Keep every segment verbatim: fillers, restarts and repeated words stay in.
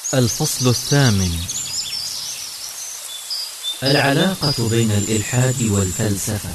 الفصل الثامن: العلاقة بين الإلحاد والفلسفة.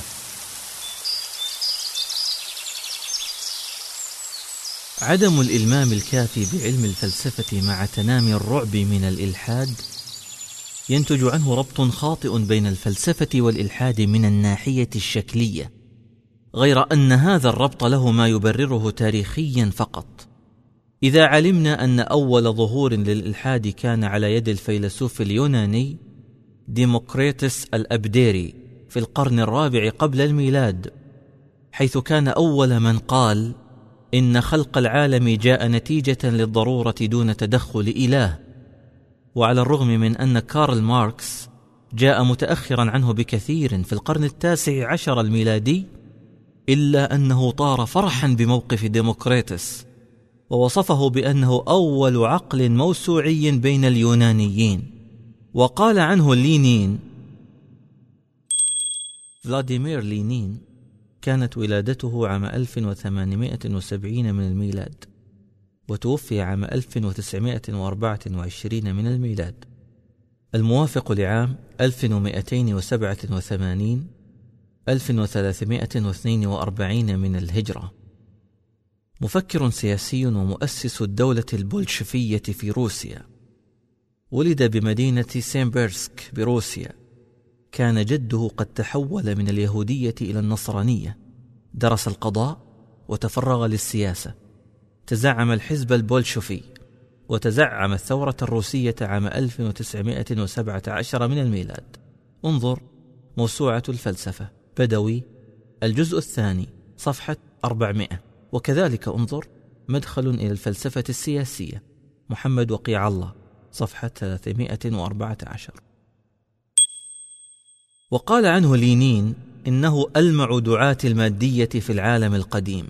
عدم الإلمام الكافي بعلم الفلسفة مع تنامي الرعب من الإلحاد ينتج عنه ربط خاطئ بين الفلسفة والإلحاد من الناحية الشكلية، غير أن هذا الربط له ما يبرره تاريخيا فقط. إذا علمنا أن أول ظهور للإلحاد كان على يد الفيلسوف اليوناني ديموكريتس الأبديري في القرن الرابع قبل الميلاد، حيث كان أول من قال إن خلق العالم جاء نتيجة للضرورة دون تدخل إله، وعلى الرغم من أن كارل ماركس جاء متأخرا عنه بكثير في القرن التاسع عشر الميلادي، إلا أنه طار فرحا بموقف ديموكريتس ووصفه بأنه أول عقل موسوعي بين اليونانيين. وقال عنه لينين، فلاديمير لينين، كانت ولادته عام ألف وثمانمائة وسبعين من الميلاد، وتوفي عام ألف وتسعمائة وأربعة وعشرين من الميلاد، الموافق لعام ألف ومائتين وسبعة وثمانين ألف وثلاثمائة واثنين وأربعين من الهجرة. مفكر سياسي ومؤسس الدولة البولشفية في روسيا. ولد بمدينة سيمبيرسك بروسيا. كان جده قد تحول من اليهودية إلى النصرانية. درس القضاء وتفرغ للسياسة. تزعم الحزب البولشفي وتزعم الثورة الروسية عام ألف وتسعمائة وسبعة عشر من الميلاد. انظر موسوعة الفلسفة، بدوي، الجزء الثاني، صفحة أربعمائة. وكذلك انظر مدخل إلى الفلسفة السياسية، محمد وقيع الله، صفحة ثلاثمائة وأربعة عشر. وقال عنه لينين إنه ألمع دعاة المادية في العالم القديم.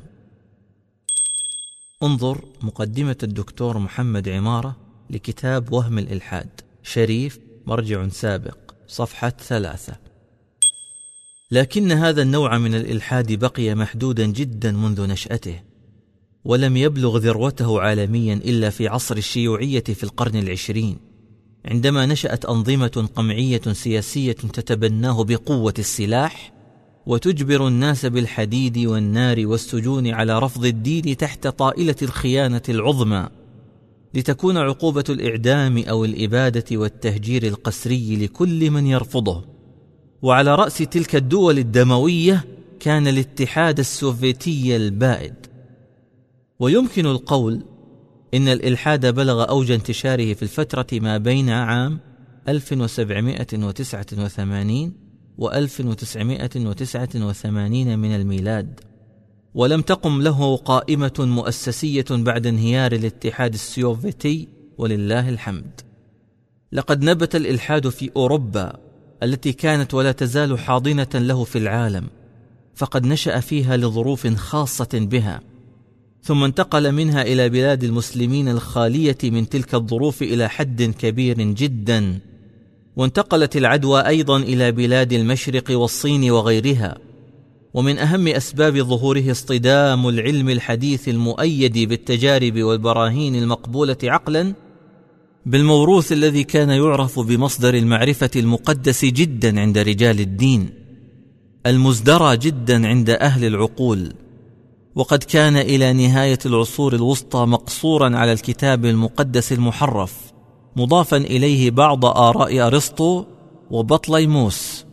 انظر مقدمة الدكتور محمد عمارة لكتاب وهم الإلحاد، شريف، مرجع سابق، صفحة ثلاثة. لكن هذا النوع من الإلحاد بقي محدودا جدا منذ نشأته، ولم يبلغ ذروته عالميا إلا في عصر الشيوعية في القرن العشرين، عندما نشأت أنظمة قمعية سياسية تتبناه بقوة السلاح وتجبر الناس بالحديد والنار والسجون على رفض الدين تحت طائلة الخيانة العظمى، لتكون عقوبة الإعدام أو الإبادة والتهجير القسري لكل من يرفضه. وعلى رأس تلك الدول الدموية كان الاتحاد السوفيتي البائد. ويمكن القول إن الإلحاد بلغ أوج انتشاره في الفترة ما بين عام ألف وسبعمائة وتسعة وثمانين و ألف وتسعمائة وتسعة وثمانين من الميلاد، ولم تقم له قائمة مؤسسية بعد انهيار الاتحاد السوفيتي، ولله الحمد. لقد نبت الإلحاد في أوروبا التي كانت ولا تزال حاضنة له في العالم، فقد نشأ فيها لظروف خاصة بها، ثم انتقل منها إلى بلاد المسلمين الخالية من تلك الظروف إلى حد كبير جدا، وانتقلت العدوى أيضا إلى بلاد المشرق والصين وغيرها. ومن أهم أسباب ظهوره اصطدام العلم الحديث المؤيد بالتجارب والبراهين المقبولة عقلا بالموروث الذي كان يعرف بمصدر المعرفة المقدس جدا عند رجال الدين، المزدرى جدا عند أهل العقول. وقد كان إلى نهاية العصور الوسطى مقصورا على الكتاب المقدس المحرف، مضافا إليه بعض آراء أرسطو وبطليموس.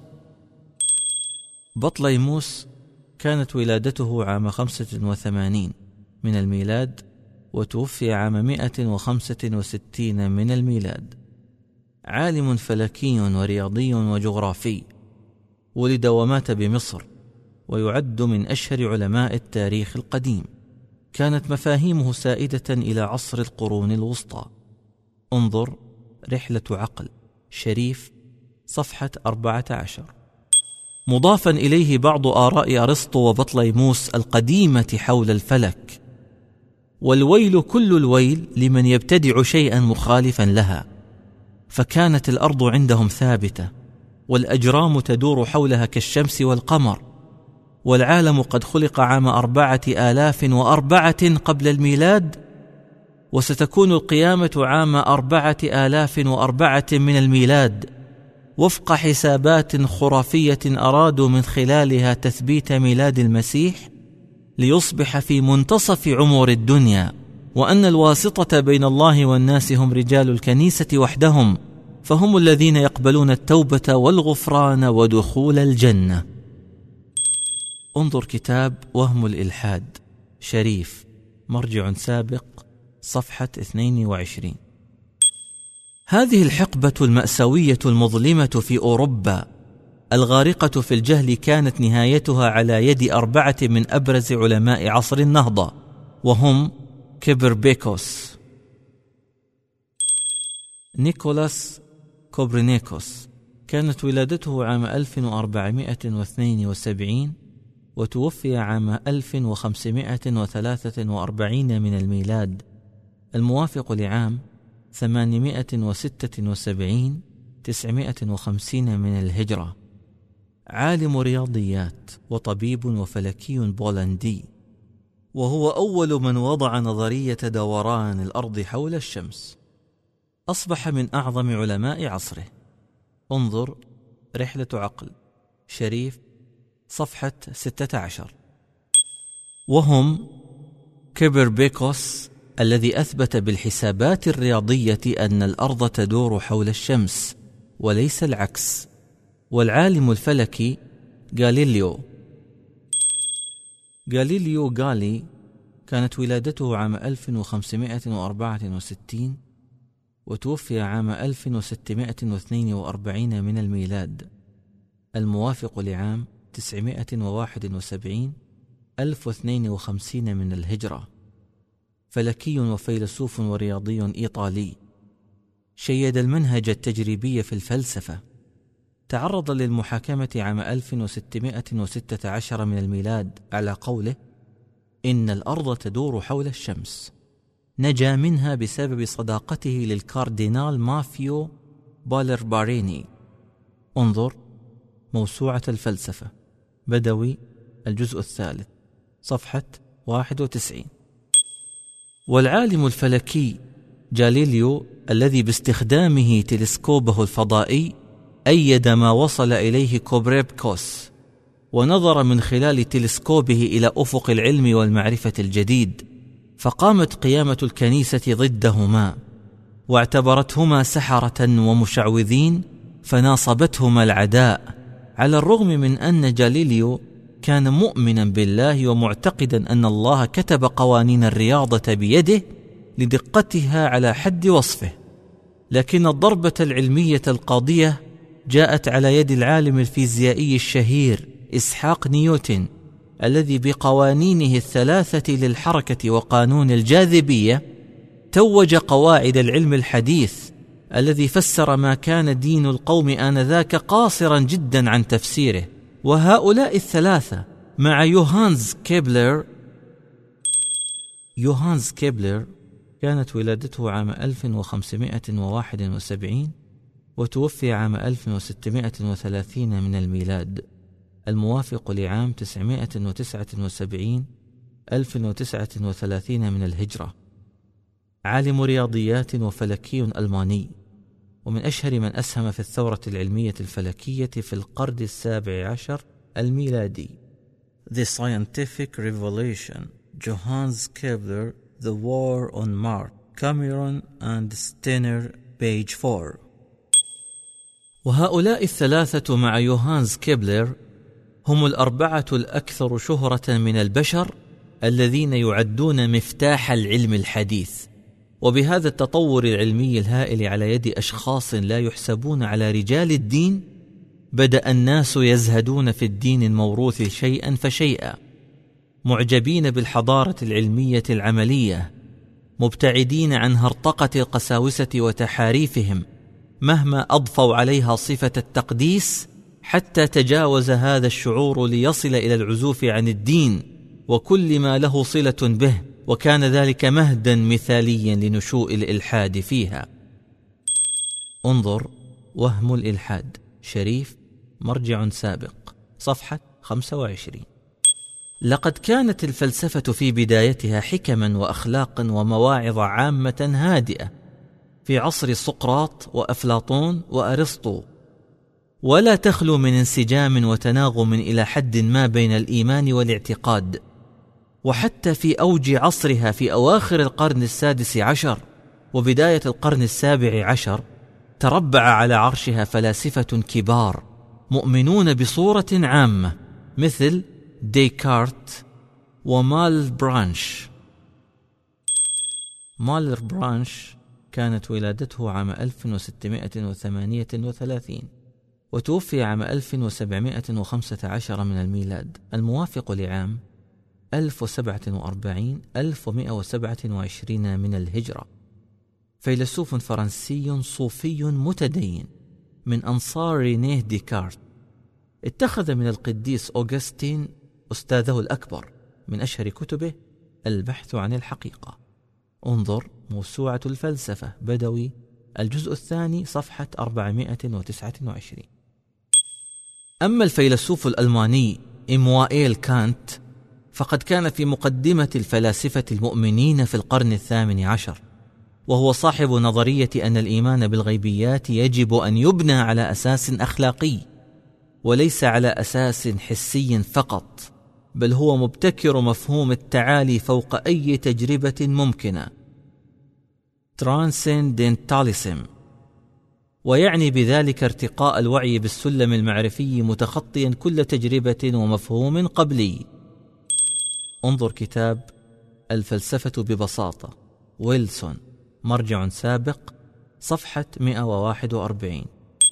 بطليموس كانت ولادته عام خمسة وثمانين من الميلاد، وتوفي عام مائة وخمسة وستين من الميلاد. عالم فلكي ورياضي وجغرافي، ولد ومات بمصر، ويعد من أشهر علماء التاريخ القديم. كانت مفاهيمه سائدة إلى عصر القرون الوسطى. انظر رحلة عقل، شريف، صفحة أربعة عشر. مضافا إليه بعض آراء أرسطو وبطليموس القديمة حول الفلك. والويل كل الويل لمن يبتدع شيئا مخالفا لها، فكانت الأرض عندهم ثابتة، والأجرام تدور حولها كالشمس والقمر، والعالم قد خلق عام أربعة آلاف وأربعة قبل الميلاد، وستكون القيامة عام أربعة آلاف وأربعة من الميلاد، وفق حسابات خرافية أرادوا من خلالها تثبيت ميلاد المسيح ليصبح في منتصف عمر الدنيا، وأن الواسطة بين الله والناس هم رجال الكنيسة وحدهم، فهم الذين يقبلون التوبة والغفران ودخول الجنة. انظر كتاب وهم الإلحاد شريف، مرجع سابق، صفحة اثنين وعشرين. هذه الحقبة المأساوية المظلمة في أوروبا الغارقة في الجهل كانت نهايتها على يد أربعة من أبرز علماء عصر النهضة، وهم كوبرنيكوس، نيكولاس كوبرنيكوس، كانت ولادته عام ألف وأربعمائة واثنين وسبعين وتوفي عام ألف وخمسمائة وثلاثة وأربعين من الميلاد، الموافق لعام ثمانمائة وستة وسبعين تسعمائة وخمسين من الهجرة. عالم رياضيات وطبيب وفلكي بولندي، وهو أول من وضع نظرية دوران الأرض حول الشمس. أصبح من أعظم علماء عصره. انظر رحلة عقل شريف، صفحة ستة عشر. وهم كوبرنيكوس الذي أثبت بالحسابات الرياضية أن الأرض تدور حول الشمس وليس العكس، والعالم الفلكي غاليليو. غاليليو غالي كانت ولادته عام ألف وخمسمائة وأربعة وستين وتوفي عام ألف وستمائة واثنين وأربعين من الميلاد، الموافق لعام تسعمائة وواحد وسبعين ألف واثنين وخمسين من الهجرة. فلكي وفيلسوف ورياضي إيطالي، شيد المنهج التجريبي في الفلسفة. تعرض للمحاكمة عام ألف وستمائة وستة عشر من الميلاد على قوله إن الأرض تدور حول الشمس. نجا منها بسبب صداقته للكاردينال مافيو بالرباريني. انظر موسوعة الفلسفة، بدوي، الجزء الثالث، صفحة واحد وتسعين. والعالم الفلكي جاليليو الذي باستخدامه تلسكوبه الفضائي أيد ما وصل إليه كوبرنيكوس، ونظر من خلال تلسكوبه إلى أفق العلم والمعرفة الجديد، فقامت قيامة الكنيسة ضدهما، واعتبرتهما سحرة ومشعوذين، فناصبتهما العداء، على الرغم من أن جاليليو كان مؤمنا بالله ومعتقدا أن الله كتب قوانين الرياضة بيده لدقتها على حد وصفه. لكن الضربة العلمية القاضية جاءت على يد العالم الفيزيائي الشهير إسحاق نيوتن، الذي بقوانينه الثلاثة للحركة وقانون الجاذبية توج قواعد العلم الحديث، الذي فسر ما كان دين القوم آنذاك قاصرا جدا عن تفسيره. وهؤلاء الثلاثة مع يوهانز كيبلر. يوهانز كيبلر كانت ولادته عام ألف وخمسمائة وواحد وسبعين وتوفي عام ألف وستمائة وثلاثين من الميلاد، الموافق لعام تسعمائة وتسعة وسبعين ألف وتسعة وثلاثين من الهجرة. عالم رياضيات وفلكي ألماني، ومن أشهر من أسهم في الثورة العلمية الفلكية في القرن السابع عشر الميلادي. The Scientific Revolution, Johannes Kepler, The War on Mars, Cameron and Steiner, page four. وهؤلاء الثلاثة مع يوهانز كيبلر هم الأربعة الأكثر شهرة من البشر الذين يعدون مفتاح العلم الحديث. وبهذا التطور العلمي الهائل على يد أشخاص لا يحسبون على رجال الدين، بدأ الناس يزهدون في الدين الموروث شيئا فشيئا، معجبين بالحضارة العلمية العملية، مبتعدين عن هرطقة القساوسة وتحاريفهم مهما أضفوا عليها صفة التقديس، حتى تجاوز هذا الشعور ليصل إلى العزوف عن الدين وكل ما له صلة به، وكان ذلك مهدا مثاليا لنشوء الإلحاد فيها. انظر وهم الإلحاد شريف، مرجع سابق، صفحة خمسة وعشرين. لقد كانت الفلسفة في بدايتها حكما وأخلاقا ومواعظ عامة هادئة في عصر سقراط وأفلاطون وأرسطو، ولا تخلو من انسجام وتناغم إلى حد ما بين الإيمان والاعتقاد. وحتى في أوج عصرها في أواخر القرن السادس عشر وبداية القرن السابع عشر تربع على عرشها فلاسفة كبار مؤمنون بصورة عامة مثل ديكارت ومال برانش. مال برانش كانت ولادته عام ألف وستمائة وثمانية وثلاثين وتوفي عام ألف وسبعمائة وخمسة عشر من الميلاد، الموافق لعام ألف وسبعة وأربعين ألف ومائة وسبعة وعشرين من الهجرة. فيلسوف فرنسي صوفي متدين من أنصار رينيه ديكارت، اتخذ من القديس أوغسطين أستاذه الأكبر. من أشهر كتبه البحث عن الحقيقة. انظر موسوعة الفلسفة بدوي الجزء الثاني صفحة أربعمائة وتسعة وعشرين. أما الفيلسوف الألماني إيمانويل كانت فقد كان في مقدمة الفلاسفة المؤمنين في القرن الثامن عشر، وهو صاحب نظرية أن الإيمان بالغيبيات يجب أن يبنى على أساس أخلاقي وليس على أساس حسي فقط، بل هو مبتكر مفهوم التعالي فوق أي تجربة ممكنة ترانسندنتاليسم، ويعني بذلك ارتقاء الوعي بالسلم المعرفي متخطيا كل تجربة ومفهوم قبلي. انظر كتاب الفلسفة ببساطة ويلسون مرجع سابق صفحة مئة وواحد وأربعين.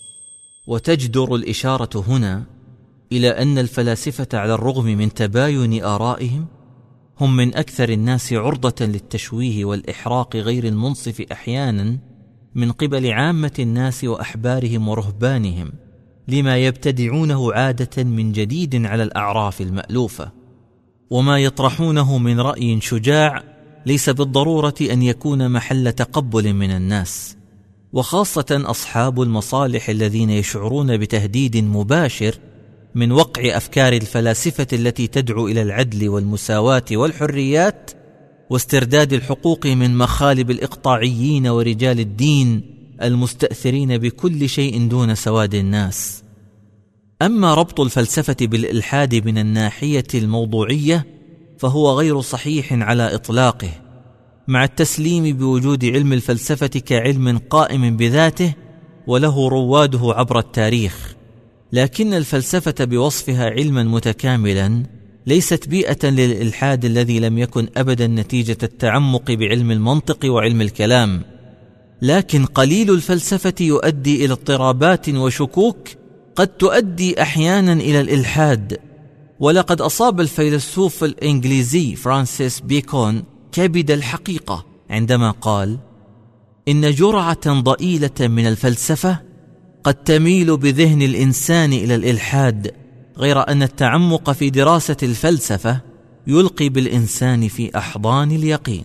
وتجدر الإشارة هنا إلى أن الفلاسفة على الرغم من تباين آرائهم هم من أكثر الناس عرضة للتشويه والإحراق غير المنصف أحيانا من قبل عامة الناس وأحبارهم ورهبانهم لما يبتدعونه عادة من جديد على الأعراف المألوفة. وما يطرحونه من رأي شجاع ليس بالضرورة أن يكون محل تقبل من الناس، وخاصة أصحاب المصالح الذين يشعرون بتهديد مباشر من وقع أفكار الفلاسفة التي تدعو إلى العدل والمساواة والحريات واسترداد الحقوق من مخالب الإقطاعيين ورجال الدين المستأثرين بكل شيء دون سواد الناس. أما ربط الفلسفة بالإلحاد من الناحية الموضوعية فهو غير صحيح على إطلاقه، مع التسليم بوجود علم الفلسفة كعلم قائم بذاته وله رواده عبر التاريخ، لكن الفلسفة بوصفها علما متكاملا ليست بيئة للإلحاد الذي لم يكن أبدا نتيجة التعمق بعلم المنطق وعلم الكلام، لكن قليل الفلسفة يؤدي إلى اضطرابات وشكوك قد تؤدي أحيانا إلى الإلحاد. ولقد أصاب الفيلسوف الإنجليزي فرانسيس بيكون كبد الحقيقة عندما قال: إن جرعة ضئيلة من الفلسفة قد تميل بذهن الإنسان إلى الإلحاد، غير أن التعمق في دراسة الفلسفة يلقي بالإنسان في أحضان اليقين.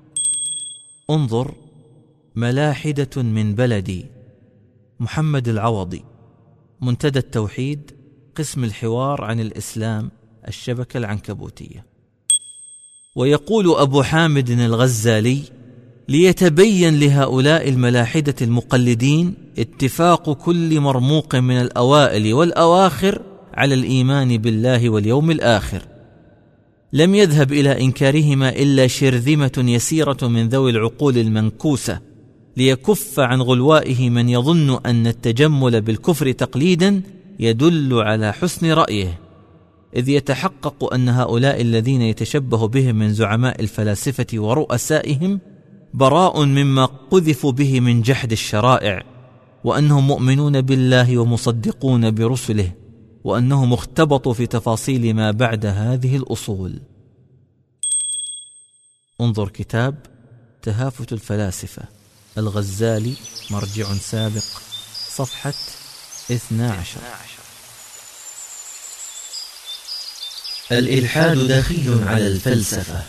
انظر ملاحدة من بلدي، محمد العوضي، منتدى التوحيد، قسم الحوار عن الإسلام، الشبكة العنكبوتية. ويقول أبو حامد الغزالي: ليتبين لهؤلاء الملاحدة المقلدين اتفاق كل مرموق من الأوائل والأواخر على الإيمان بالله واليوم الآخر، لم يذهب إلى إنكارهما إلا شرذمة يسيرة من ذوي العقول المنكوسة، ليكف عن غلوائه من يظن أن التجمل بالكفر تقليدا يدل على حسن رأيه، إذ يتحقق أن هؤلاء الذين يتشبه بهم من زعماء الفلاسفة ورؤسائهم براء مما قذفوا به من جحد الشرائع، وأنهم مؤمنون بالله ومصدقون برسله، وأنهم اختبطوا في تفاصيل ما بعد هذه الأصول. انظر كتاب تهافت الفلاسفة، الغزالي، مرجع سابق، صفحة اثنى عشر. الإلحاد دخيل على الفلسفة.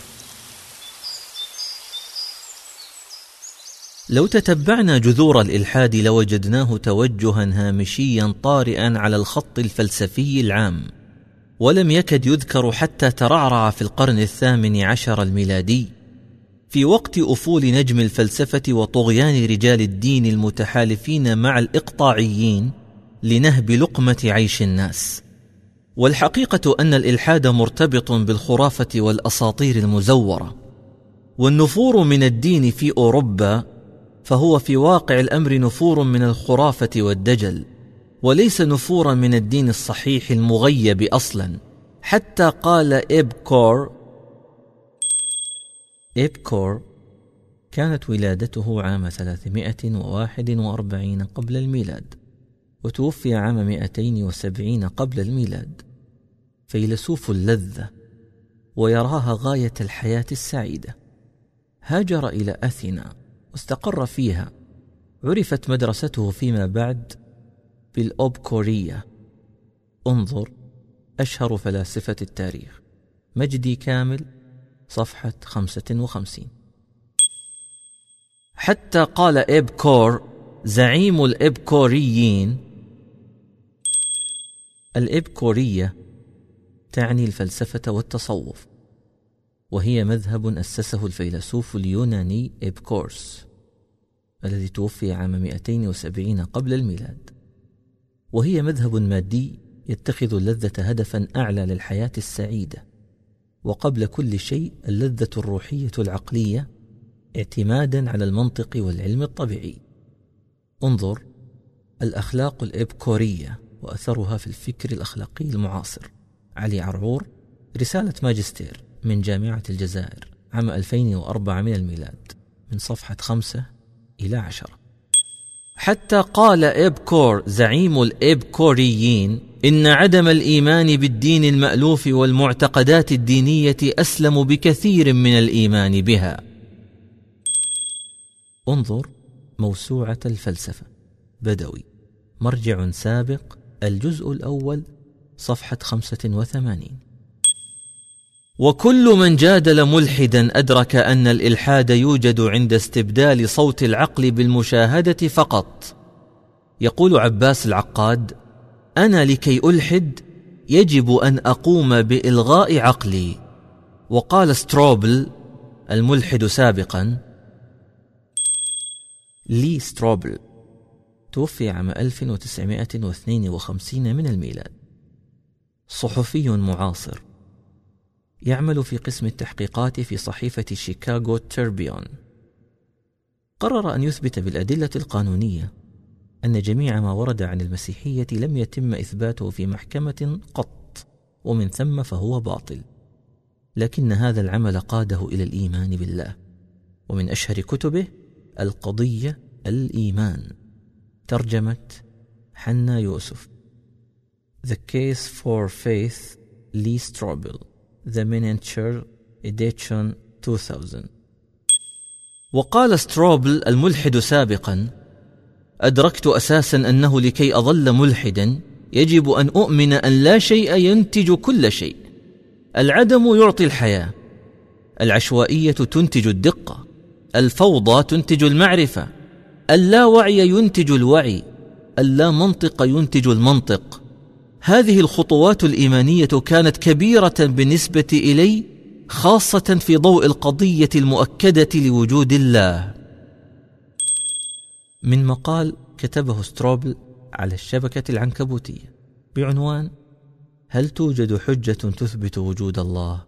لو تتبعنا جذور الإلحاد لوجدناه توجها هامشيا طارئا على الخط الفلسفي العام، ولم يكد يذكر حتى ترعرع في القرن الثامن عشر الميلادي، في وقت أفول نجم الفلسفة وطغيان رجال الدين المتحالفين مع الإقطاعيين لنهب لقمة عيش الناس. والحقيقة أن الإلحاد مرتبط بالخرافة والأساطير المزورة، والنفور من الدين في أوروبا فهو في واقع الأمر نفور من الخرافة والدجل، وليس نفورا من الدين الصحيح المغيب أصلا. حتى قال إبكور إبكور كانت ولادته عام ثلاثمائة وواحد وأربعين قبل الميلاد، وتوفي عام مئتين وسبعين قبل الميلاد، فيلسوف اللذة ويراها غاية الحياة السعيدة. هاجر إلى أثينا واستقر فيها. عرفت مدرسته فيما بعد بالأوبكورية. انظر أشهر فلاسفة التاريخ، مجدي كامل، صفحة خمسة وخمسين. حتى قال إبكور زعيم الإبكوريين. الإبكورية تعني الفلسفة والتصوف، وهي مذهب أسسه الفيلسوف اليوناني إبكورس الذي توفي عام مئتين وسبعين قبل الميلاد. وهي مذهب مادي يتخذ اللذة هدفا أعلى للحياة السعيدة، وقبل كل شيء اللذة الروحية العقلية اعتمادا على المنطق والعلم الطبيعي. انظر الأخلاق الإبكورية وأثرها في الفكر الأخلاقي المعاصر، علي عرعور، رسالة ماجستير من جامعة الجزائر عام ألفين وأربعة من الميلاد، من صفحة خمسة إلى عشرة. حتى قال إبكور زعيم الإبكوريين إن عدم الإيمان بالدين المألوف والمعتقدات الدينية أسلم بكثير من الإيمان بها. انظر موسوعة الفلسفة، بدوي، مرجع سابق، الجزء الأول، صفحة خمسة وثمانين. وكل من جادل ملحدا أدرك أن الإلحاد يوجد عند استبدال صوت العقل بالمشاهدة فقط. يقول عباس العقاد: أنا لكي ألحد يجب أن أقوم بإلغاء عقلي. وقال ستروبل الملحد سابقا، لي ستروبل، توفي عام ألف وتسعمائة واثنين وخمسين من الميلاد، صحفي معاصر يعمل في قسم التحقيقات في صحيفة شيكاغو تربيون. قرر أن يثبت بالأدلة القانونية أن جميع ما ورد عن المسيحية لم يتم إثباته في محكمة قط، ومن ثم فهو باطل. لكن هذا العمل قاده إلى الإيمان بالله. ومن أشهر كتبه القضية الإيمان، ترجمة حنا يوسف، The Case for Faith، لي ستروبل، The Miniature Edition ألفين وثلاثة. وقال ستروبل الملحد سابقا: أدركت أساسا أنه لكي أظل ملحدا يجب أن أؤمن أن لا شيء ينتج كل شيء. العدم يعطي الحياة، العشوائية تنتج الدقة، الفوضى تنتج المعرفة، اللاوعي ينتج الوعي، اللا منطق ينتج المنطق. هذه الخطوات الإيمانية كانت كبيرة بالنسبة إلي، خاصة في ضوء القضية المؤكدة لوجود الله. من مقال كتبه ستروبل على الشبكة العنكبوتية بعنوان: هل توجد حجة تثبت وجود الله؟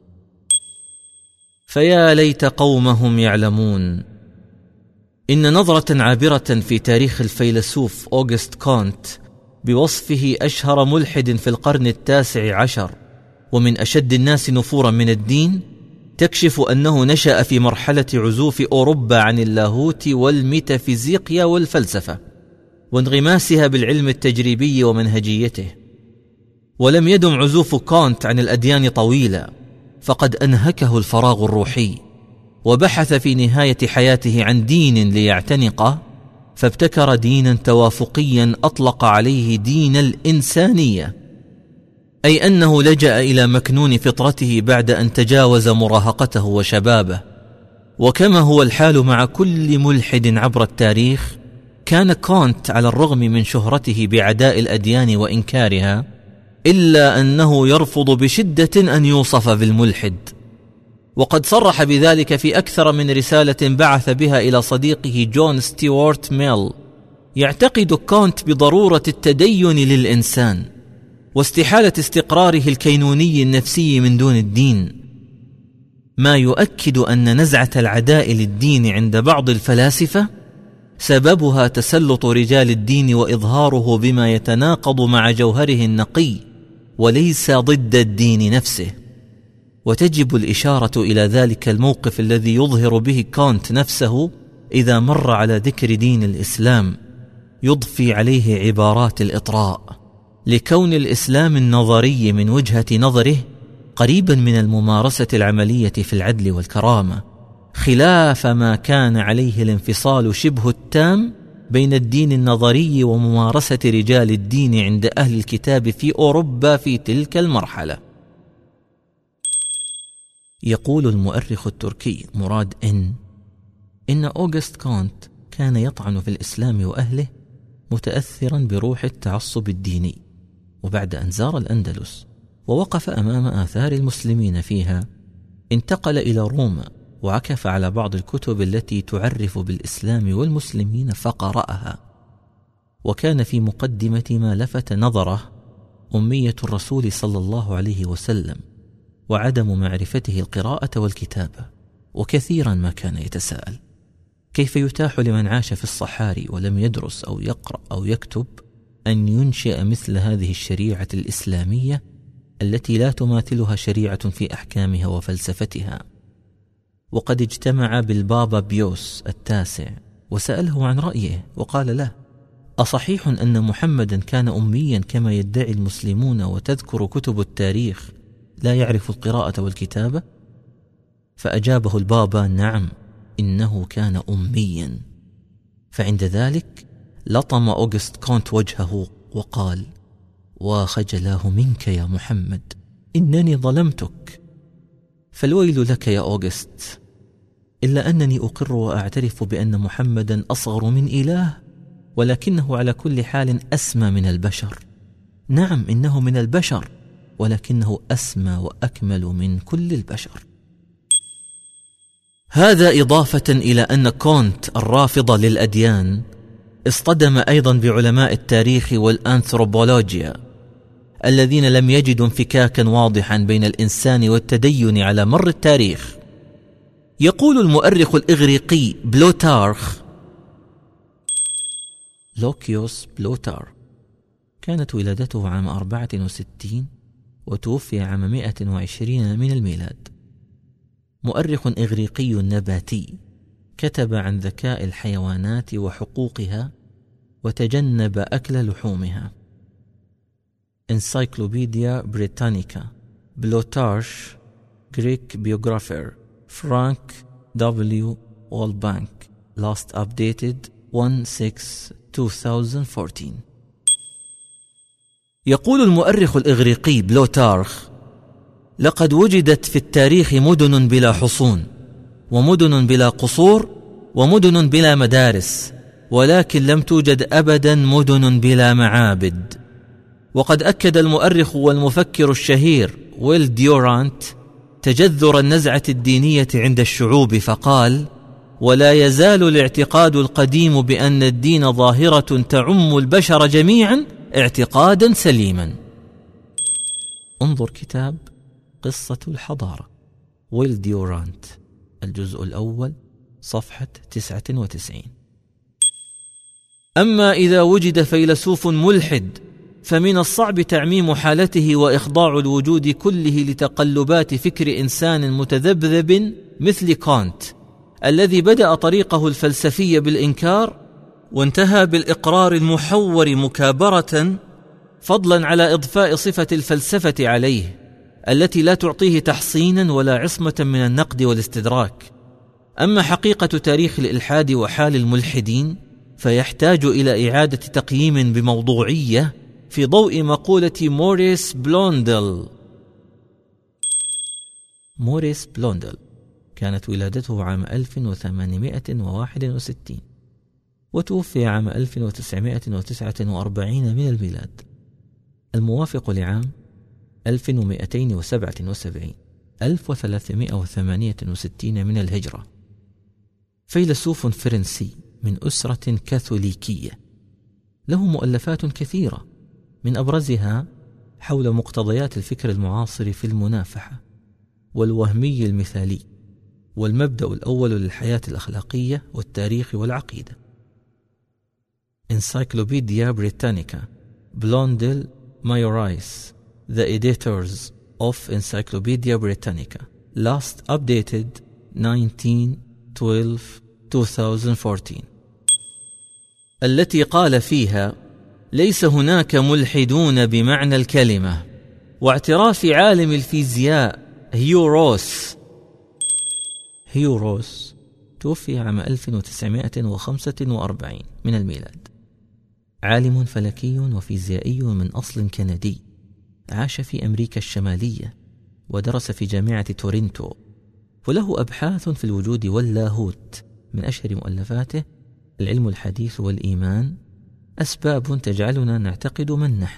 فيا ليت قومهم يعلمون. إن نظرة عابرة في تاريخ الفيلسوف أوغست كونت بوصفه أشهر ملحد في القرن التاسع عشر ومن أشد الناس نفورا من الدين تكشف أنه نشأ في مرحلة عزوف أوروبا عن اللاهوت والميتافيزيقيا والفلسفة وانغماسها بالعلم التجريبي ومنهجيته. ولم يدم عزوف كونت عن الأديان طويلا، فقد أنهكه الفراغ الروحي، وبحث في نهاية حياته عن دين ليعتنقه، فابتكر دينا توافقيا أطلق عليه دين الإنسانية، أي أنه لجأ إلى مكنون فطرته بعد أن تجاوز مراهقته وشبابه. وكما هو الحال مع كل ملحد عبر التاريخ، كان كونت على الرغم من شهرته بعداء الأديان وإنكارها إلا أنه يرفض بشدة أن يوصف بالملحد، وقد صرح بذلك في أكثر من رسالة بعث بها إلى صديقه جون ستيوارت ميل. يعتقد كانت بضرورة التدين للإنسان واستحالة استقراره الكينوني النفسي من دون الدين، ما يؤكد أن نزعة العداء للدين عند بعض الفلاسفة سببها تسلط رجال الدين وإظهاره بما يتناقض مع جوهره النقي وليس ضد الدين نفسه. وتجب الإشارة إلى ذلك الموقف الذي يظهر به كانت نفسه إذا مر على ذكر دين الإسلام، يضفي عليه عبارات الإطراء، لكون الإسلام النظري من وجهة نظره قريبا من الممارسة العملية في العدل والكرامة، خلاف ما كان عليه الانفصال شبه التام بين الدين النظري وممارسة رجال الدين عند أهل الكتاب في أوروبا في تلك المرحلة. يقول المؤرخ التركي مراد إن إن أوغست كانت كان يطعن في الإسلام وأهله متأثرا بروح التعصب الديني، وبعد أن زار الأندلس ووقف أمام آثار المسلمين فيها انتقل إلى روما وعكف على بعض الكتب التي تعرف بالإسلام والمسلمين فقرأها، وكان في مقدمة ما لفت نظره أمية الرسول صلى الله عليه وسلم وعدم معرفته القراءة والكتابة. وكثيرا ما كان يتساءل كيف يتاح لمن عاش في الصحاري ولم يدرس أو يقرأ أو يكتب أن ينشئ مثل هذه الشريعة الإسلامية التي لا تماثلها شريعة في أحكامها وفلسفتها. وقد اجتمع بالبابا بيوس التاسع وسأله عن رأيه وقال له: أصحيح أن محمدا كان أميا كما يدعي المسلمون وتذكر كتب التاريخ لا يعرف القراءة والكتابة؟ فأجابه البابا: نعم، إنه كان أميا. فعند ذلك لطم أوغست كانت وجهه وقال: وخجلاه منك يا محمد، إنني ظلمتك. فالويل لك يا أوغست، إلا أنني أقر وأعترف بأن محمدا أصغر من إله، ولكنه على كل حال أسمى من البشر. نعم، إنه من البشر، ولكنه أسمى وأكمل من كل البشر. هذا إضافة إلى أن كانت الرافض للأديان اصطدم أيضا بعلماء التاريخ والأنثروبولوجيا الذين لم يجدوا انفكاكا واضحا بين الإنسان والتدين على مر التاريخ. يقول المؤرخ الإغريقي بلوتارخ: لوكيوس بلوتار كانت ولادته عام أربعة وستين وتوفي عام مئة وعشرين من الميلاد. مؤرخ إغريقي نباتي كتب عن ذكاء الحيوانات وحقوقها وتجنب أكل لحومها. Encyclopedia Britannica بلوتارش Greek biographer Frank W. Allbank last updated one six two thousand fourteen. يقول المؤرخ الإغريقي بلوتارخ: لقد وجدت في التاريخ مدن بلا حصون، ومدن بلا قصور، ومدن بلا مدارس، ولكن لم توجد أبدا مدن بلا معابد. وقد أكد المؤرخ والمفكر الشهير ويل ديورانت تجذر النزعة الدينية عند الشعوب فقال: ولا يزال الاعتقاد القديم بأن الدين ظاهرة تعم البشر جميعا اعتقادا سليما. انظر كتاب قصة الحضارة ويل ديورانت الجزء الأول صفحة تسعة وتسعين. أما إذا وجد فيلسوف ملحد فمن الصعب تعميم حالته وإخضاع الوجود كله لتقلبات فكر إنسان متذبذب مثل كانت، الذي بدأ طريقه الفلسفي بالإنكار وانتهى بالإقرار المحور مكابرة، فضلا على إضفاء صفة الفلسفة عليه التي لا تعطيه تحصينا ولا عصمة من النقد والاستدراك. أما حقيقة تاريخ الإلحاد وحال الملحدين فيحتاج إلى إعادة تقييم بموضوعية في ضوء مقولة موريس بلوندل. موريس بلوندل كانت ولادته عام ألف وثمانمئة وواحد وستين وتوفي عام ألف وتسعمئة وتسعة وأربعين من الميلاد. الموافق لعام ألف ومئتين وسبعة وسبعين ألف وثلاثمئة وثمانية وستين من الهجرة، فيلسوف فرنسي من أسرة كاثوليكية، له مؤلفات كثيرة، من أبرزها حول مقتضيات الفكر المعاصر في المنافحة والوهمي المثالي والمبدأ الأول للحياة الأخلاقية والتاريخ والعقيدة. Encyclopedia Britannica Blondel Mayorais, the editors of Encyclopedia Britannica, last updated nineteen twelve twenty fourteen، التي قال فيها: ليس هناك ملحدون بمعنى الكلمة، واعتراف عالم الفيزياء هيوروس هيوروس توفي عام ألف وتسعمئة وخمسة وأربعين من الميلاد، عالم فلكي وفيزيائي من أصل كندي، عاش في أمريكا الشمالية ودرس في جامعة تورنتو، وله أبحاث في الوجود واللاهوت. من أشهر مؤلفاته العلم الحديث والإيمان، أسباب تجعلنا نعتقد من نحن.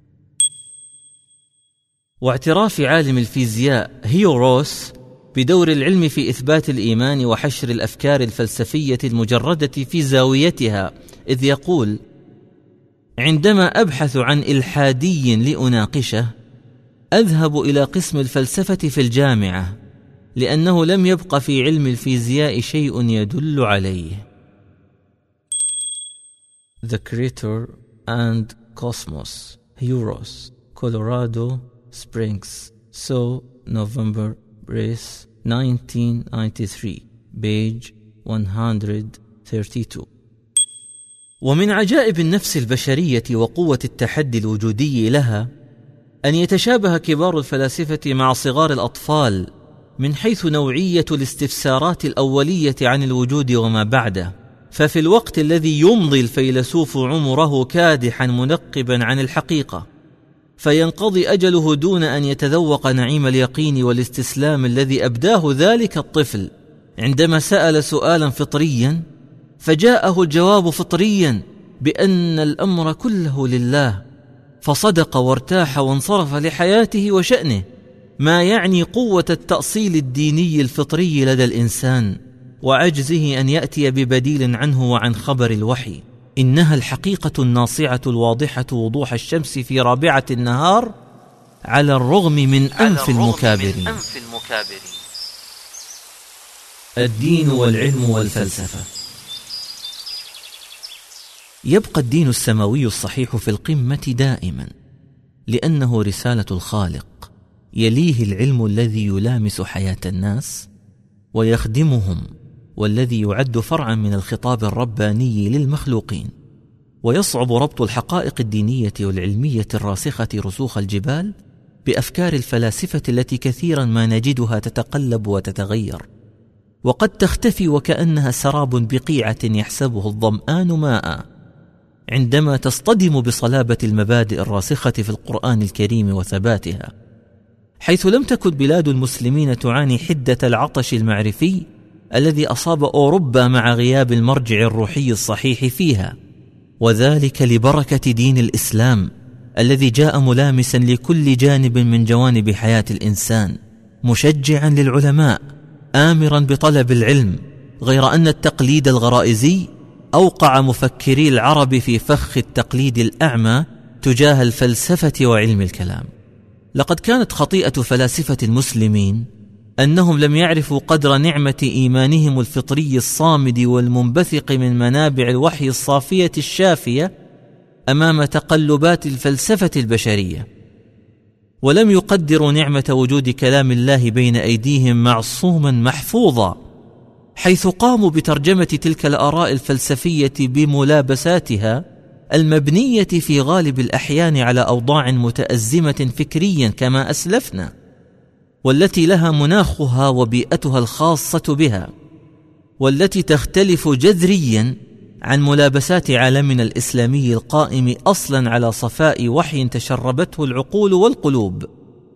واعتراف عالم الفيزياء هيوروس بدور العلم في إثبات الإيمان وحشر الأفكار الفلسفية المجردة في زاويتها، إذ يقول: عندما أبحث عن إلحادي لأناقشه أذهب إلى قسم الفلسفة في الجامعة، لأنه لم يبق في علم الفيزياء شيء يدل عليه. The Creator and Cosmos Heuros Colorado Springs So November Press nineteen ninety-three page one hundred thirty-two. ومن عجائب النفس البشرية وقوة التحدي الوجودي لها أن يتشابه كبار الفلاسفة مع صغار الأطفال من حيث نوعية الاستفسارات الأولية عن الوجود وما بعده. ففي الوقت الذي يمضي الفيلسوف عمره كادحا منقبا عن الحقيقة، فينقضي أجله دون أن يتذوق نعيم اليقين والاستسلام الذي أبداه ذلك الطفل عندما سأل سؤالا فطريا، فجاءه الجواب فطريا بأن الأمر كله لله، فصدق وارتاح وانصرف لحياته وشأنه، ما يعني قوة التأصيل الديني الفطري لدى الإنسان وعجزه أن يأتي ببديل عنه وعن خبر الوحي. إنها الحقيقة الناصعة الواضحة وضوح الشمس في رابعة النهار على الرغم من أنف المكابرين. الدين والعلم والفلسفة. يبقى الدين السماوي الصحيح في القمة دائما، لأنه رسالة الخالق، يليه العلم الذي يلامس حياة الناس ويخدمهم، والذي يعد فرعا من الخطاب الرباني للمخلوقين. ويصعب ربط الحقائق الدينية والعلمية الراسخة رسوخ الجبال بأفكار الفلاسفة التي كثيرا ما نجدها تتقلب وتتغير، وقد تختفي وكأنها سراب بقيعة يحسبه الظمآن ماء، عندما تصطدم بصلابة المبادئ الراسخة في القرآن الكريم وثباتها، حيث لم تكن بلاد المسلمين تعاني حدة العطش المعرفي الذي أصاب أوروبا مع غياب المرجع الروحي الصحيح فيها، وذلك لبركة دين الإسلام الذي جاء ملامسا لكل جانب من جوانب حياة الإنسان، مشجعا للعلماء، آمرا بطلب العلم، غير أن التقليد الغرائزي أوقع مفكري العرب في فخ التقليد الأعمى تجاه الفلسفة وعلم الكلام. لقد كانت خطيئة فلاسفة المسلمين أنهم لم يعرفوا قدر نعمة إيمانهم الفطري الصامد والمنبثق من منابع الوحي الصافية الشافية أمام تقلبات الفلسفة البشرية، ولم يقدروا نعمة وجود كلام الله بين أيديهم معصوما محفوظا، حيث قاموا بترجمة تلك الآراء الفلسفية بملابساتها المبنية في غالب الأحيان على أوضاع متأزمة فكريا كما أسلفنا، والتي لها مناخها وبيئتها الخاصة بها، والتي تختلف جذريا عن ملابسات عالمنا الإسلامي القائم أصلا على صفاء وحي تشربته العقول والقلوب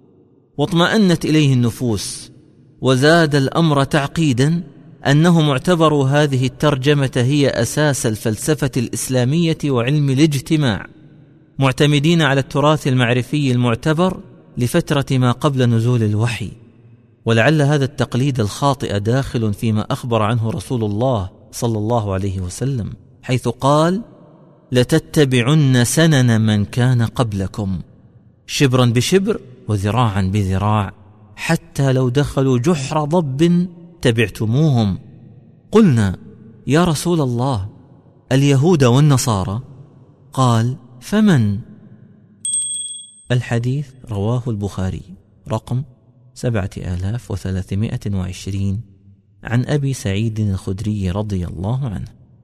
واطمأنت إليه النفوس. وزاد الأمر تعقيدا أنهم اعتبروا هذه الترجمة هي أساس الفلسفة الإسلامية وعلم الاجتماع، معتمدين على التراث المعرفي المعتبر لفترة ما قبل نزول الوحي. ولعل هذا التقليد الخاطئ داخل فيما أخبر عنه رسول الله صلى الله عليه وسلم، حيث قال: لتتبعن سنن من كان قبلكم شبرا بشبر وذراعا بذراع حتى لو دخلوا جحر ضب تبعتموهم. قلنا: يا رسول الله، اليهود والنصارى؟ قال: فمن؟ الحديث رواه البخاري رقم سبعة آلاف وثلاثمائة وعشرين عن أبي سعيد الخدري رضي الله عنه.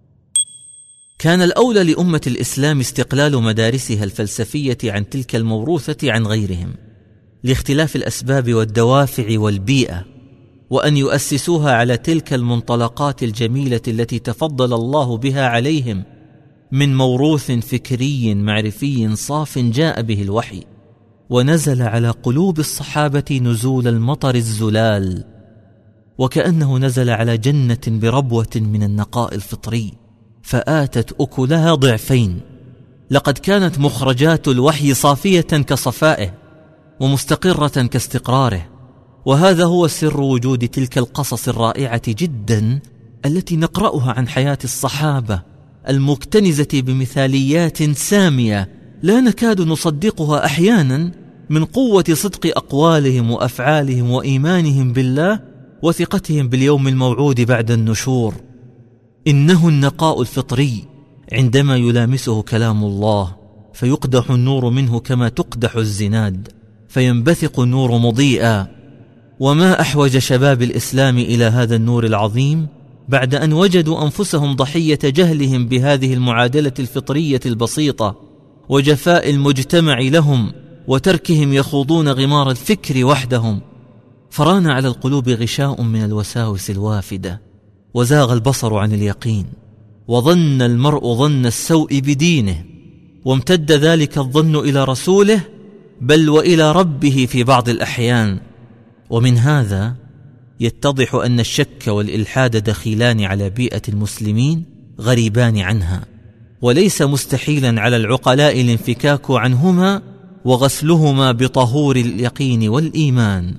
كان الأولى لأمة الإسلام استقلال مدارسها الفلسفية عن تلك الموروثة عن غيرهم لاختلاف الأسباب والدوافع والبيئة، وأن يؤسسوها على تلك المنطلقات الجميلة التي تفضل الله بها عليهم من موروث فكري معرفي صاف جاء به الوحي، ونزل على قلوب الصحابة نزول المطر الزلال، وكأنه نزل على جنة بربوة من النقاء الفطري فآتت أكلها ضعفين. لقد كانت مخرجات الوحي صافية كصفائه ومستقرة كاستقراره، وهذا هو سر وجود تلك القصص الرائعة جدا التي نقرأها عن حياة الصحابة المكتنزة بمثاليات سامية لا نكاد نصدقها أحيانا من قوة صدق أقوالهم وأفعالهم وإيمانهم بالله وثقتهم باليوم الموعود بعد النشور. إنه النقاء الفطري عندما يلامسه كلام الله فيقدح النور منه كما تقدح الزناد فينبثق النور مضيئا. وما أحوج شباب الإسلام إلى هذا النور العظيم بعد أن وجدوا أنفسهم ضحية جهلهم بهذه المعادلة الفطرية البسيطة وجفاء المجتمع لهم وتركهم يخوضون غمار الفكر وحدهم. فران على القلوب غشاء من الوساوس الوافدة، وزاغ البصر عن اليقين، وظن المرء ظن السوء بدينه، وامتد ذلك الظن إلى رسوله بل وإلى ربه في بعض الأحيان. ومن هذا يتضح أن الشك والإلحاد دخيلان على بيئة المسلمين غريبان عنها، وليس مستحيلا على العقلاء الانفكاك عنهما وغسلهما بطهور اليقين والإيمان.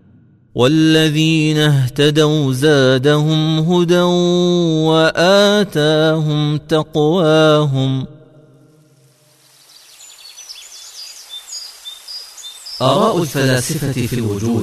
والذين اهتدوا زادهم هدى وآتاهم تقواهم. آراء الفلاسفة في الوجود.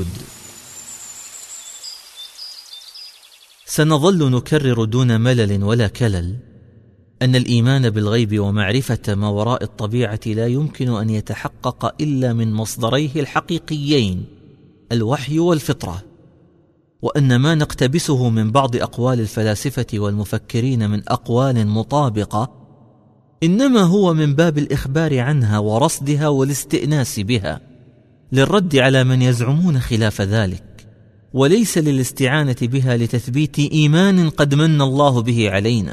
سنظل نكرر دون ملل ولا كلل أن الإيمان بالغيب ومعرفة ما وراء الطبيعة لا يمكن أن يتحقق إلا من مصدريه الحقيقيين الوحي والفطرة، وأن ما نقتبسه من بعض أقوال الفلاسفة والمفكرين من أقوال مطابقة إنما هو من باب الإخبار عنها ورصدها والاستئناس بها للرد على من يزعمون خلاف ذلك، وليس للاستعانة بها لتثبيت إيمان قد من الله به علينا.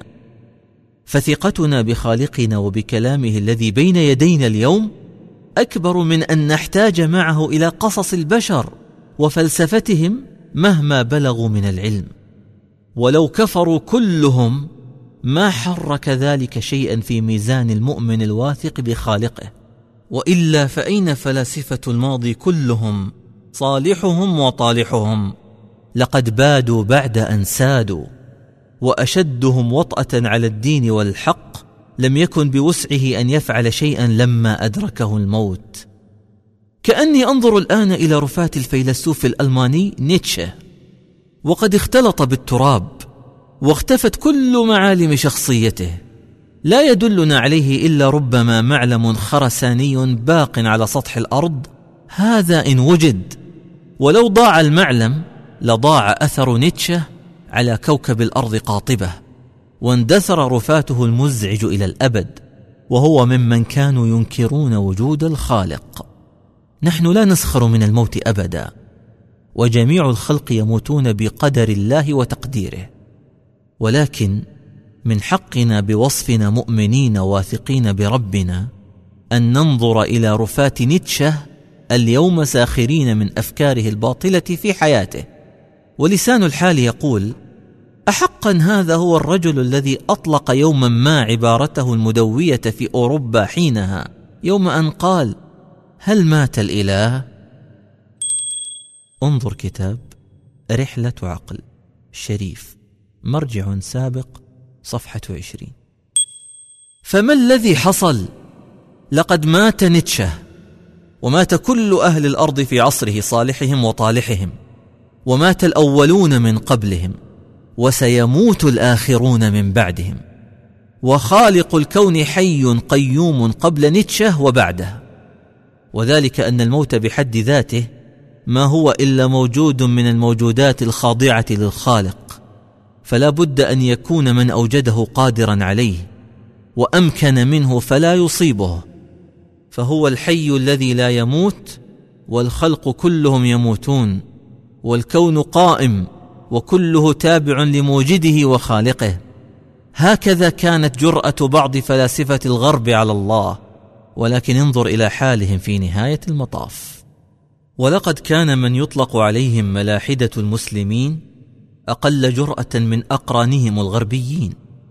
فثقتنا بخالقنا وبكلامه الذي بين يدينا اليوم أكبر من أن نحتاج معه إلى قصص البشر وفلسفتهم مهما بلغوا من العلم. ولو كفروا كلهم ما حرك ذلك شيئا في ميزان المؤمن الواثق بخالقه. وإلا فأين فلاسفة الماضي كلهم صالحهم وطالحهم؟ لقد بادوا بعد أن سادوا، وأشدهم وطأة على الدين والحق لم يكن بوسعه أن يفعل شيئا لما أدركه الموت. كأني أنظر الآن إلى رفاة الفيلسوف الألماني نيتشه، وقد اختلط بالتراب واختفت كل معالم شخصيته، لا يدلنا عليه إلا ربما معلم خرساني باق على سطح الأرض، هذا إن وجد. ولو ضاع المعلم لضاع أثر نيتشه على كوكب الأرض قاطبة، واندثر رفاته المزعج إلى الأبد، وهو ممن كانوا ينكرون وجود الخالق. نحن لا نسخر من الموت أبدا، وجميع الخلق يموتون بقدر الله وتقديره، ولكن من حقنا بوصفنا مؤمنين واثقين بربنا أن ننظر إلى رفاة نيتشه اليوم ساخرين من أفكاره الباطلة في حياته. ولسان الحال يقول: أحقا هذا هو الرجل الذي أطلق يوما ما عبارته المدوية في أوروبا حينها يوم أن قال: هل مات الإله؟ انظر كتاب رحلة عقل شريف مرجع سابق صفحة عشرين. فما الذي حصل؟ لقد مات نيتشه، ومات كل أهل الأرض في عصره صالحهم وطالحهم، ومات الأولون من قبلهم، وسيموت الآخرون من بعدهم، وخالق الكون حي قيوم قبل نيتشه وبعده. وذلك أن الموت بحد ذاته ما هو إلا موجود من الموجودات الخاضعة للخالق، فلا بد أن يكون من أوجده قادرا عليه وأمكن منه فلا يصيبه، فهو الحي الذي لا يموت، والخلق كلهم يموتون، والكون قائم وكله تابع لموجده وخالقه. هكذا كانت جرأة بعض فلاسفة الغرب على الله، ولكن انظر إلى حالهم في نهاية المطاف. ولقد كان من يطلق عليهم ملاحدة المسلمين أقل جرأة من أقرانهم الغربيين،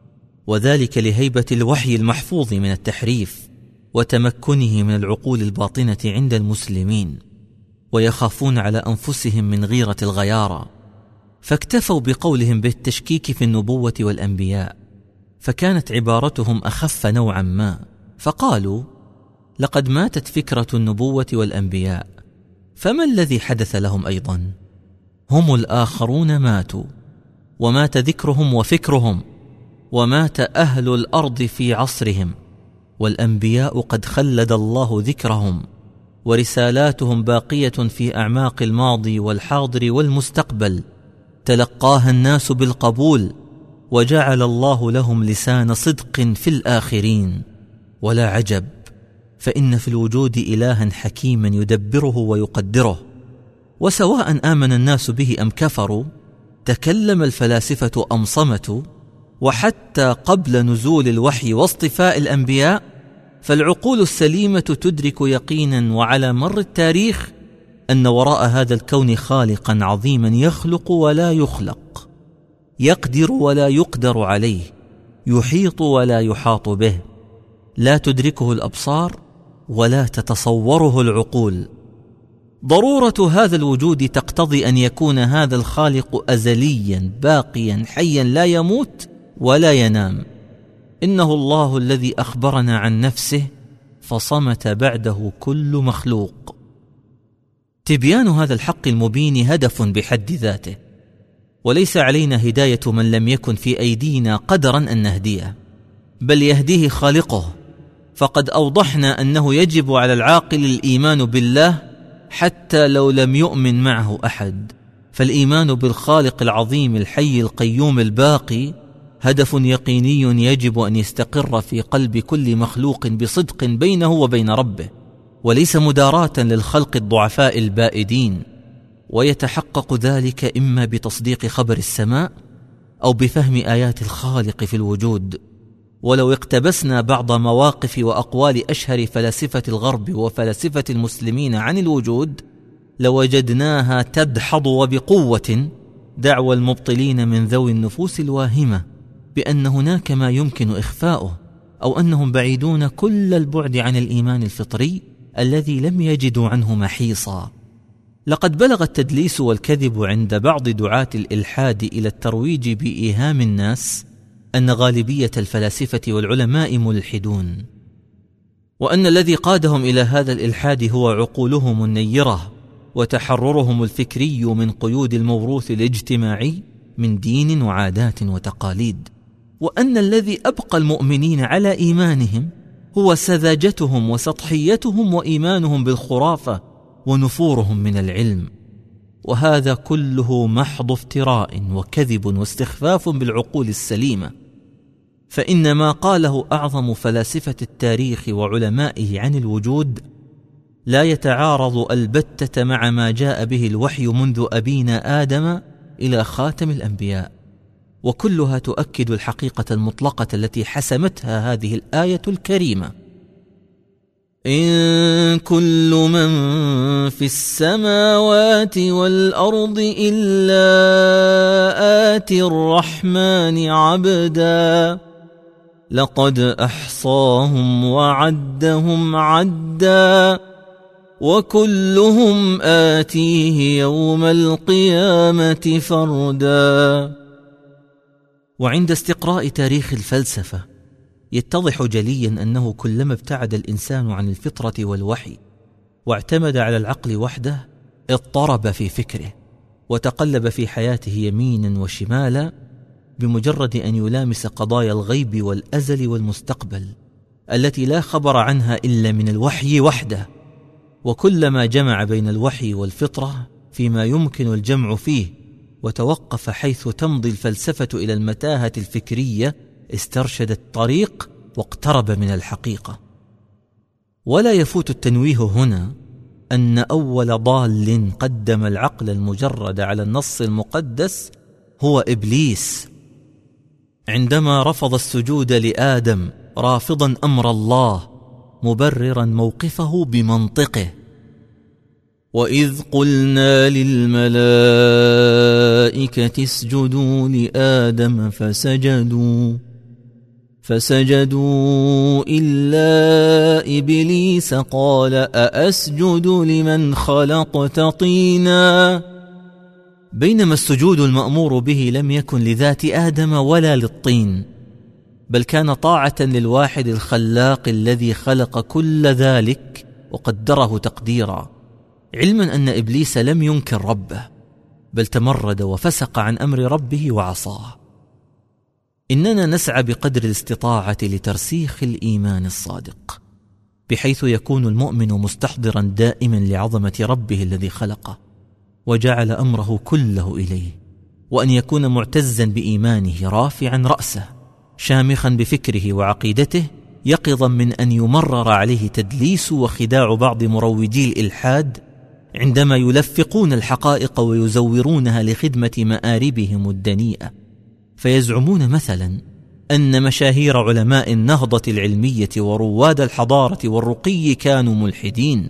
وذلك لهيبة الوحي المحفوظ من التحريف وتمكنه من العقول الباطنة عند المسلمين، ويخافون على أنفسهم من غيرة الغيارى، فاكتفوا بقولهم بالتشكيك في النبوة والأنبياء، فكانت عبارتهم أخف نوعا ما، فقالوا: لقد ماتت فكرة النبوة والأنبياء، فما الذي حدث لهم أيضا؟ هم الآخرون ماتوا، ومات ذكرهم وفكرهم، ومات أهل الأرض في عصرهم، والأنبياء قد خلد الله ذكرهم، ورسالاتهم باقية في أعماق الماضي والحاضر والمستقبل، تلقاها الناس بالقبول، وجعل الله لهم لسان صدق في الآخرين. ولا عجب، فإن في الوجود إلها حكيما يدبره ويقدره، وسواء آمن الناس به أم كفروا، تكلم الفلاسفة أم صمتوا، وحتى قبل نزول الوحي واصطفاء الأنبياء، فالعقول السليمة تدرك يقينا وعلى مر التاريخ أن وراء هذا الكون خالقا عظيما يخلق ولا يخلق، يقدر ولا يقدر عليه، يحيط ولا يحاط به، لا تدركه الأبصار ولا تتصوره العقول. ضرورة هذا الوجود تقتضي أن يكون هذا الخالق أزليا باقيا حيا لا يموت ولا ينام. إنه الله الذي أخبرنا عن نفسه فصمت بعده كل مخلوق. تبيان هذا الحق المبين هدف بحد ذاته، وليس علينا هداية من لم يكن في أيدينا قدرا أن نهديه، بل يهديه خالقه. فقد أوضحنا أنه يجب على العاقل الإيمان بالله حتى لو لم يؤمن معه أحد، فالإيمان بالخالق العظيم الحي القيوم الباقي هدف يقيني يجب أن يستقر في قلب كل مخلوق بصدق بينه وبين ربه، وليس مداراة للخلق الضعفاء البائدين. ويتحقق ذلك إما بتصديق خبر السماء أو بفهم آيات الخالق في الوجود. ولو اقتبسنا بعض مواقف وأقوال أشهر فلاسفة الغرب وفلاسفة المسلمين عن الوجود لوجدناها تدحض وبقوة دعوى المبطلين من ذوي النفوس الواهمة بأن هناك ما يمكن إخفاؤه، أو أنهم بعيدون كل البعد عن الإيمان الفطري الذي لم يجدوا عنه محيصا. لقد بلغ التدليس والكذب عند بعض دعاة الإلحاد إلى الترويج بإيهام الناس أن غالبية الفلاسفة والعلماء ملحدون، وأن الذي قادهم إلى هذا الإلحاد هو عقولهم النيرة وتحررهم الفكري من قيود الموروث الاجتماعي من دين وعادات وتقاليد، وأن الذي أبقى المؤمنين على إيمانهم هو سذاجتهم وسطحيتهم وإيمانهم بالخرافة ونفورهم من العلم. وهذا كله محض افتراء وكذب واستخفاف بالعقول السليمة، فإن ما قاله أعظم فلاسفة التاريخ وعلمائه عن الوجود لا يتعارض البتة مع ما جاء به الوحي منذ أبينا آدم إلى خاتم الأنبياء، وكلها تؤكد الحقيقة المطلقة التي حسمتها هذه الآية الكريمة: إن كل من في السماوات والأرض إلا آتي الرحمن عبدا لقد أحصاهم وعدهم عدا وكلهم آتيه يوم القيامة فردا. وعند استقراء تاريخ الفلسفة يتضح جليا أنه كلما ابتعد الإنسان عن الفطرة والوحي واعتمد على العقل وحده اضطرب في فكره وتقلب في حياته يمينا وشمالا بمجرد أن يلامس قضايا الغيب والأزل والمستقبل التي لا خبر عنها إلا من الوحي وحده. وكلما جمع بين الوحي والفطرة فيما يمكن الجمع فيه وتوقف حيث تمضي الفلسفة إلى المتاهة الفكرية استرشد الطريق واقترب من الحقيقة. ولا يفوت التنويه هنا أن أول ضال قدم العقل المجرد على النص المقدس هو إبليس، عندما رفض السجود لآدم رافضا أمر الله مبررا موقفه بمنطقه: وإذ قلنا للملائكة اسجدوا لآدم فسجدوا فسجدوا إلا إبليس قال أأسجد لمن خلقت طينا. بينما السجود المأمور به لم يكن لذات آدم ولا للطين، بل كان طاعة للواحد الخلاق الذي خلق كل ذلك وقدره تقديرا، علما أن إبليس لم ينكر ربه بل تمرد وفسق عن أمر ربه وعصاه. إننا نسعى بقدر الاستطاعة لترسيخ الإيمان الصادق، بحيث يكون المؤمن مستحضرا دائما لعظمة ربه الذي خلقه وجعل أمره كله إليه، وأن يكون معتزا بإيمانه رافعا رأسه شامخا بفكره وعقيدته، يقظا من أن يمرر عليه تدليس وخداع بعض مروجي الإلحاد عندما يلفقون الحقائق ويزورونها لخدمة مآربهم الدنيئة، فيزعمون مثلا أن مشاهير علماء النهضة العلمية ورواد الحضارة والرقي كانوا ملحدين.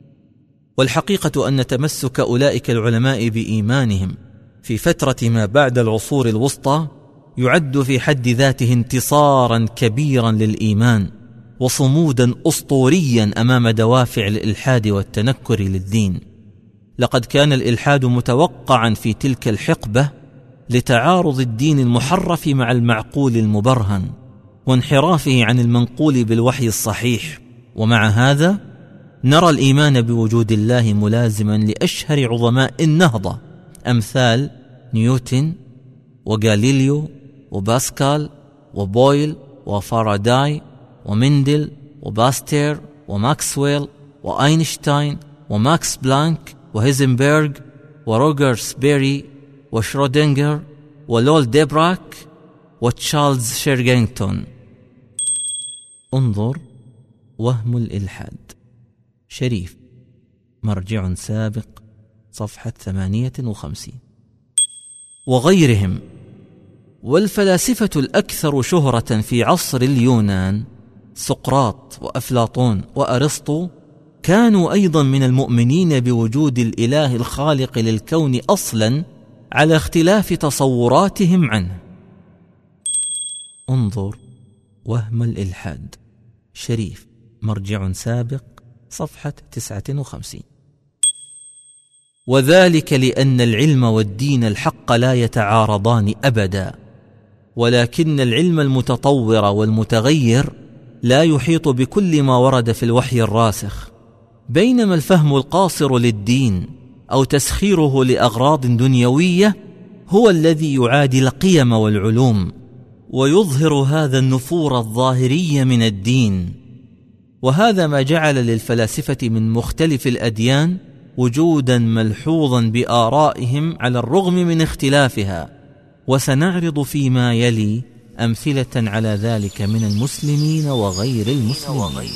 والحقيقة أن تمسك أولئك العلماء بإيمانهم في فترة ما بعد العصور الوسطى يعد في حد ذاته انتصارا كبيرا للإيمان وصمودا أسطوريا أمام دوافع الإلحاد والتنكر للدين. لقد كان الإلحاد متوقعا في تلك الحقبة لتعارض الدين المحرف مع المعقول المبرهن وانحرافه عن المنقول بالوحي الصحيح، ومع هذا نرى الإيمان بوجود الله ملازما لأشهر عظماء النهضة أمثال نيوتن وغاليليو وباسكال وبويل وفاراداي ومندل وباستير وماكسويل وأينشتاين وماكس بلانك وهيزنبرغ وروجر بيري وشرودنجر ولول ديبراك وتشارلز شيرغينغتون. انظر وهم الإلحاد، شريف، مرجع سابق، صفحة ثمانية وخمسين. وغيرهم. والفلاسفة الأكثر شهرة في عصر اليونان سقراط وأفلاطون وأرسطو كانوا أيضا من المؤمنين بوجود الإله الخالق للكون أصلا على اختلاف تصوراتهم عنه. انظر وهم الإلحاد، شريف، مرجع سابق، صفحة تسعة وخمسين. وذلك لأن العلم والدين الحق لا يتعارضان أبدا، ولكن العلم المتطور والمتغير لا يحيط بكل ما ورد في الوحي الراسخ، بينما الفهم القاصر للدين أو تسخيره لأغراض دنيوية هو الذي يعادي القيم والعلوم ويظهر هذا النفور الظاهري من الدين. وهذا ما جعل للفلاسفة من مختلف الأديان وجودا ملحوظا بآرائهم على الرغم من اختلافها، وسنعرض فيما يلي أمثلة على ذلك من المسلمين وغير المسلمين.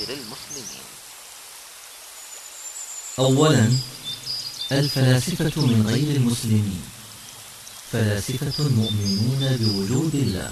أولا، الفلاسفة من غير المسلمين، فلاسفة مؤمنون بوجود الله.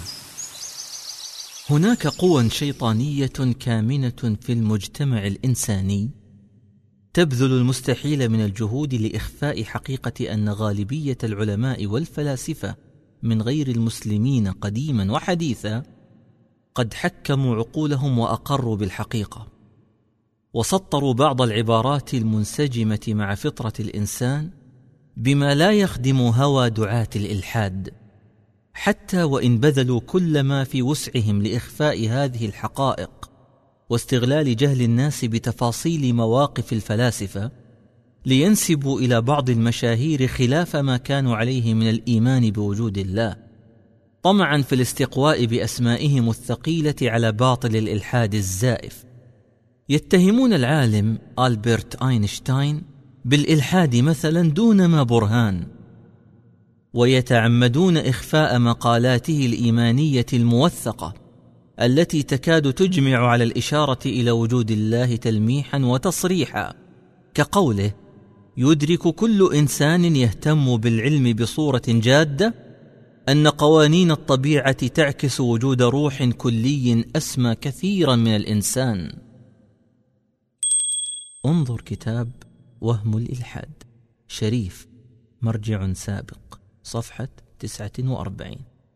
هناك قوى شيطانية كامنة في المجتمع الإنساني تبذل المستحيل من الجهود لإخفاء حقيقة أن غالبية العلماء والفلاسفة من غير المسلمين قديما وحديثا قد حكموا عقولهم وأقروا بالحقيقة، وسطروا بعض العبارات المنسجمة مع فطرة الإنسان بما لا يخدم هوى دعاة الإلحاد، حتى وإن بذلوا كل ما في وسعهم لإخفاء هذه الحقائق واستغلال جهل الناس بتفاصيل مواقف الفلاسفة لينسبوا إلى بعض المشاهير خلاف ما كانوا عليه من الإيمان بوجود الله، طمعا في الاستقواء بأسمائهم الثقيلة على باطل الإلحاد الزائف. يتهمون العالم ألبرت أينشتاين بالإلحاد مثلا دون ما برهان، ويتعمدون إخفاء مقالاته الإيمانية الموثقة التي تكاد تجمع على الإشارة إلى وجود الله تلميحا وتصريحا، كقوله: يدرك كل إنسان يهتم بالعلم بصورة جادة أن قوانين الطبيعة تعكس وجود روح كلي أسمى كثيرا من الإنسان. انظر كتاب وهم الإلحاد، شريف، مرجع سابق، صفحة تسعة وأربعين.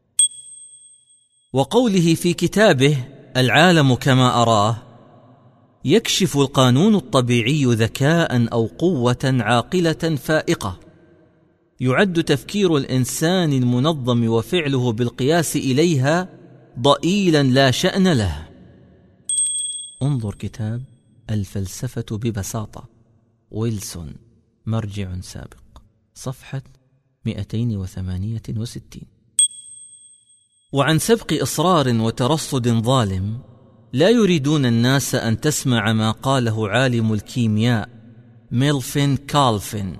وقوله في كتابه العالم كما أراه: يكشف القانون الطبيعي ذكاء أو قوة عاقلة فائقة، يعد تفكير الإنسان المنظم وفعله بالقياس إليها ضئيلا لا شأن له. انظر كتاب الفلسفة ببساطة، ويلسون، مرجع سابق، صفحة مئتين وثمانية وستين. وعن سبق إصرار وترصد ظالم لا يريدون الناس أن تسمع ما قاله عالم الكيمياء ميلفين كالفين.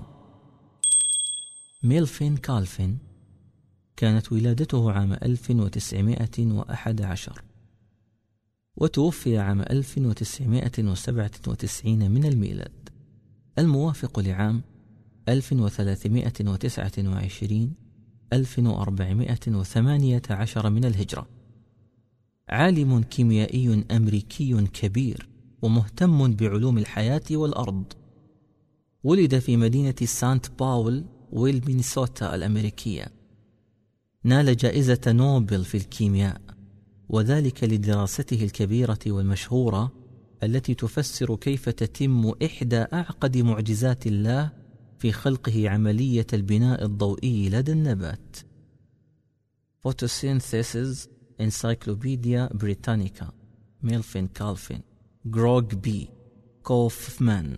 ميلفين كالفين كانت ولادته عام ألف وتسعمائة وأحد عشر، وتوفي عام ألف وتسعمائة وسبعة وتسعين من الميلاد، الموافق لعام ألف وثلاثمائة وتسعة وعشرين ألف وأربعمائة وثمانية عشر من الهجرة. عالم كيميائي أمريكي كبير ومهتم بعلوم الحياة والأرض. ولد في مدينة سانت باول والمينيسوتا الأمريكية. نال جائزة نوبل في الكيمياء، وذلك لدراسته الكبيرة والمشهورة التي تفسر كيف تتم إحدى أعقد معجزات الله في خلقه عملية البناء الضوئي لدى النبات. Photosynthesis Encyclopedia Britannica، ميلفين كالفين، جروغ بي، كوفمان.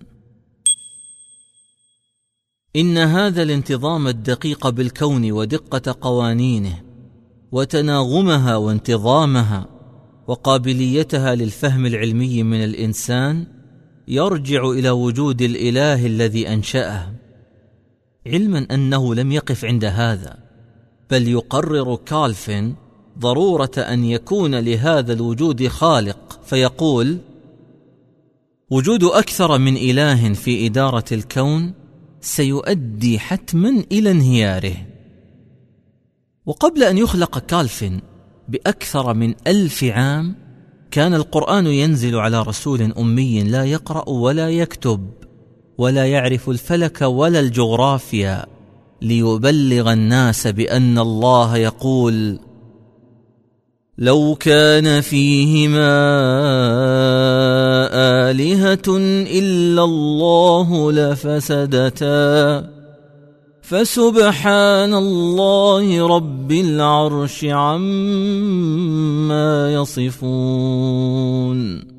إن هذا الانتظام الدقيق بالكون ودقة قوانينه وتناغمها وانتظامها وقابليتها للفهم العلمي من الإنسان يرجع إلى وجود الإله الذي أنشأه، علما أنه لم يقف عند هذا، بل يقرر كالفين ضرورة أن يكون لهذا الوجود خالق، فيقول: وجود أكثر من إله في إدارة الكون سيؤدي حتما إلى انهياره. وقبل أن يخلق كالفين بأكثر من ألف عام كان القرآن ينزل على رسول أمي لا يقرأ ولا يكتب ولا يعرف الفلك ولا الجغرافيا، ليبلغ الناس بأن الله يقول: لو كان فيهما آلهة إلا الله لفسدتا فسبحان الله رب العرش عما يصفون.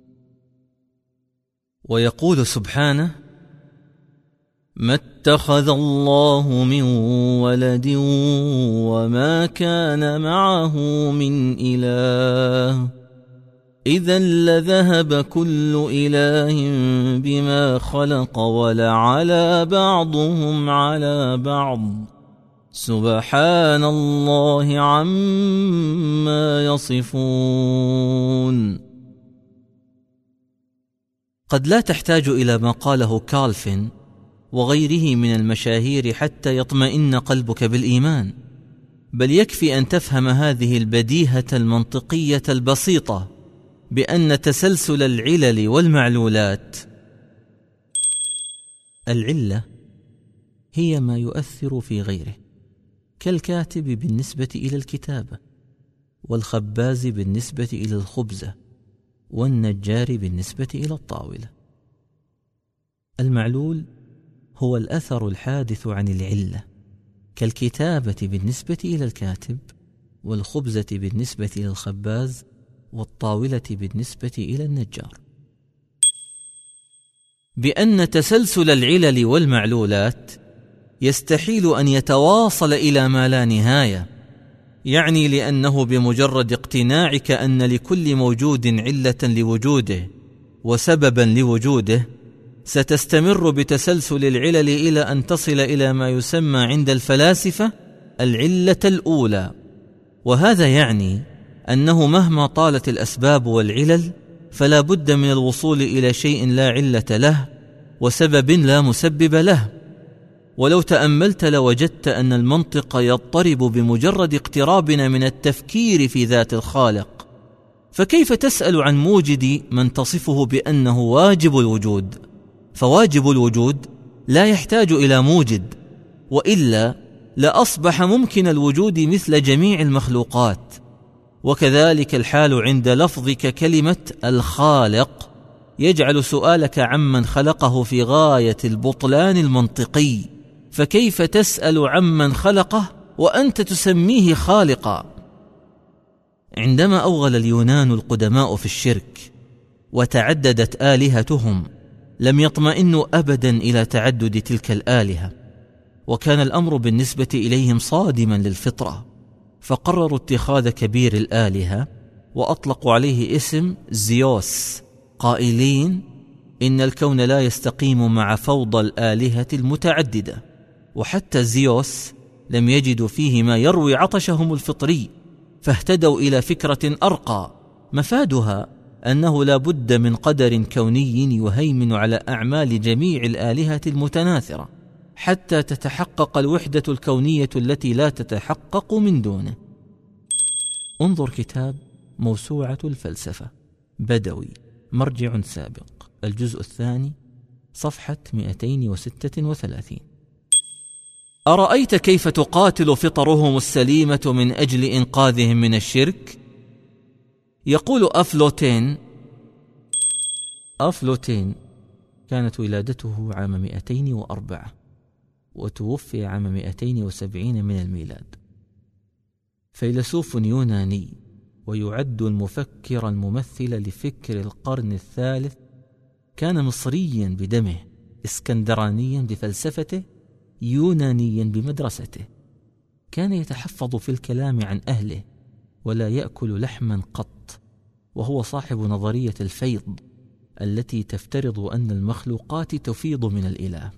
ويقول سبحانه: ما اتخذ الله من ولد وما كان معه من إله إذا لذهب كل إله بما خلق ولعلى بعضهم على بعض سبحان الله عما يصفون. قد لا تحتاج إلى ما قاله كالفين وغيره من المشاهير حتى يطمئن قلبك بالإيمان، بل يكفي أن تفهم هذه البديهة المنطقية البسيطة بأن تسلسل العلل والمعلولات، العلة هي ما يؤثر في غيره، كالكاتب بالنسبة إلى الكتابة، والخباز بالنسبة إلى الخبزة، والنجار بالنسبة إلى الطاولة. المعلول هو الأثر الحادث عن العلة، كالكتابة بالنسبة إلى الكاتب، والخبزة بالنسبة إلى الخباز، والطاولة بالنسبة إلى النجار. بأن تسلسل العلل والمعلولات يستحيل أن يتواصل إلى ما لا نهاية، يعني لأنه بمجرد اقتناعك أن لكل موجود علة لوجوده وسببا لوجوده، ستستمر بتسلسل العلل إلى أن تصل إلى ما يسمى عند الفلاسفة العلة الأولى. وهذا يعني أنه مهما طالت الأسباب والعلل فلا بد من الوصول إلى شيء لا علة له وسبب لا مسبب له. ولو تأملت لوجدت أن المنطق يضطرب بمجرد اقترابنا من التفكير في ذات الخالق، فكيف تسأل عن موجد من تصفه بأنه واجب الوجود؟ فواجب الوجود لا يحتاج إلى موجد، وإلا لأصبح ممكن الوجود مثل جميع المخلوقات. وكذلك الحال عند لفظك كلمة الخالق، يجعل سؤالك عمن خلقه في غاية البطلان المنطقي، فكيف تسأل عمن خلقه وأنت تسميه خالقا؟ عندما أوغل اليونان القدماء في الشرك وتعددت آلهتهم، لم يطمئنوا أبدا إلى تعدد تلك الآلهة، وكان الأمر بالنسبة إليهم صادما للفطرة، فقرروا اتخاذ كبير الآلهة وأطلقوا عليه اسم زيوس، قائلين إن الكون لا يستقيم مع فوضى الآلهة المتعددة. وحتى زيوس لم يجدوا فيه ما يروي عطشهم الفطري، فاهتدوا إلى فكرة أرقى مفادها أنه لا بد من قدر كوني يهيمن على أعمال جميع الآلهة المتناثرة حتى تتحقق الوحدة الكونية التي لا تتحقق من دونه. انظر كتاب موسوعة الفلسفة، بدوي، مرجع سابق، الجزء الثاني، صفحة مئتين وستة وثلاثين. أرأيت كيف تقاتل فطرهم السليمة من أجل إنقاذهم من الشرك؟ يقول أفلوتين أفلوتين كانت ولادته عام مئتين وأربعة وتوفي عام مئتين وسبعين من الميلاد، فيلسوف يوناني، ويعد المفكر الممثل لفكر القرن الثالث. كان مصريا بدمه، اسكندرانيا بفلسفته، يونانيا بمدرسته. كان يتحفظ في الكلام عن أهله ولا يأكل لحما قط، وهو صاحب نظرية الفيض التي تفترض أن المخلوقات تفيض من الإله.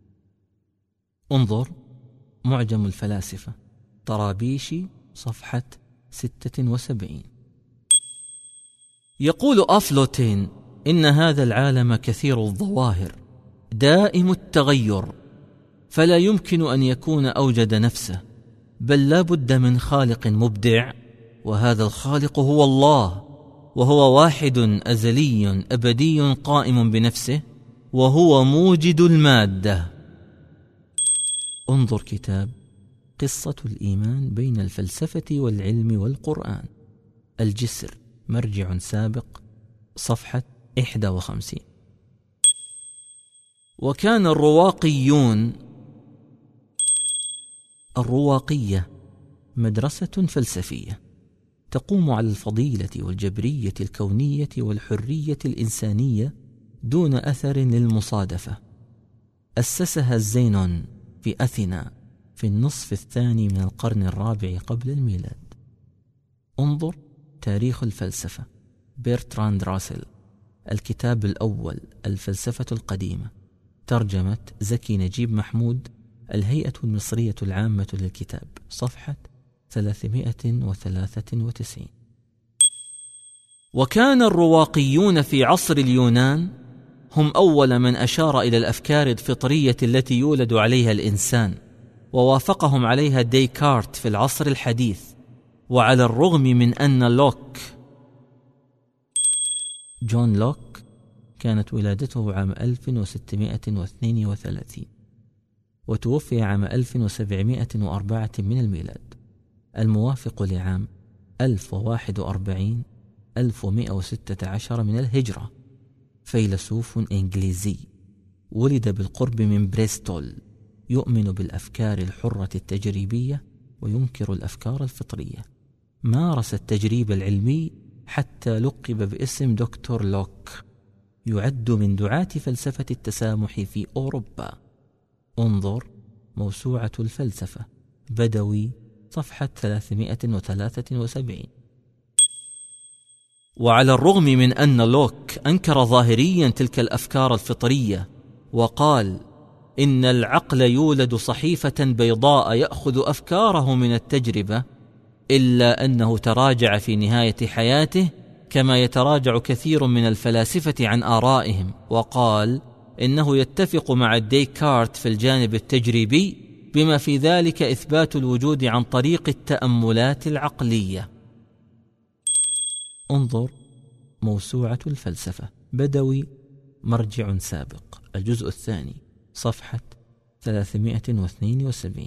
انظر معجم الفلاسفة، طرابيشي، صفحة ستة وسبعين. يقول أفلوتين إن هذا العالم كثير الظواهر دائم التغير، فلا يمكن أن يكون أوجد نفسه، بل لا بد من خالق مبدع، وهذا الخالق هو الله، وهو واحد أزلي أبدي قائم بنفسه، وهو موجد المادة. انظر كتاب قصة الإيمان بين الفلسفة والعلم والقرآن، الجسر، مرجع سابق، صفحة إحدى وخمسين. وكان الرواقيون الرواقية مدرسة فلسفية تقوم على الفضيلة والجبرية الكونية والحرية الإنسانية دون أثر للمصادفة. أسسها الزينون في أثينا في النصف الثاني من القرن الرابع قبل الميلاد. انظر تاريخ الفلسفة، بيرتراند راسل، الكتاب الأول، الفلسفة القديمة، ترجمة زكي نجيب محمود، الهيئة المصرية العامة للكتاب، صفحة ثلاثمائة وثلاثة وتسعين. وكان الرواقيون في عصر اليونان هم أول من أشار إلى الأفكار الفطرية التي يولد عليها الإنسان، ووافقهم عليها ديكارت في العصر الحديث. وعلى الرغم من أن لوك جون لوك كانت ولادته عام ألف وستمائة واثنين وثلاثين وتوفي عام ألف وسبعمائة وأربعة من الميلاد، الموافق لعام ألف وواحد وأربعين ألف ومئة وستة عشر من الهجرة، فيلسوف إنجليزي، ولد بالقرب من بريستول، يؤمن بالأفكار الحرة التجريبية وينكر الأفكار الفطرية. مارس التجريب العلمي حتى لقب باسم دكتور لوك، يعد من دعاة فلسفة التسامح في أوروبا. انظر موسوعة الفلسفة، بدوي، صفحة ثلاثمائة وثلاثة وسبعين. وعلى الرغم من أن لوك أنكر ظاهريا تلك الأفكار الفطرية وقال إن العقل يولد صحيفة بيضاء يأخذ أفكاره من التجربة، إلا أنه تراجع في نهاية حياته كما يتراجع كثير من الفلاسفة عن آرائهم، وقال إنه يتفق مع ديكارت في الجانب التجريبي، بما في ذلك إثبات الوجود عن طريق التأملات العقلية. انظر موسوعة الفلسفة، بدوي، مرجع سابق، الجزء الثاني، صفحة ثلاثمائة واثنين وسبعين.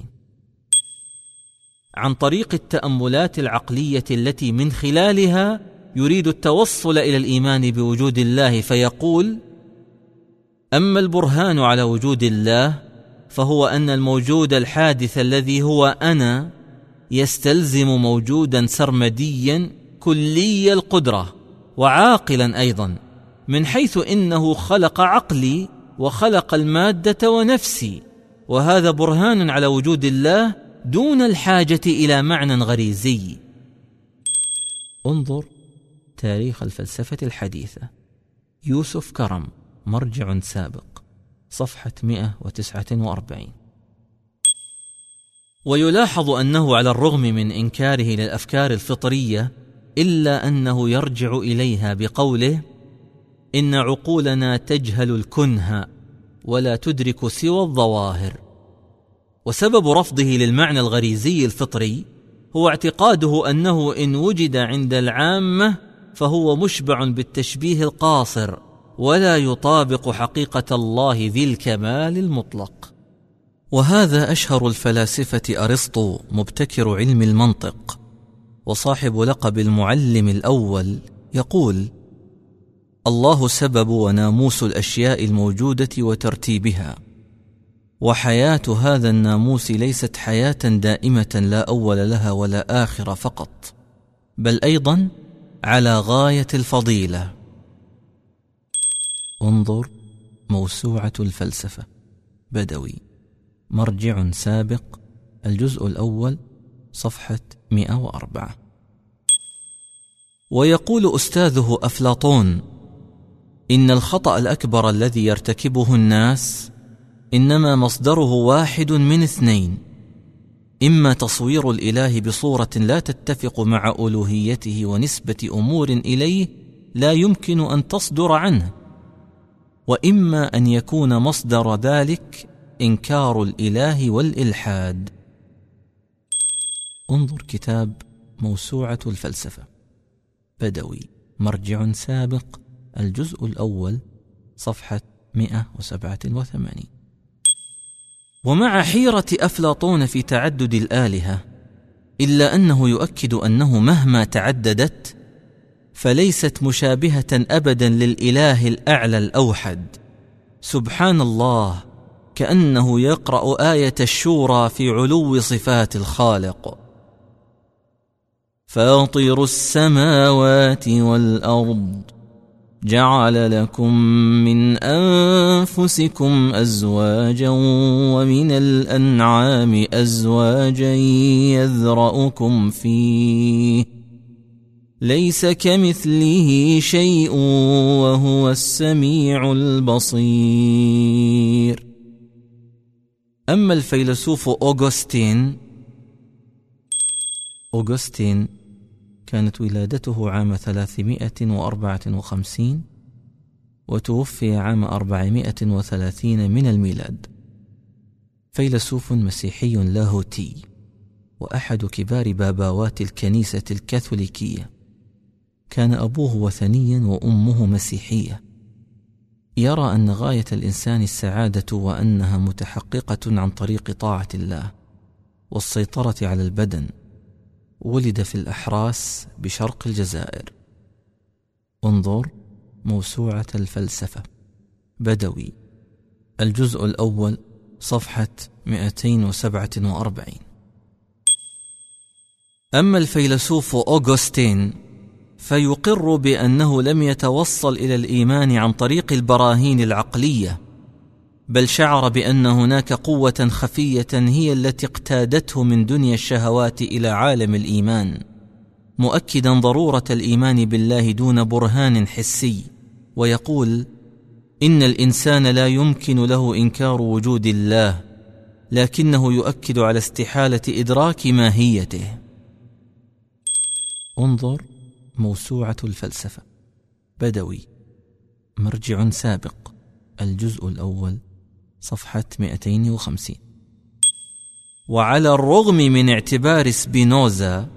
عن طريق التأملات العقلية التي من خلالها يريد التوصل إلى الإيمان بوجود الله، فيقول: أما البرهان على وجود الله فهو أن الموجود الحادث الذي هو أنا يستلزم موجودا سرمديا كلي القدرة وعاقلا أيضا، من حيث إنه خلق عقلي وخلق المادة ونفسي، وهذا برهان على وجود الله دون الحاجة إلى معنى غريزي. انظر تاريخ الفلسفة الحديثة، يوسف كرم، مرجع سابق، صفحة مئة وتسعة وأربعين. ويلاحظ أنه على الرغم من إنكاره للأفكار الفطرية إلا أنه يرجع إليها بقوله: إن عقولنا تجهل الكنه ولا تدرك سوى الظواهر. وسبب رفضه للمعنى الغريزي الفطري هو اعتقاده أنه إن وجد عند العامة فهو مشبع بالتشبيه القاصر ولا يطابق حقيقة الله ذي الكمال المطلق. وهذا أشهر الفلاسفة أرسطو، مبتكر علم المنطق وصاحب لقب المعلم الأول، يقول: الله سبب وناموس الأشياء الموجودة وترتيبها، وحياة هذا الناموس ليست حياة دائمة لا أول لها ولا آخر فقط، بل أيضا على غاية الفضيلة. انظر موسوعة الفلسفة، بدوي، مرجع سابق، الجزء الأول، صفحة مئة وأربعة. ويقول أستاذه أفلاطون: إن الخطأ الأكبر الذي يرتكبه الناس إنما مصدره واحد من اثنين: إما تصوير الإله بصورة لا تتفق مع ألوهيته ونسبة أمور إليه لا يمكن أن تصدر عنه، وإما أن يكون مصدر ذلك إنكار الإله والإلحاد. انظر كتاب موسوعة الفلسفة، بدوي، مرجع سابق، الجزء الأول، صفحة مئة وسبعة وثمانين. ومع حيرة أفلاطون في تعدد الآلهة، إلا أنه يؤكد أنه مهما تعددت فليست مشابهة أبدا للإله الأعلى الأوحد. سبحان الله، كأنه يقرأ آية الشورى في علو صفات الخالق: فاطر السماوات والأرض جعل لكم من أنفسكم أزواجا ومن الأنعام أزواجا يذرأكم فيه ليس كمثله شيء وهو السميع البصير. أما الفيلسوف أوغسطين أوغسطين كانت ولادته عام ثلاثمائة وأربعة وخمسين وتوفي عام أربعمائة وثلاثين من الميلاد. فيلسوف مسيحي لاهوتي وأحد كبار باباوات الكنيسة الكاثوليكية. كان أبوه وثنيا وأمه مسيحية. يرى أن غاية الإنسان السعادة وأنها متحققة عن طريق طاعة الله والسيطرة على البدن، ولد في الأحراس بشرق الجزائر. انظر موسوعة الفلسفة، بدوي، الجزء الأول، صفحة مئتين وسبعة وأربعين. أما الفيلسوف أوغسطين فيقر بأنه لم يتوصل إلى الإيمان عن طريق البراهين العقلية، بل شعر بأن هناك قوة خفية هي التي اقتادته من دنيا الشهوات إلى عالم الإيمان، مؤكدا ضرورة الإيمان بالله دون برهان حسي، ويقول: إن الإنسان لا يمكن له إنكار وجود الله، لكنه يؤكد على استحالة إدراك ماهيته. انظر موسوعة الفلسفة، بدوي، مرجع سابق، الجزء الأول، صفحة مئتين وخمسين. وعلى الرغم من اعتبار سبينوزا،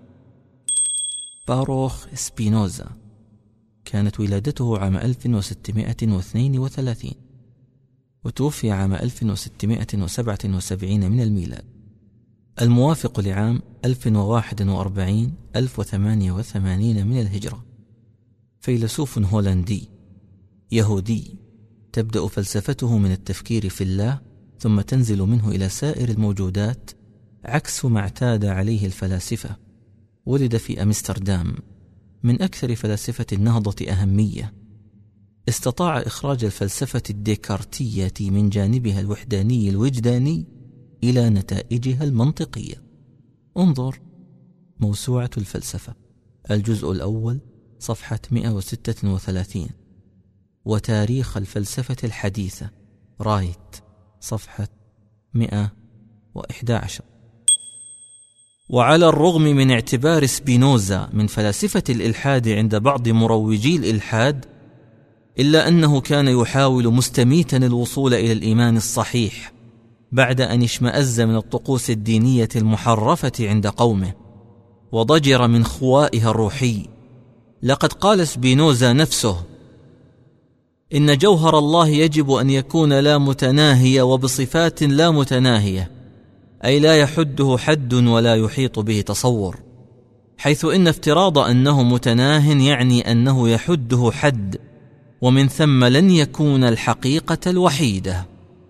باروخ سبينوزا كانت ولادته عام ألف وستمائة واثنين وثلاثين وتوفي عام ألف وستمائة وسبعة وسبعين من الميلاد، الموافق لعام ألف وواحد وأربعين ألف وثمانية وثمانين من الهجرة. فيلسوف هولندي يهودي، تبدأ فلسفته من التفكير في الله، ثم تنزل منه إلى سائر الموجودات عكس ما اعتاد عليه الفلاسفة. ولد في أمستردام، من أكثر فلاسفة النهضة أهمية. استطاع إخراج الفلسفة الديكارتية من جانبها الوحداني الوجداني إلى نتائجها المنطقية. انظر موسوعة الفلسفة، الجزء الأول، صفحة مئة وستة وثلاثين، وتاريخ الفلسفة الحديثة، رايت، صفحة مئة وإحدى عشر. وعلى الرغم من اعتبار سبينوزا من فلاسفة الإلحاد عند بعض مروجي الإلحاد، إلا أنه كان يحاول مستميتا الوصول إلى الإيمان الصحيح بعد أن اشمأز من الطقوس الدينية المحرفة عند قومه، وضجر من خوائها الروحي. لقد قال سبينوزا نفسه: إن جوهر الله يجب أن يكون لا متناهي وبصفات لا متناهية، أي لا يحده حد ولا يحيط به تصور، حيث إن افتراض أنه متناه يعني أنه يحده حد، ومن ثم لن يكون الحقيقة الوحيدة.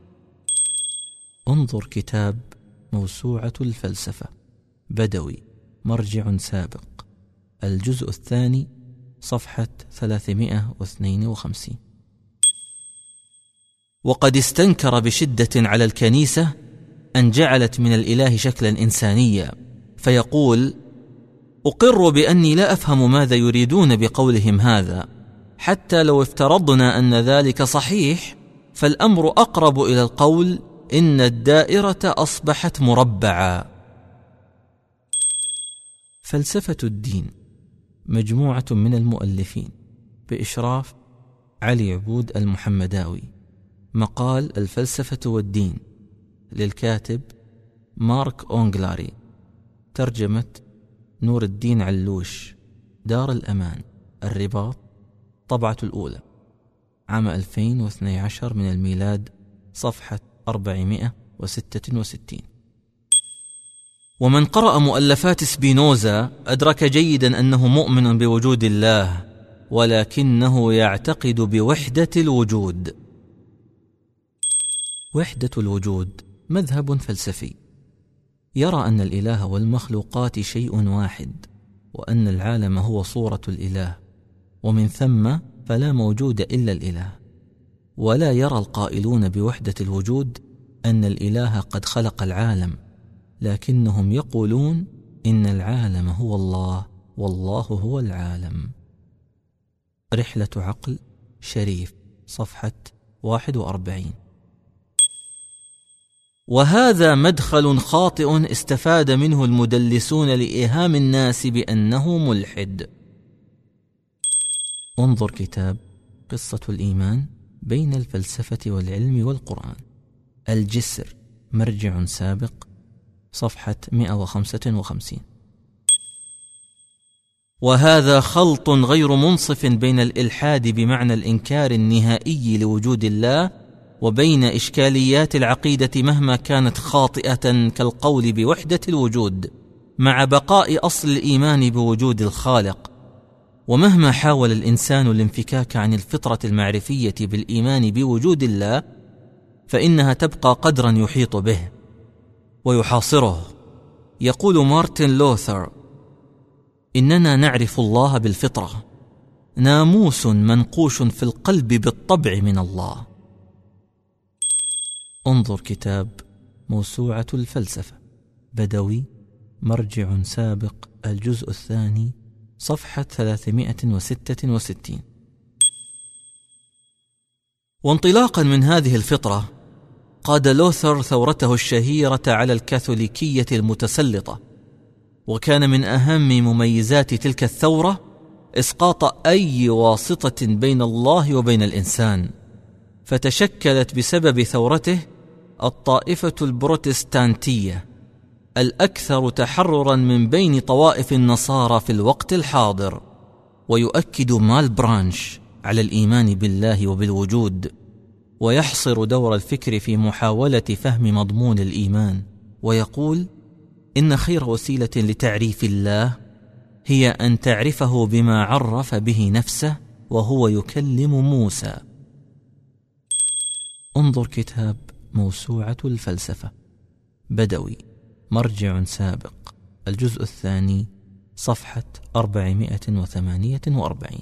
انظر كتاب موسوعة الفلسفة، بدوي، مرجع سابق، الجزء الثاني، صفحة ثلاثمائة واثنين وخمسين. وقد استنكر بشدة على الكنيسة أن جعلت من الإله شكلا إنسانيا، فيقول: أقر بأني لا أفهم ماذا يريدون بقولهم هذا، حتى لو افترضنا أن ذلك صحيح، فالأمر أقرب إلى القول إن الدائرة أصبحت مربعا. فلسفة الدين، مجموعة من المؤلفين بإشراف علي عبود المحمداوي، مقال الفلسفة والدين، للكاتب مارك أونغلاري، ترجمة نور الدين علوش، دار الأمان، الرباط، طبعة الأولى، عام ألفين واثني عشر من الميلاد، صفحة أربعمائة وستة وستين. ومن قرأ مؤلفات سبينوزا أدرك جيدا أنه مؤمن بوجود الله، ولكنه يعتقد بوحدة الوجود. وحدة الوجود مذهب فلسفي يرى أن الإله والمخلوقات شيء واحد، وأن العالم هو صورة الإله، ومن ثم فلا موجود إلا الإله. ولا يرى القائلون بوحدة الوجود أن الإله قد خلق العالم، لكنهم يقولون إن العالم هو الله، والله هو العالم. رحلة عقل، شريف، صفحة واحد وأربعين. وهذا مدخل خاطئ استفاد منه المدلسون لإيهام الناس بأنه ملحد. انظر كتاب قصة الإيمان بين الفلسفة والعلم والقرآن، الجسر، مرجع سابق، صفحة مئة وخمسة وخمسين. وهذا خلط غير منصف بين الإلحاد بمعنى الإنكار النهائي لوجود الله، وبين إشكاليات العقيدة مهما كانت خاطئة كالقول بوحدة الوجود، مع بقاء أصل الإيمان بوجود الخالق. ومهما حاول الإنسان الانفكاك عن الفطرة المعرفية بالإيمان بوجود الله، فإنها تبقى قدرا يحيط به ويحاصره. يقول مارتن لوثر: إننا نعرف الله بالفطرة، ناموس منقوش في القلب بالطبع من الله. انظر كتاب موسوعة الفلسفة، بدوي، مرجع سابق، الجزء الثاني، صفحة ثلاثمائة وستة وستين. وانطلاقا من هذه الفطرة قاد لوثر ثورته الشهيرة على الكاثوليكية المتسلطة، وكان من أهم مميزات تلك الثورة إسقاط أي واسطة بين الله وبين الإنسان، فتشكلت بسبب ثورته الطائفة البروتستانتية الأكثر تحرراً من بين طوائف النصارى في الوقت الحاضر. ويؤكد مالبرانش على الإيمان بالله وبالوجود، ويحصر دور الفكر في محاولة فهم مضمون الإيمان، ويقول: إن خير وسيلة لتعريف الله هي أن تعرفه بما عرف به نفسه وهو يكلم موسى. انظر كتاب موسوعة الفلسفة، بدوي، مرجع سابق، الجزء الثاني، صفحة أربعمائة وثمانية وأربعين.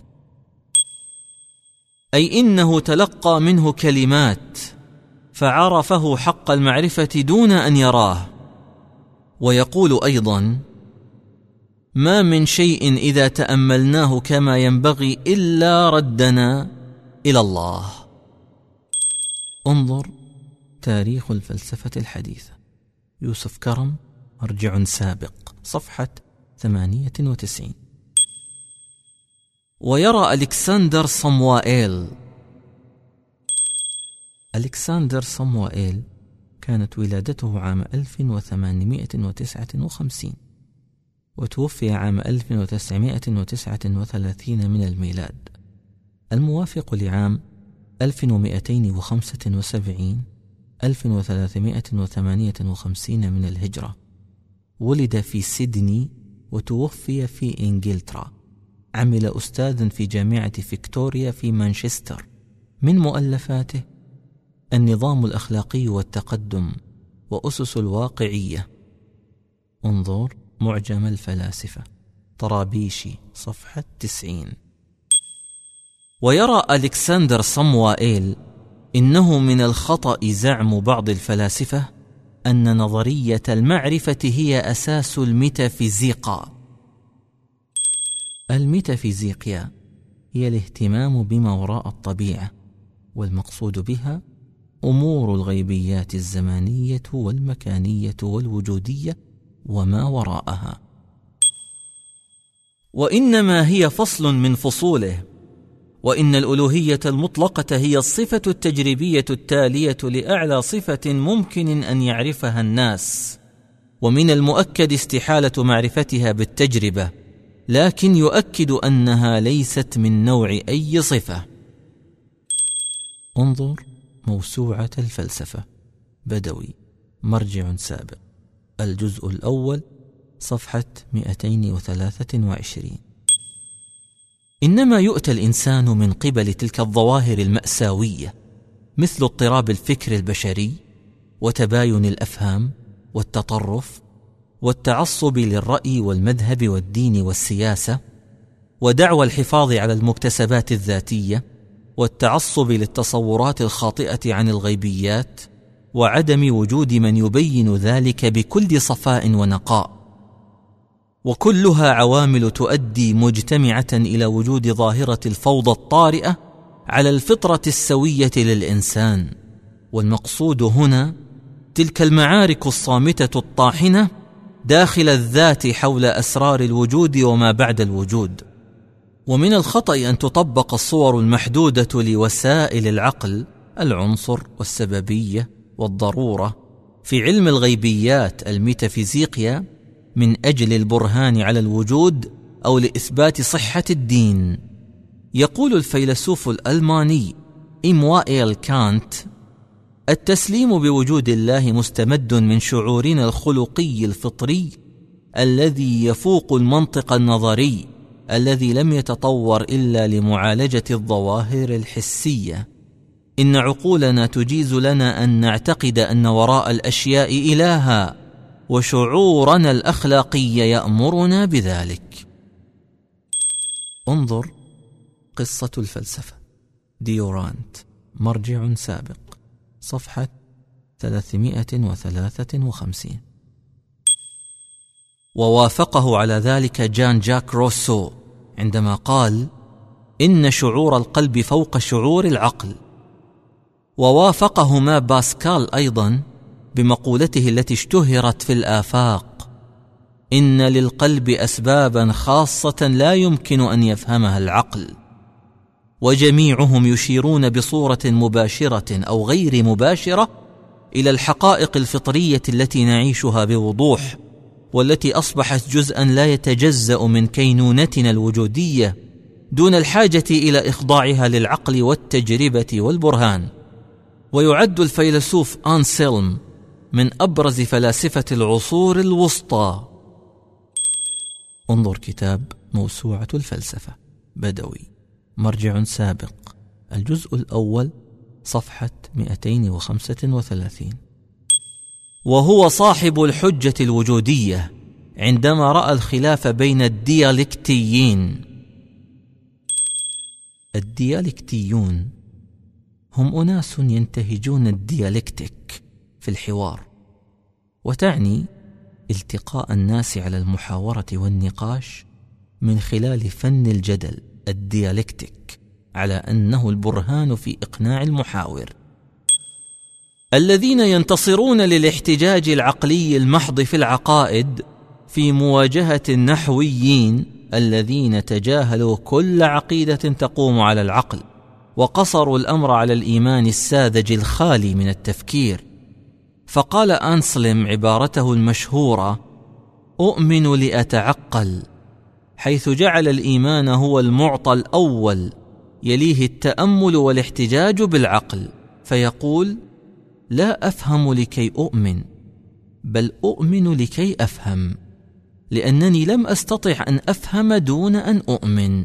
أي إنه تلقى منه كلمات فعرفه حق المعرفة دون أن يراه. ويقول أيضا: ما من شيء إذا تأملناه كما ينبغي إلا ردنا إلى الله. انظر تاريخ الفلسفة الحديثة، يوسف كرم، مرجع سابق، صفحة ثمانية وتسعين. ويرى ألكسندر صموائيل. ألكسندر صموائيل كانت ولادته عام ألف وثمانمائة وتسعة وخمسين، وتوفي عام ألف وتسعمائة وتسعة وثلاثين من الميلاد، الموافق لعام ألف ومائتين وخمسة وسبعين ألف وثلاثمائة وثمانية وخمسين من الهجرة. ولد في سيدني وتوفي في إنجلترا. عمل أستاذا في جامعة فيكتوريا في مانشستر. من مؤلفاته: النظام الأخلاقي والتقدم، وأسس الواقعية. انظر معجم الفلاسفة، طرابيشي، صفحة تسعين. ويرى ألكسندر صموائيل إنه من الخطأ زعم بعض الفلاسفة أن نظرية المعرفة هي أساس الميتافيزيقا. الميتافيزيقيا هي الاهتمام بما وراء الطبيعة، والمقصود بها أمور الغيبيات الزمانية والمكانية والوجودية وما وراءها، وإنما هي فصل من فصوله. وإن الألوهية المطلقة هي الصفة التجريبية التالية لأعلى صفة ممكن أن يعرفها الناس، ومن المؤكد استحالة معرفتها بالتجربة، لكن يؤكد أنها ليست من نوع أي صفة. انظر موسوعة الفلسفة، بدوي، مرجع سابق، الجزء الأول، صفحة مئتين وثلاثة وعشرين. إنما يؤتى الإنسان من قبل تلك الظواهر المأساوية، مثل اضطراب الفكر البشري، وتباين الأفهام، والتطرف، والتعصب للرأي والمذهب والدين والسياسة، ودعوى الحفاظ على المكتسبات الذاتية، والتعصب للتصورات الخاطئة عن الغيبيات، وعدم وجود من يبين ذلك بكل صفاء ونقاء. وكلها عوامل تؤدي مجتمعة إلى وجود ظاهرة الفوضى الطارئة على الفطرة السوية للإنسان. والمقصود هنا تلك المعارك الصامتة الطاحنة داخل الذات حول أسرار الوجود وما بعد الوجود. ومن الخطأ أن تطبق الصور المحدودة لوسائل العقل، العنصر والسببية والضرورة، في علم الغيبيات الميتافيزيقيا من أجل البرهان على الوجود أو لإثبات صحة الدين. يقول الفيلسوف الألماني إيمانويل كانت: التسليم بوجود الله مستمد من شعورنا الخلقي الفطري الذي يفوق المنطق النظري الذي لم يتطور إلا لمعالجة الظواهر الحسية. إن عقولنا تجيز لنا أن نعتقد أن وراء الأشياء إلها، وشعورنا الأخلاقي يأمرنا بذلك. انظر قصة الفلسفة، ديورانت، مرجع سابق، صفحة ثلاثمائة وثلاثة وخمسين. ووافقه على ذلك جان جاك روسو عندما قال: إن شعور القلب فوق شعور العقل. ووافقهما باسكال أيضا بمقولته التي اشتهرت في الآفاق: إن للقلب أسبابا خاصة لا يمكن أن يفهمها العقل. وجميعهم يشيرون بصورة مباشرة أو غير مباشرة إلى الحقائق الفطرية التي نعيشها بوضوح، والتي أصبحت جزءا لا يتجزأ من كينونتنا الوجودية دون الحاجة إلى إخضاعها للعقل والتجربة والبرهان. ويعد الفيلسوف أنسلم من أبرز فلاسفة العصور الوسطى. انظر كتاب موسوعة الفلسفة، بدوي، مرجع سابق، الجزء الأول، صفحة مئتين وخمسة وثلاثين. وهو صاحب الحجة الوجودية عندما رأى الخلاف بين الديالكتيين. الديالكتيون هم أناس ينتهجون الديالكتيك في الحوار، وتعني التقاء الناس على المحاورة والنقاش من خلال فن الجدل الديالكتيك على أنه البرهان في إقناع المحاور. الذين ينتصرون للاحتجاج العقلي المحض في العقائد في مواجهة النحويين الذين تجاهلوا كل عقيدة تقوم على العقل، وقصروا الأمر على الإيمان الساذج الخالي من التفكير. فقال أنسلم عبارته المشهورة: أؤمن لأتعقل، حيث جعل الإيمان هو المعطى الأول يليه التأمل والاحتجاج بالعقل، فيقول: لا أفهم لكي أؤمن، بل أؤمن لكي أفهم، لأنني لم أستطع أن أفهم دون أن أؤمن.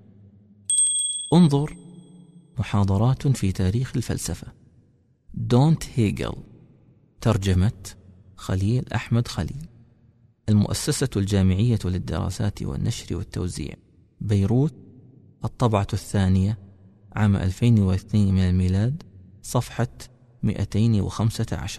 انظر محاضرات في تاريخ الفلسفة، دونت هيجل، ترجمة خليل أحمد خليل، المؤسسة الجامعية للدراسات والنشر والتوزيع، بيروت، الطبعة الثانية، عام ألفين واثنين من الميلاد، صفحة مئتين وخمسة عشر.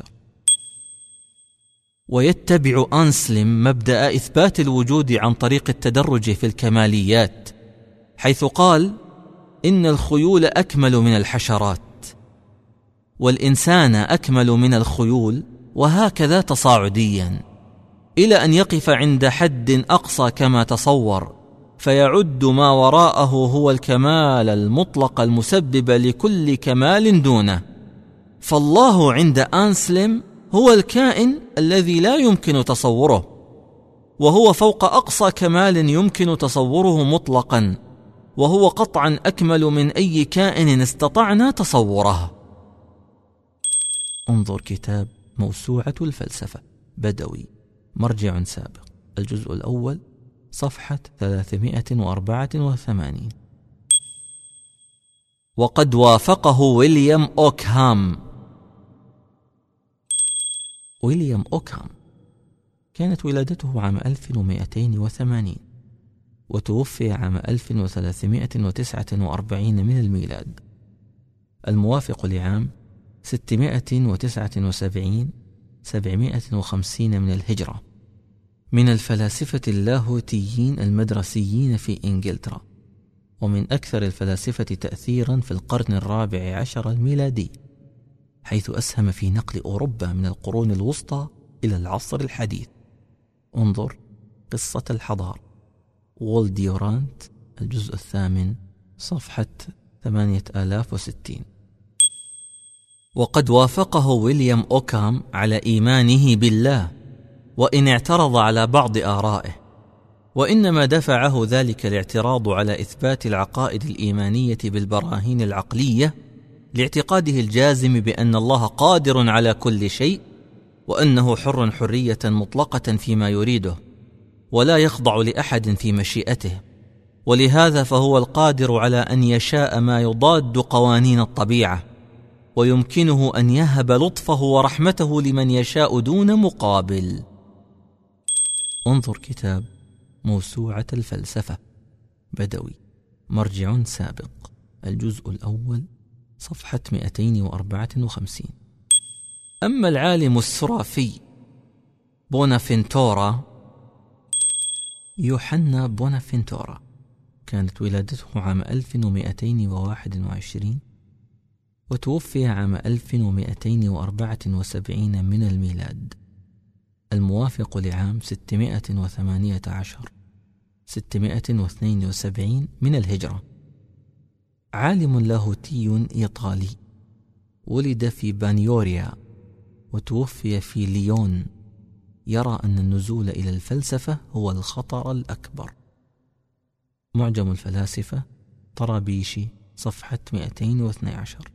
ويتبع أنسلم مبدأ إثبات الوجود عن طريق التدرج في الكماليات، حيث قال: إن الخيول أكمل من الحشرات، والإنسان أكمل من الخيول، وهكذا تصاعديا، إلى أن يقف عند حد أقصى كما تصور، فيعد ما وراءه هو الكمال المطلق المسبب لكل كمال دونه. فالله عند أنسلم هو الكائن الذي لا يمكن تصوره، وهو فوق أقصى كمال يمكن تصوره مطلقا، وهو قطعا أكمل من أي كائن استطعنا تصوره. انظر كتاب موسوعة الفلسفة، بدوي، مرجع سابق، الجزء الأول، صفحة ثلاثمائة وأربعة وثمانين. وقد وافقه ويليام أوكهام. ويليام أوكهام كانت ولادته عام ألف ومئتين وثمانين، وتوفي عام ألف وثلاثمائة وتسعة وأربعين من الميلاد، الموافق لعام ستمائة وتسعة وسبعين سبعمائة وخمسين من الهجرة، من الفلاسفة اللاهوتيين المدرسيين في إنجلترا، ومن أكثر الفلاسفة تأثيرا في القرن الرابع عشر الميلادي، حيث أسهم في نقل أوروبا من القرون الوسطى إلى العصر الحديث. انظر قصة الحضارة، وول ديورانت، الجزء الثامن، صفحة ثمانية آلاف وستين. وقد وافقه ويليام أوكهام على إيمانه بالله، وإن اعترض على بعض آرائه، وإنما دفعه ذلك الاعتراض على إثبات العقائد الإيمانية بالبراهين العقلية لاعتقاده الجازم بأن الله قادر على كل شيء، وأنه حر حرية مطلقة فيما يريده، ولا يخضع لأحد في مشيئته، ولهذا فهو القادر على أن يشاء ما يضاد قوانين الطبيعة، ويمكنه أن يهب لطفه ورحمته لمن يشاء دون مقابل. انظر كتاب موسوعة الفلسفة، بدوي، مرجع سابق، الجزء الأول، صفحة مئتين وأربعة وخمسين. أما العالم السرافي بونافنتورا، يوحنا بونافنتورا، كانت ولادته عام ألف ومئتين وواحد وعشرين وتوفي عام ألف ومئتين وأربعة وسبعين من الميلاد، الموافق لعام ستمائة وثمانية عشر ستمائة واثنين وسبعين من الهجرة. عالم لاهوتي إيطالي، ولد في بانيوريا وتوفي في ليون، يرى أن النزول إلى الفلسفة هو الخطر الأكبر. معجم الفلاسفة، طرابيشي، صفحة مئتين واثني عشر.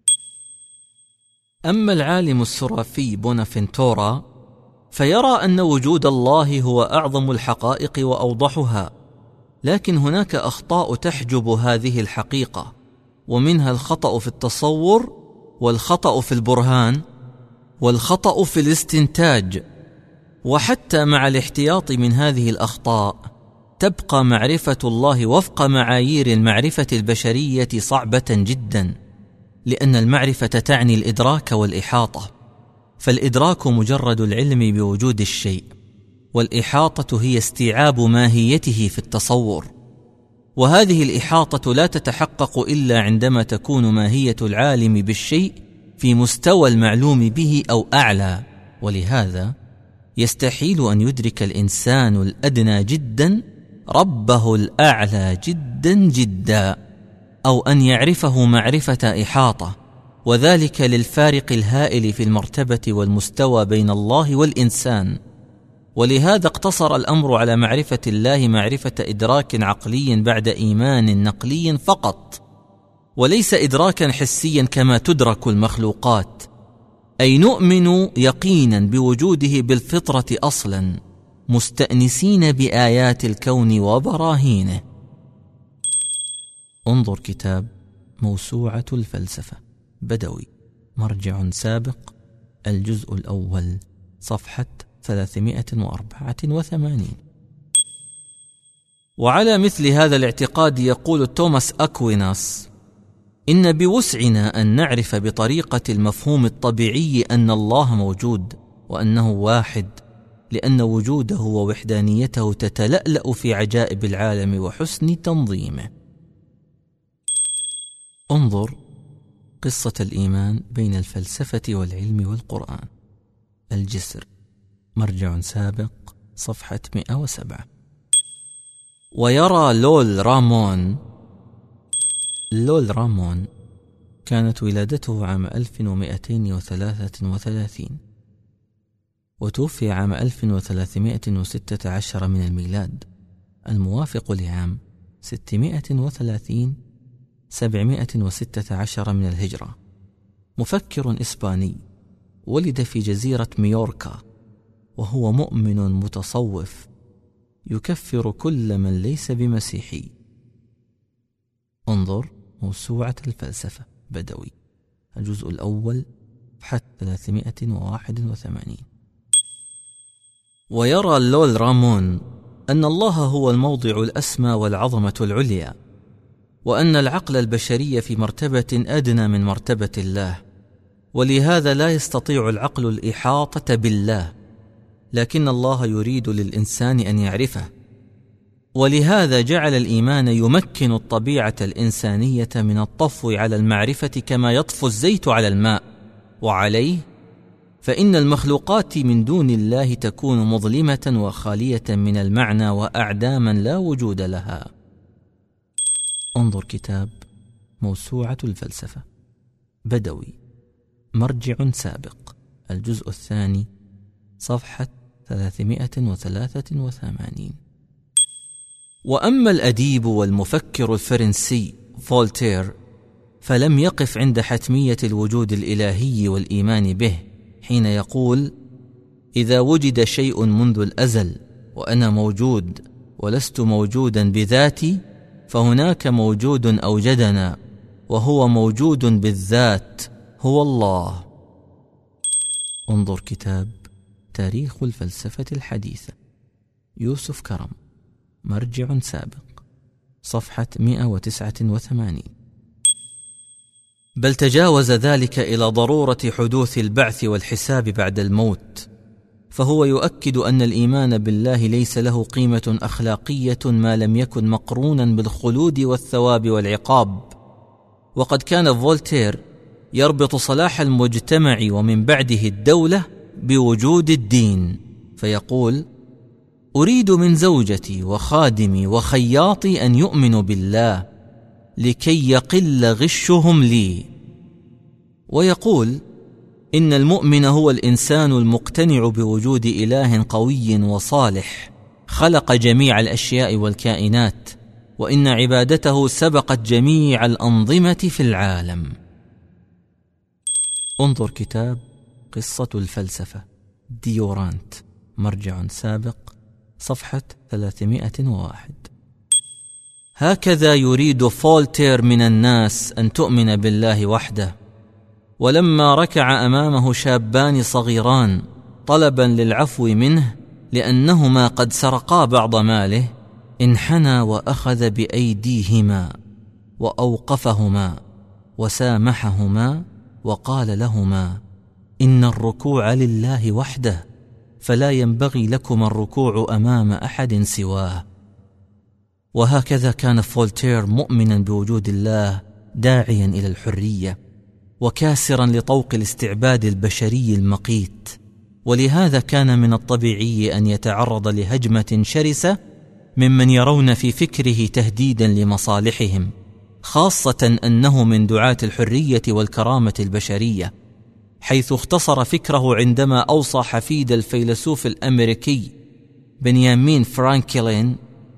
أما العالم السرافي بونافنتورا فيرى أن وجود الله هو أعظم الحقائق وأوضحها، لكن هناك أخطاء تحجب هذه الحقيقة، ومنها الخطأ في التصور، والخطأ في البرهان، والخطأ في الاستنتاج. وحتى مع الاحتياط من هذه الأخطاء تبقى معرفة الله وفق معايير المعرفة البشرية صعبة جدا، لأن المعرفة تعني الإدراك والإحاطة، فالإدراك مجرد العلم بوجود الشيء، والإحاطة هي استيعاب ماهيته في التصور، وهذه الإحاطة لا تتحقق إلا عندما تكون ماهية العالم بالشيء في مستوى المعلوم به أو أعلى. ولهذا يستحيل أن يدرك الإنسان الأدنى جدا ربه الأعلى جدا جدا، أو أن يعرفه معرفة إحاطة، وذلك للفارق الهائل في المرتبة والمستوى بين الله والإنسان. ولهذا اقتصر الأمر على معرفة الله معرفة إدراك عقلي بعد إيمان نقلي فقط، وليس إدراكا حسيا كما تدرك المخلوقات، أي نؤمن يقينا بوجوده بالفطرة أصلا، مستأنسين بآيات الكون وبراهينه. انظر كتاب موسوعة الفلسفة، بدوي، مرجع سابق، الجزء الأول، صفحة ثلاثمائة وأربعة وثمانين. وعلى مثل هذا الاعتقاد يقول توماس أكويناس: إن بوسعنا أن نعرف بطريقة المفهوم الطبيعي أن الله موجود وأنه واحد، لأن وجوده ووحدانيته تتلألأ في عجائب العالم وحسن تنظيمه. انظر قصة الإيمان بين الفلسفة والعلم والقرآن، الجسر، مرجع سابق، صفحة مئة وسبعة. ويرى لول رامون لول رامون كانت ولادته عام ألف ومئتين وثلاثة وثلاثين وتوفي عام ألف وثلاثمائة وستة عشر من الميلاد، الموافق لعام ستمائة وثلاثين سبعمائة وستة عشر من الهجرة. مفكر إسباني، ولد في جزيرة ميوركا، وهو مؤمن متصوف يكفر كل من ليس بمسيحي. انظر موسوعة الفلسفة، بدوي، الجزء الأول، صفحة ثلاثمائة وواحد وثمانين. ويرى لول رامون أن الله هو الموضع الأسمى والعظمة العليا، وأن العقل البشري في مرتبة أدنى من مرتبة الله، ولهذا لا يستطيع العقل الإحاطة بالله، لكن الله يريد للإنسان أن يعرفه، ولهذا جعل الإيمان يمكن الطبيعة الإنسانية من الطفو على المعرفة كما يطفو الزيت على الماء. وعليه فإن المخلوقات من دون الله تكون مظلمة وخالية من المعنى وأعداما لا وجود لها. انظر كتاب موسوعة الفلسفة، بدوي، مرجع سابق، الجزء الثاني، صفحة ثلاثمائة وثلاثة وثمانين. وأما الأديب والمفكر الفرنسي فولتير فلم يقف عند حتمية الوجود الإلهي والإيمان به، حين يقول: إذا وجد شيء منذ الأزل وأنا موجود ولست موجودا بذاتي، فهناك موجود أوجدنا وهو موجود بالذات، هو الله. انظر كتاب تاريخ الفلسفة الحديثة، يوسف كرم، مرجع سابق، صفحة مئة وتسعة وثمانين. بل تجاوز ذلك إلى ضرورة حدوث البعث والحساب بعد الموت، فهو يؤكد أن الإيمان بالله ليس له قيمة أخلاقية ما لم يكن مقرونا بالخلود والثواب والعقاب. وقد كان فولتير يربط صلاح المجتمع ومن بعده الدولة بوجود الدين، فيقول: أريد من زوجتي وخادمي وخياطي أن يؤمنوا بالله لكي يقل غشهم لي. ويقول: إن المؤمن هو الإنسان المقتنع بوجود إله قوي وصالح خلق جميع الأشياء والكائنات، وإن عبادته سبقت جميع الأنظمة في العالم. انظر كتاب قصة الفلسفة، ديورانت، مرجع سابق، صفحة ثلاثمائة وواحد. هكذا يريد فولتير من الناس أن تؤمن بالله وحده. ولما ركع أمامه شابان صغيران طلبا للعفو منه لأنهما قد سرقا بعض ماله، انحنى وأخذ بأيديهما وأوقفهما وسامحهما وقال لهما: إن الركوع لله وحده، فلا ينبغي لكم الركوع أمام أحد سواه. وهكذا كان فولتير مؤمنا بوجود الله، داعيا إلى الحرية وكاسرا لطوق الاستعباد البشري المقيت. ولهذا كان من الطبيعي أن يتعرض لهجمة شرسة ممن يرون في فكره تهديدا لمصالحهم، خاصة أنه من دعاة الحرية والكرامة البشرية، حيث اختصر فكره عندما أوصى حفيد الفيلسوف الأمريكي بنيامين فرانكلين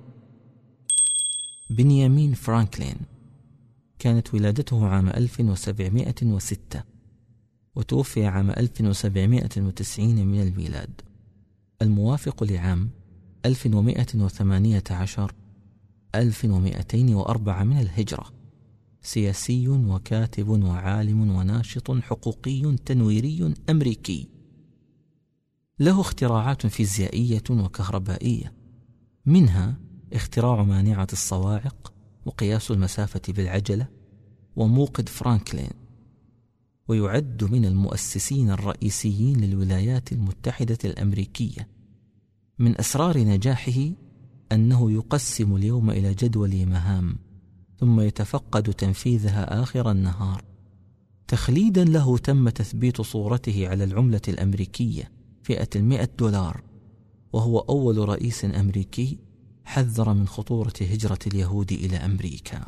بنيامين فرانكلين كانت ولادته عام ألف وسبعمائة وستة وتوفي عام ألف وسبعمائة وتسعين من الميلاد، الموافق لعام ألف ومائة وثمانية عشر ألف ومائتين وأربعة من الهجرة. سياسي وكاتب وعالم وناشط حقوقي تنويري أمريكي، له اختراعات فيزيائية وكهربائية، منها اختراع مانعة الصواعق وقياس المسافة بالعجلة وموقد فرانكلين. ويعد من المؤسسين الرئيسيين للولايات المتحدة الأمريكية. من أسرار نجاحه أنه يقسم اليوم إلى جدول مهام ثم يتفقد تنفيذها آخر النهار. تخليدا له تم تثبيت صورته على العملة الأمريكية فئة المئة دولار، وهو أول رئيس أمريكي حذر من خطورة هجرة اليهود إلى أمريكا.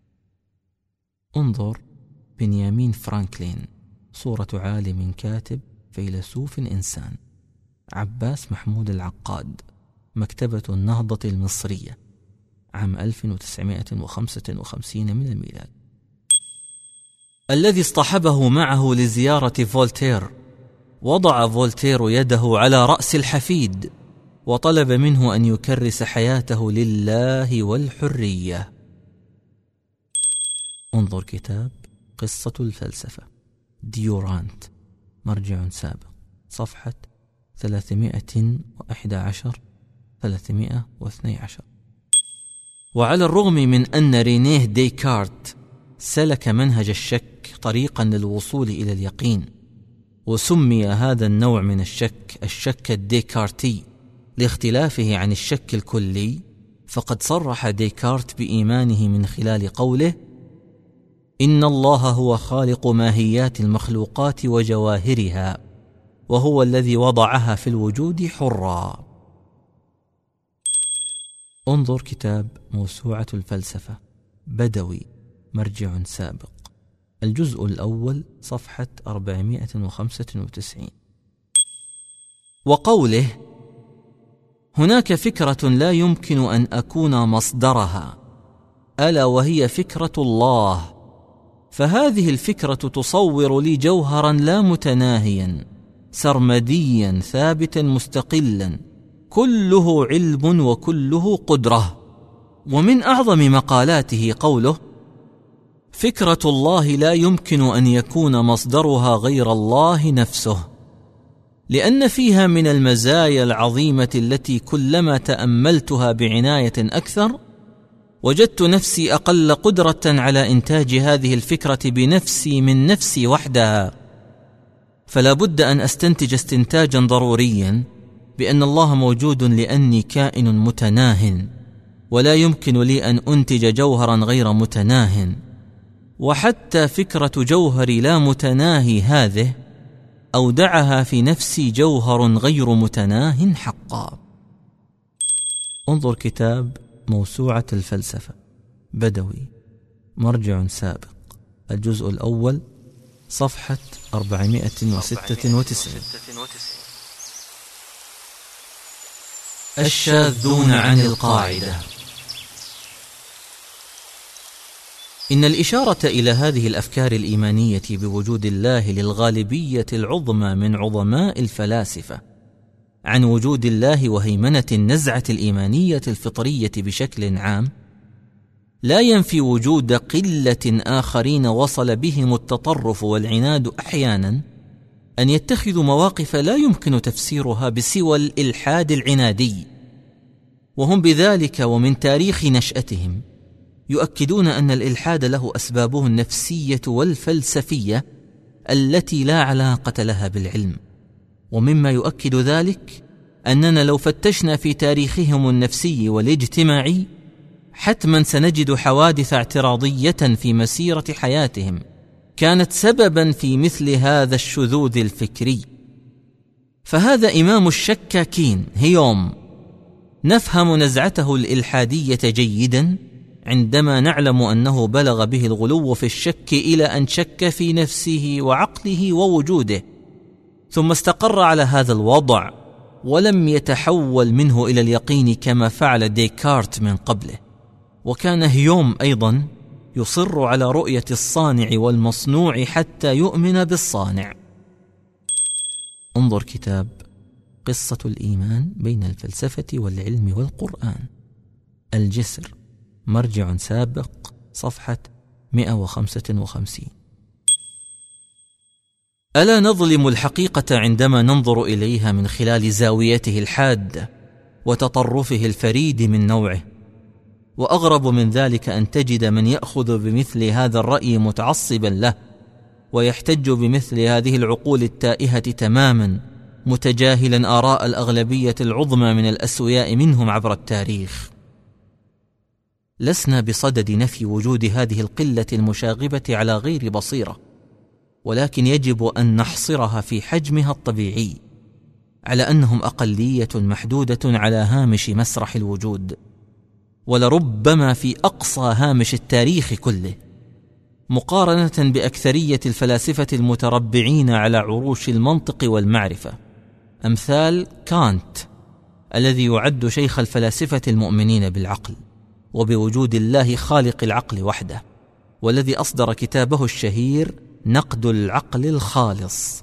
انظر بنيامين فرانكلين، صورة عالم كاتب فيلسوف إنسان، عباس محمود العقاد، مكتبة النهضة المصرية، عام ألف وتسعمائة وخمسة وخمسين من الميلاد. الذي اصطحبه معه لزيارة فولتير، وضع فولتير يده على رأس الحفيد وطلب منه أن يكرس حياته لله والحرية. انظر كتاب قصة الفلسفة، ديورانت، مرجع سابق، صفحة ثلاثمائة وأحد عشر ثلاثمائة واثني عشر. وعلى الرغم من أن رينيه ديكارت سلك منهج الشك طريقا للوصول إلى اليقين، وسمي هذا النوع من الشك الشك الديكارتي لاختلافه عن الشك الكلي، فقد صرح ديكارت بإيمانه من خلال قوله: إن الله هو خالق ماهيات المخلوقات وجواهرها، وهو الذي وضعها في الوجود حرا. انظر كتاب موسوعة الفلسفة، بدوي، مرجع سابق، الجزء الأول، صفحة أربعمائة وخمسة وتسعين. وقوله: هناك فكرة لا يمكن أن أكون مصدرها، ألا وهي فكرة الله، فهذه الفكرة تصور لي جوهرا لا متناهيا سرمديا ثابتا مستقلا كله علم وكله قدرة. ومن أعظم مقالاته قوله: فكرة الله لا يمكن أن يكون مصدرها غير الله نفسه، لأن فيها من المزايا العظيمة التي كلما تأملتها بعناية أكثر وجدت نفسي أقل قدرة على إنتاج هذه الفكرة بنفسي من نفسي وحدها. فلا بد أن أستنتج استنتاجا ضروريا بأن الله موجود لأني كائن متناه، ولا يمكن لي أن أنتج جوهرا غير متناه. وحتى فكرة جوهري لا متناهي هذه أودعها في نفسي جوهر غير متناه حقا. انظر كتاب موسوعة الفلسفة، بدوي، مرجع سابق، الجزء الأول، صفحة أربعمائة وستة وتسعين. الشاذون عن القاعدة. إن الإشارة إلى هذه الأفكار الإيمانية بوجود الله للغالبية العظمى من عظماء الفلاسفة عن وجود الله وهيمنة النزعة الإيمانية الفطرية بشكل عام لا ينفي وجود قلة آخرين وصل بهم التطرف والعناد أحيانا أن يتخذوا مواقف لا يمكن تفسيرها بسوى الإلحاد العنادي، وهم بذلك ومن تاريخ نشأتهم يؤكدون أن الإلحاد له أسبابه النفسية والفلسفية التي لا علاقة لها بالعلم. ومما يؤكد ذلك أننا لو فتشنا في تاريخهم النفسي والاجتماعي حتما سنجد حوادث اعتراضية في مسيرة حياتهم كانت سببا في مثل هذا الشذوذ الفكري. فهذا إمام الشكاكين هيوم نفهم نزعته الإلحادية جيدا عندما نعلم أنه بلغ به الغلو في الشك إلى أن شك في نفسه وعقله ووجوده، ثم استقر على هذا الوضع ولم يتحول منه إلى اليقين كما فعل ديكارت من قبله. وكان هيوم أيضا يصر على رؤية الصانع والمصنوع حتى يؤمن بالصانع. انظر كتاب قصة الإيمان بين الفلسفة والعلم والقرآن، الجسر، مرجع سابق، صفحة مئة وخمسة وخمسين. ألا نظلم الحقيقة عندما ننظر إليها من خلال زاويته الحادة وتطرفه الفريد من نوعه؟ وأغرب من ذلك أن تجد من يأخذ بمثل هذا الرأي متعصبا له ويحتج بمثل هذه العقول التائهة تماما، متجاهلا آراء الأغلبية العظمى من الأسوياء منهم عبر التاريخ. لسنا بصدد نفي وجود هذه القلة المشاغبة على غير بصيرة، ولكن يجب أن نحصرها في حجمها الطبيعي على أنهم أقلية محدودة على هامش مسرح الوجود، ولربما في أقصى هامش التاريخ كله، مقارنة بأكثرية الفلاسفة المتربعين على عروش المنطق والمعرفة، أمثال كانت الذي يعد شيخ الفلاسفة المؤمنين بالعقل وبوجود الله خالق العقل وحده، والذي أصدر كتابه الشهير نقد العقل الخالص.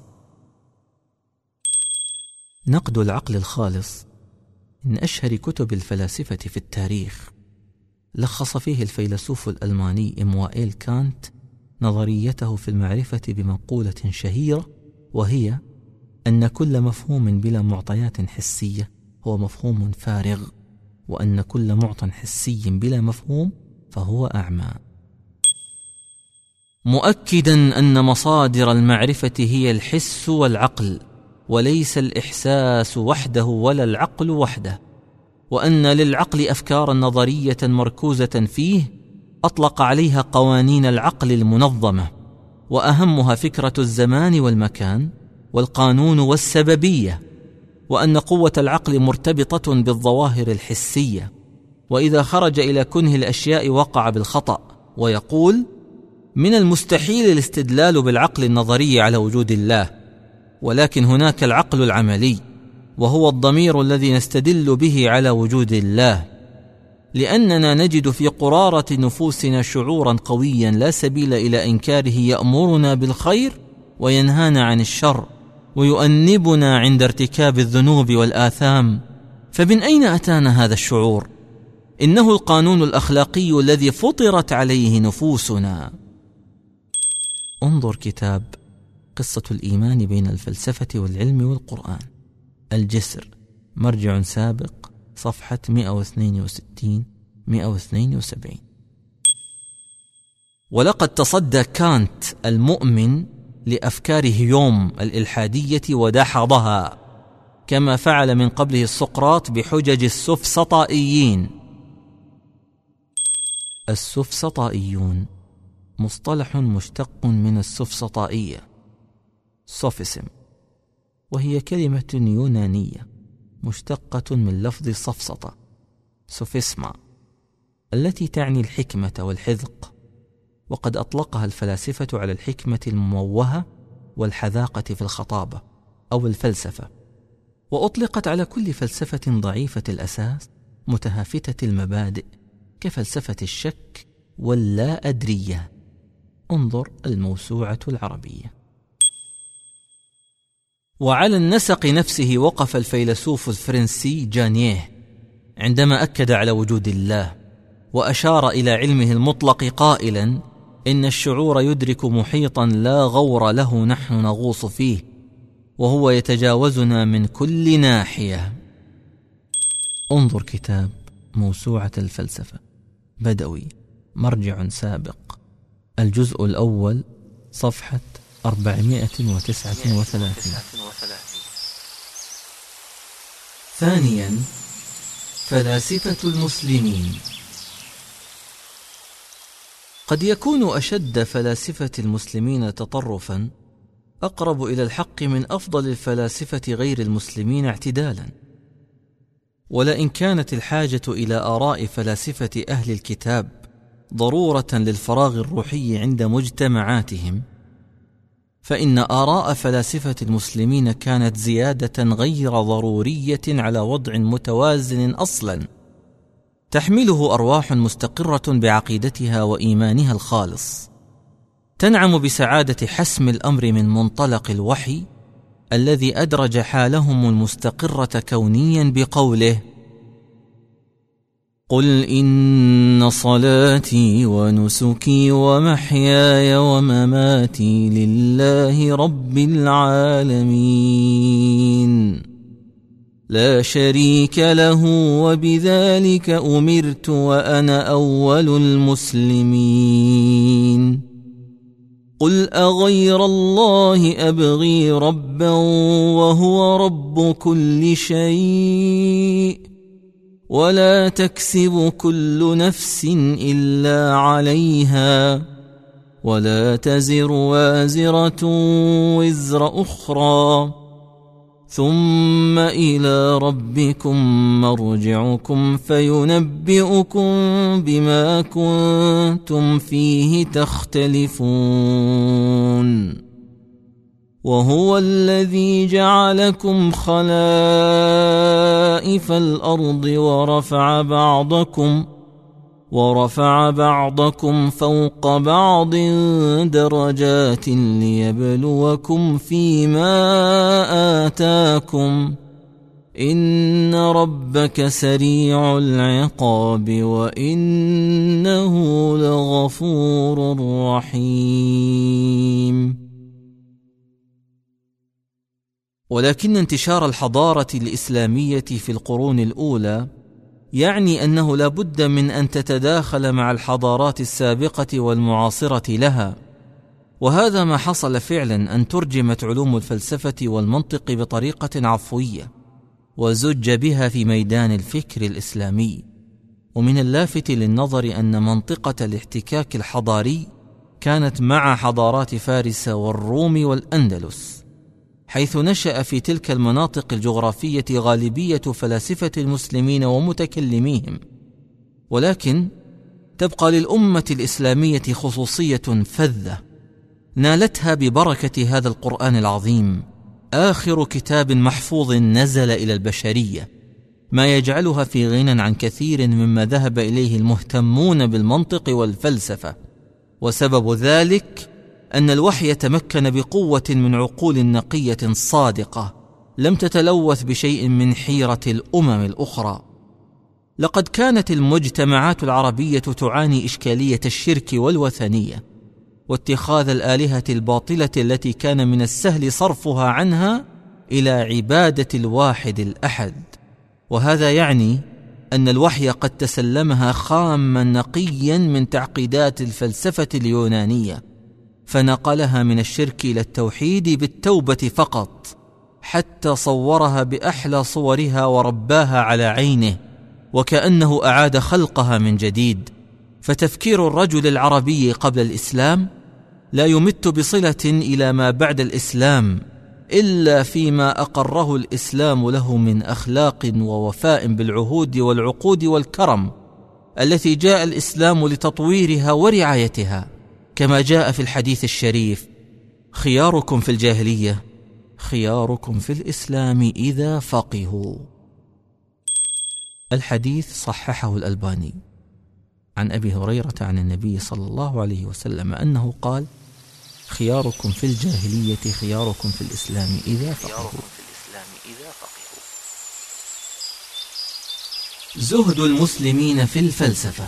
نقد العقل الخالص من أشهر كتب الفلاسفة في التاريخ، لخص فيه الفيلسوف الألماني إموائيل كانت نظريته في المعرفة بمقولة شهيرة، وهي أن كل مفهوم بلا معطيات حسية هو مفهوم فارغ، وأن كل معطى حسي بلا مفهوم فهو أعمى، مؤكدا أن مصادر المعرفة هي الحس والعقل وليس الإحساس وحده ولا العقل وحده، وأن للعقل أفكارا نظرية مركوزة فيه أطلق عليها قوانين العقل المنظمة، وأهمها فكرة الزمان والمكان والقانون والسببية، وأن قوة العقل مرتبطة بالظواهر الحسية، وإذا خرج إلى كنه الأشياء وقع بالخطأ. ويقول: من المستحيل الاستدلال بالعقل النظري على وجود الله، ولكن هناك العقل العملي، وهو الضمير الذي نستدل به على وجود الله، لأننا نجد في قرارة نفوسنا شعورا قويا لا سبيل إلى إنكاره، يأمرنا بالخير وينهانا عن الشر، ويؤنبنا عند ارتكاب الذنوب والآثام، فمن أين أتانا هذا الشعور؟ إنه القانون الأخلاقي الذي فطرت عليه نفوسنا. انظر كتاب قصة الإيمان بين الفلسفة والعلم والقرآن، الجسر، مرجع سابق، صفحة مئة واثنين وستين مئة واثنين وسبعين. ولقد تصدى كانت المؤمن لأفكار هيوم الإلحادية ودحضها، كما فعل من قبله السقراط بحجج السفسطائيين. السفسطائيون مصطلح مشتق من السفسطائية، سوفيسم، وهي كلمة يونانية مشتقة من لفظ سفسطة، سوفيسما، التي تعني الحكمة والحذق، وقد أطلقها الفلاسفة على الحكمة المموهة والحذاقة في الخطابة أو الفلسفة، وأطلقت على كل فلسفة ضعيفة الأساس متهافتة المبادئ كفلسفة الشك واللا أدرية. انظر الموسوعة العربية. وعلى النسق نفسه وقف الفيلسوف الفرنسي جانيه عندما أكد على وجود الله، وأشار إلى علمه المطلق قائلا: إن الشعور يدرك محيطا لا غور له نحن نغوص فيه، وهو يتجاوزنا من كل ناحية. انظر كتاب موسوعة الفلسفة، بدوي، مرجع سابق، الجزء الأول، صفحة أربعمائة وتسعة وثلاثين. ثانيا، فلاسفة المسلمين. قد يكون أشد فلاسفة المسلمين تطرفا أقرب إلى الحق من أفضل الفلاسفة غير المسلمين اعتدالا، ولئن كانت الحاجة إلى آراء فلاسفة أهل الكتاب ضرورة للفراغ الروحي عند مجتمعاتهم، فإن آراء فلاسفة المسلمين كانت زيادة غير ضرورية على وضع متوازن أصلا تحمله أرواح مستقرة بعقيدتها وإيمانها الخالص، تنعم بسعادة حسم الأمر من منطلق الوحي الذي أدرج حالهم المستقرة كونيا بقوله: قل إن صلاتي ونسكي ومحياي ومماتي لله رب العالمين لا شريك له وبذلك أمرت وأنا أول المسلمين. قل أغير الله أبغي ربا وهو رب كل شيء ولا تكسب كل نفس إلا عليها ولا تزر وازرة وزر أخرى ثم إلى ربكم مرجعكم فينبئكم بما كنتم فيه تختلفون وهو الذي جعلكم خلائف الأرض ورفع بعضكم ورفع بعضكم فوق بعض درجات ليبلوكم فيما آتاكم إن ربك سريع العقاب وإنه لغفور رحيم. ولكن انتشار الحضارة الإسلامية في القرون الأولى يعني أنه لا بد من أن تتداخل مع الحضارات السابقة والمعاصرة لها، وهذا ما حصل فعلا، أن ترجمت علوم الفلسفة والمنطق بطريقة عفوية وزج بها في ميدان الفكر الإسلامي. ومن اللافت للنظر أن منطقة الاحتكاك الحضاري كانت مع حضارات فارس والروم والأندلس، حيث نشأ في تلك المناطق الجغرافية غالبية فلاسفة المسلمين ومتكلميهم. ولكن تبقى للأمة الإسلامية خصوصية فذة نالتها ببركة هذا القرآن العظيم، آخر كتاب محفوظ نزل إلى البشرية، ما يجعلها في غنى عن كثير مما ذهب إليه المهتمون بالمنطق والفلسفة. وسبب ذلك أن الوحي تمكن بقوة من عقول نقية صادقة لم تتلوث بشيء من حيرة الأمم الأخرى. لقد كانت المجتمعات العربية تعاني إشكالية الشرك والوثنية واتخاذ الآلهة الباطلة التي كان من السهل صرفها عنها إلى عبادة الواحد الأحد، وهذا يعني أن الوحي قد تسلمها خاما نقيا من تعقيدات الفلسفة اليونانية، فنقلها من الشرك إلى التوحيد بالتوبة فقط، حتى صورها بأحلى صورها ورباها على عينه، وكأنه أعاد خلقها من جديد. فتفكير الرجل العربي قبل الإسلام لا يمت بصلة إلى ما بعد الإسلام إلا فيما أقره الإسلام له من أخلاق ووفاء بالعهود والعقود والكرم التي جاء الإسلام لتطويرها ورعايتها، كما جاء في الحديث الشريف: خياركم في الجاهلية خياركم في الإسلام إذا فقهوا. الحديث صححه الألباني عن أبي هريرة عن النبي صلى الله عليه وسلم أنه قال: خياركم في الجاهلية خياركم في الإسلام إذا فقهوا. زهد المسلمين في الفلسفة.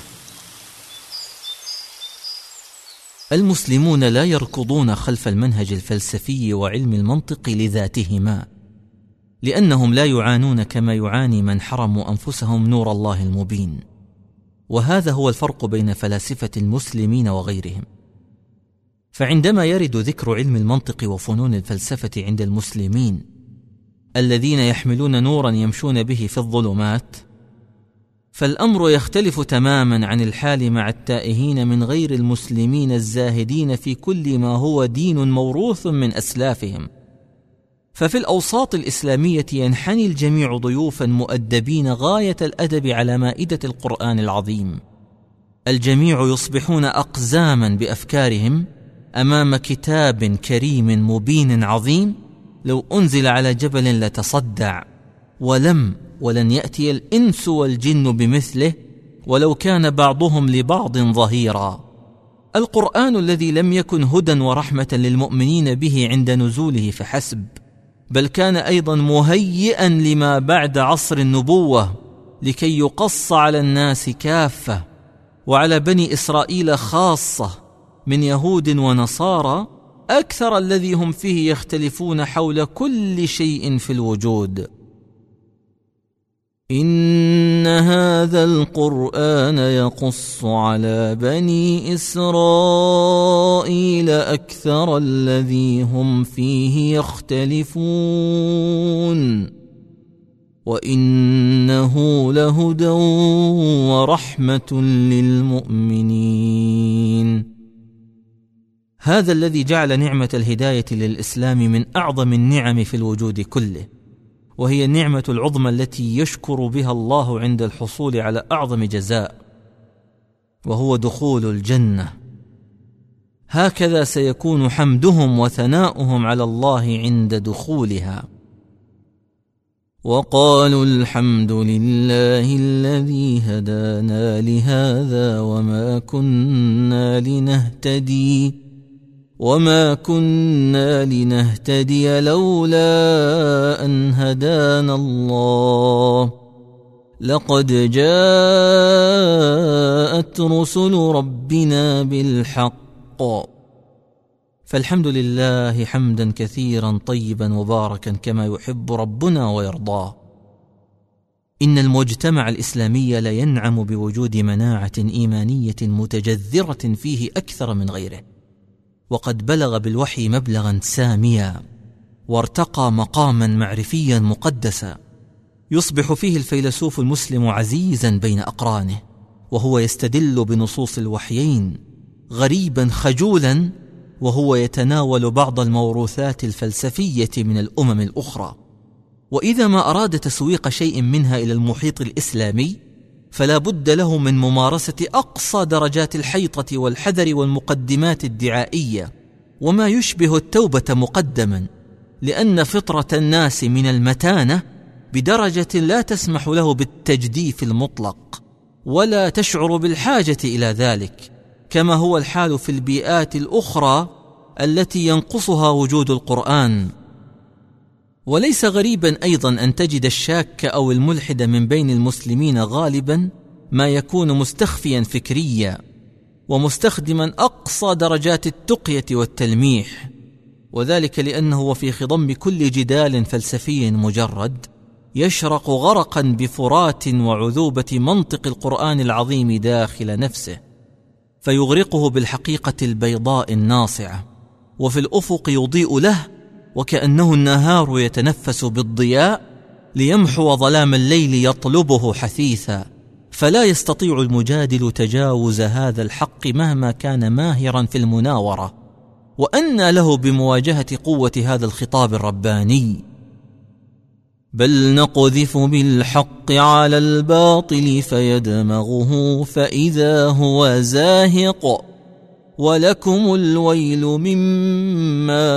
المسلمون لا يركضون خلف المنهج الفلسفي وعلم المنطق لذاتهما، لأنهم لا يعانون كما يعاني من حرموا أنفسهم نور الله المبين. وهذا هو الفرق بين فلاسفة المسلمين وغيرهم. فعندما يرد ذكر علم المنطق وفنون الفلسفة عند المسلمين الذين يحملون نورا يمشون به في الظلمات، فالأمر يختلف تماما عن الحال مع التائهين من غير المسلمين الزاهدين في كل ما هو دين موروث من أسلافهم. ففي الأوساط الإسلامية ينحني الجميع ضيوفا مؤدبين غاية الأدب على مائدة القرآن العظيم. الجميع يصبحون أقزاما بأفكارهم أمام كتاب كريم مبين عظيم لو أنزل على جبل لتصدع، ولم ولن يأتي الإنس والجن بمثله ولو كان بعضهم لبعض ظهيرا. القرآن الذي لم يكن هدى ورحمة للمؤمنين به عند نزوله فحسب، بل كان أيضا مهيئا لما بعد عصر النبوة لكي يقص على الناس كافة، وعلى بني إسرائيل خاصة من يهود ونصارى أكثر الذي هم فيه يختلفون حول كل شيء في الوجود. إن هذا القرآن يقص على بني إسرائيل أكثر الذي هم فيه يختلفون وإنه لهدى ورحمة للمؤمنين. هذا الذي جعل نعمة الهداية للإسلام من أعظم النعم في الوجود كله، وهي النعمة العظمى التي يشكر بها الله عند الحصول على أعظم جزاء، وهو دخول الجنة. هكذا سيكون حمدهم وثناؤهم على الله عند دخولها. وقالوا الحمد لله الذي هدانا لهذا وما كنا لنهتدي وما كنا لنهتدي لولا أن هدانا الله لقد جاءت رسل ربنا بالحق. فالحمد لله حمدا كثيرا طيبا مباركا كما يحب ربنا ويرضاه. إن المجتمع الإسلامي لا ينعم بوجود مناعة إيمانية متجذرة فيه أكثر من غيره، وقد بلغ بالوحي مبلغا ساميا وارتقى مقاما معرفيا مقدسا، يصبح فيه الفيلسوف المسلم عزيزا بين أقرانه وهو يستدل بنصوص الوحيين، غريبا خجولا وهو يتناول بعض الموروثات الفلسفية من الأمم الأخرى. وإذا ما أراد تسويق شيء منها إلى المحيط الإسلامي فلا بد له من ممارسة أقصى درجات الحيطة والحذر والمقدمات الدعائية وما يشبه التوبة مقدما، لأن فطرة الناس من المتانة بدرجة لا تسمح له بالتجديف المطلق ولا تشعر بالحاجة إلى ذلك، كما هو الحال في البيئات الأخرى التي ينقصها وجود القرآن. وليس غريبا أيضا أن تجد الشاك أو الملحد من بين المسلمين غالبا ما يكون مستخفيا فكريا ومستخدما أقصى درجات التقية والتلميح، وذلك لأنه وفي خضم كل جدال فلسفي مجرد يشرق غرقا بفرات وعذوبة منطق القرآن العظيم داخل نفسه، فيغرقه بالحقيقة البيضاء الناصعة، وفي الأفق يضيء له وكأنه النهار يتنفس بالضياء ليمحو ظلام الليل يطلبه حثيثا، فلا يستطيع المجادل تجاوز هذا الحق مهما كان ماهرا في المناورة. وأنى له بمواجهة قوة هذا الخطاب الرباني؟ بل نقذف بالحق على الباطل فيدمغه فإذا هو زاهق ولكم الويل مما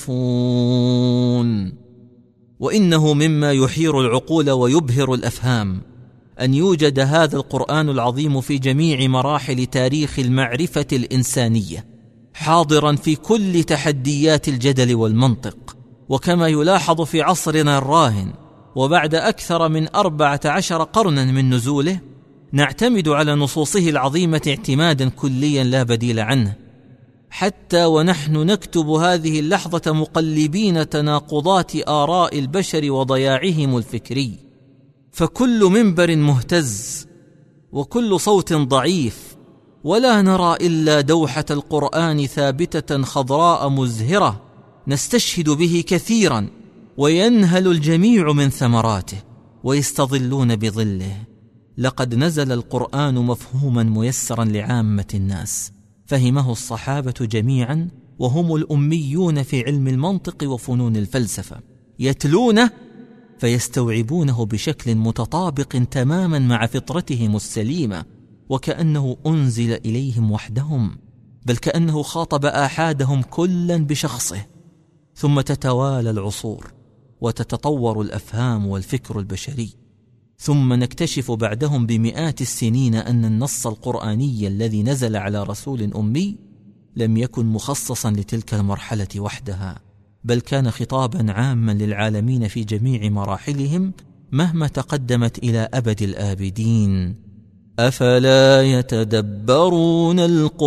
تصفون. وإنه مما يحير العقول ويبهر الأفهام أن يوجد هذا القرآن العظيم في جميع مراحل تاريخ المعرفة الإنسانية، حاضرا في كل تحديات الجدل والمنطق. وكما يلاحظ في عصرنا الراهن وبعد أكثر من أربعة عشر قرنا من نزوله، نعتمد على نصوصه العظيمة اعتمادا كليا لا بديل عنه، حتى ونحن نكتب هذه اللحظة مقلبين تناقضات آراء البشر وضياعهم الفكري. فكل منبر مهتز وكل صوت ضعيف، ولا نرى إلا دوحة القرآن ثابتة خضراء مزهرة نستشهد به كثيرا، وينهل الجميع من ثمراته ويستظلون بظله. لقد نزل القرآن مفهوما ميسرا لعامة الناس، فهمه الصحابة جميعا وهم الأميون في علم المنطق وفنون الفلسفة، يتلونه فيستوعبونه بشكل متطابق تماما مع فطرتهم السليمة، وكأنه أنزل إليهم وحدهم، بل كأنه خاطب آحادهم كلا بشخصه. ثم تتوالى العصور وتتطور الأفهام والفكر البشري، ثم نكتشف بعدهم بمئات السنين أن النص القرآني الذي نزل على رسول أمي لم يكن مخصصا لتلك المرحلة وحدها، بل كان خطابا عاما للعالمين في جميع مراحلهم مهما تقدمت إلى أبد الآبدين. أفلا يتدبرون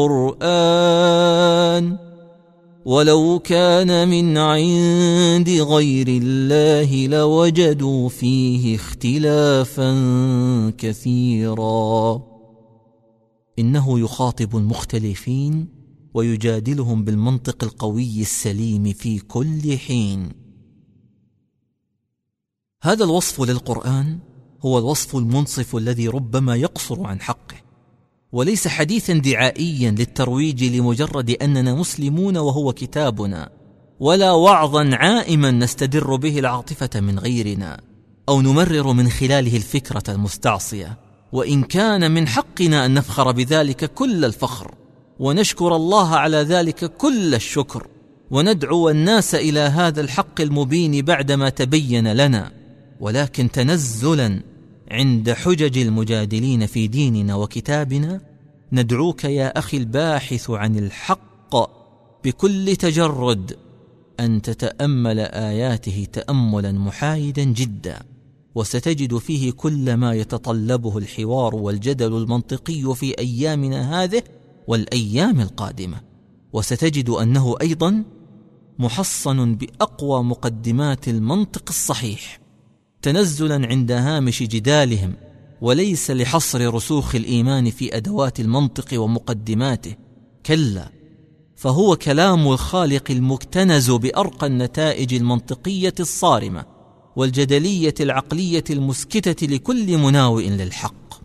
القرآن ولو كان من عند غير الله لوجدوا فيه اختلافا كثيرا. إنه يخاطب المختلفين ويجادلهم بالمنطق القوي السليم في كل حين. هذا الوصف للقرآن هو الوصف المنصف الذي ربما يقصر عن حقه، وليس حديثا دعائيا للترويج لمجرد أننا مسلمون وهو كتابنا، ولا وعظا عائما نستدر به العاطفة من غيرنا أو نمرر من خلاله الفكرة المستعصية، وإن كان من حقنا أن نفخر بذلك كل الفخر ونشكر الله على ذلك كل الشكر، وندعو الناس إلى هذا الحق المبين بعدما تبين لنا، ولكن تنزلا عند حجج المجادلين في ديننا وكتابنا ندعوك يا أخي الباحث عن الحق بكل تجرد أن تتأمل آياته تأملا محايدا جدا، وستجد فيه كل ما يتطلبه الحوار والجدل المنطقي في أيامنا هذه والأيام القادمة، وستجد أنه أيضا محصن بأقوى مقدمات المنطق الصحيح، تنزلا عند هامش جدالهم، وليس لحصر رسوخ الإيمان في أدوات المنطق ومقدماته، كلا، فهو كلام الخالق المكتنز بأرقى النتائج المنطقية الصارمة والجدلية العقلية المسكتة لكل مناوئ للحق.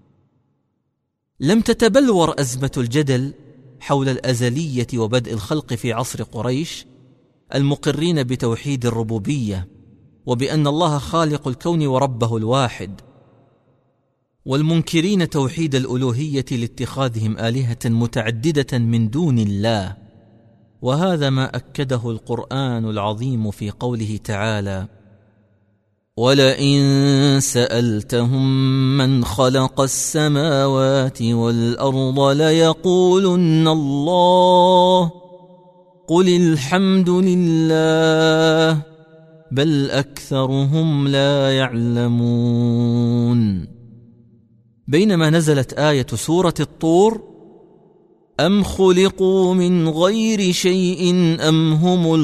لم تتبلور أزمة الجدل حول الأزلية وبدء الخلق في عصر قريش المقرين بتوحيد الربوبية وبأن الله خالق الكون وربه الواحد، والمنكرين توحيد الألوهية لاتخاذهم آلهة متعددة من دون الله. وهذا ما أكده القرآن العظيم في قوله تعالى: ولئن سألتهم من خلق السماوات والأرض ليقولن الله قل الحمد لله بل أكثرهم لا يعلمون. بينما نزلت آية سورة الطور: أم خلقوا من غير شيء أم هم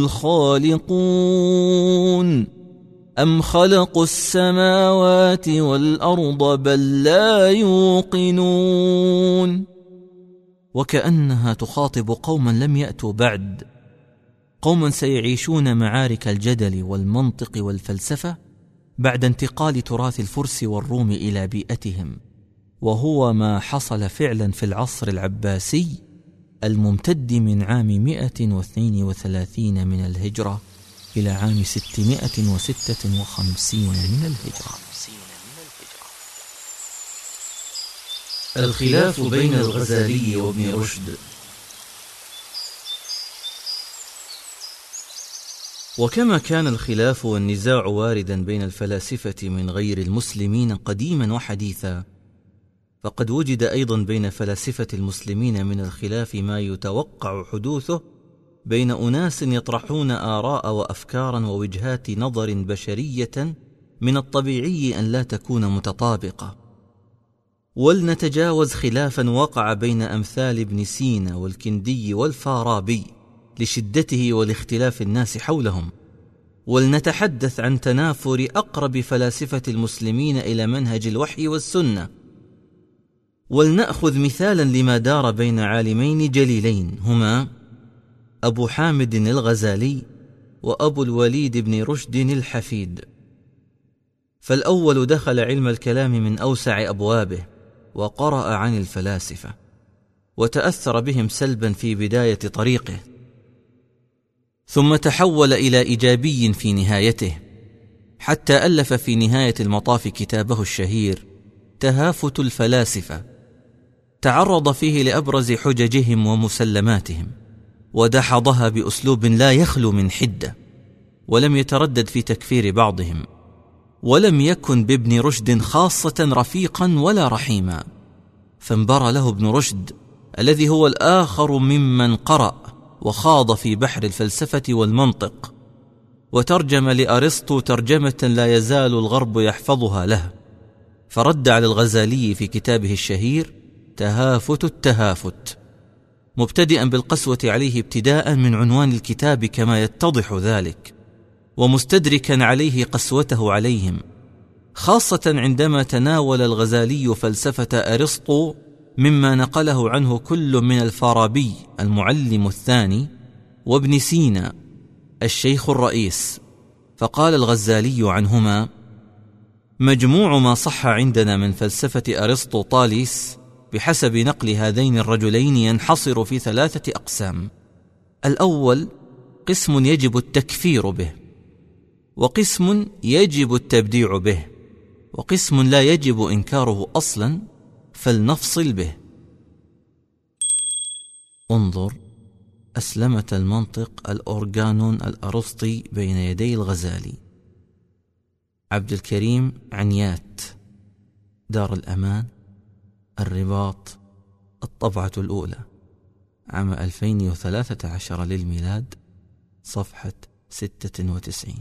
الخالقون أم خلقوا السماوات والأرض بل لا يوقنون. وكأنها تخاطب قوما لم يأتوا بعد، قوما سيعيشون معارك الجدل والمنطق والفلسفة بعد انتقال تراث الفرس والروم إلى بيئتهم، وهو ما حصل فعلا في العصر العباسي الممتد من عام مئة واثنين وثلاثين من الهجرة إلى عام ستمائة وستة وخمسين من الهجرة. الخلاف بين الغزالي وابن رشد. وكما كان الخلاف والنزاع واردا بين الفلاسفة من غير المسلمين قديما وحديثا، فقد وجد أيضا بين فلاسفة المسلمين من الخلاف ما يتوقع حدوثه بين أناس يطرحون آراء وأفكارا ووجهات نظر بشرية من الطبيعي أن لا تكون متطابقة. ولنتجاوز خلافا وقع بين أمثال ابن سينا والكندي والفارابي لشدته ولاختلاف الناس حولهم، ولنتحدث عن تنافر أقرب فلاسفة المسلمين إلى منهج الوحي والسنة. ولنأخذ مثالا لما دار بين عالمين جليلين هما أبو حامد الغزالي وأبو الوليد بن رشد الحفيد. فالأول دخل علم الكلام من أوسع أبوابه، وقرأ عن الفلاسفة وتأثر بهم سلبا في بداية طريقه، ثم تحول إلى إيجابي في نهايته، حتى ألف في نهاية المطاف كتابه الشهير تهافت الفلاسفة، تعرض فيه لأبرز حججهم ومسلماتهم، ودحضها بأسلوب لا يخلو من حدة، ولم يتردد في تكفير بعضهم، ولم يكن بابن رشد خاصة رفيقا ولا رحيما، فانبرى له ابن رشد الذي هو الآخر ممن قرأ وخاض في بحر الفلسفة والمنطق، وترجم لأرسطو ترجمة لا يزال الغرب يحفظها له، فرد على الغزالي في كتابه الشهير تهافت التهافت، مبتدئا بالقسوة عليه ابتداء من عنوان الكتاب كما يتضح ذلك، ومستدركا عليه قسوته عليهم، خاصة عندما تناول الغزالي فلسفة أرسطو مما نقله عنه كل من الفارابي المعلم الثاني وابن سينا الشيخ الرئيس. فقال الغزالي عنهما: مجموع ما صح عندنا من فلسفة أرسطو طاليس بحسب نقل هذين الرجلين ينحصر في ثلاثة أقسام: الأول قسم يجب التكفير به، وقسم يجب التبديع به، وقسم لا يجب إنكاره أصلا فلنفصل به. انظر أسلمة المنطق الأورجانون الأرسطي بين يدي الغزالي، عبد الكريم عنيات، دار الأمان، الرباط، الطبعة الأولى، عام ألفين وثلاثة عشر للميلاد، صفحة ستة وتسعين.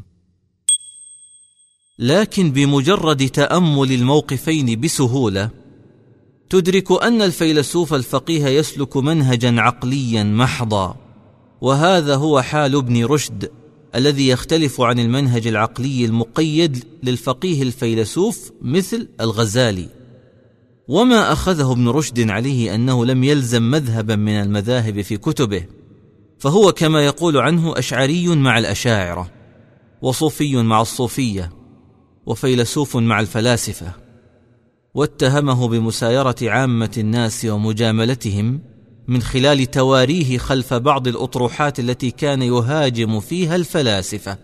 لكن بمجرد تأمل الموقفين بسهولة تدرك أن الفيلسوف الفقيه يسلك منهجا عقليا محضا، وهذا هو حال ابن رشد الذي يختلف عن المنهج العقلي المقيد للفقيه الفيلسوف مثل الغزالي. وما أخذه ابن رشد عليه أنه لم يلزم مذهبا من المذاهب في كتبه، فهو كما يقول عنه أشعري مع الأشاعرة، وصوفي مع الصوفية، وفيلسوف مع الفلاسفة، واتهمه بمسايرة عامة الناس ومجاملتهم من خلال تواريه خلف بعض الأطروحات التي كان يهاجم فيها الفلاسفة.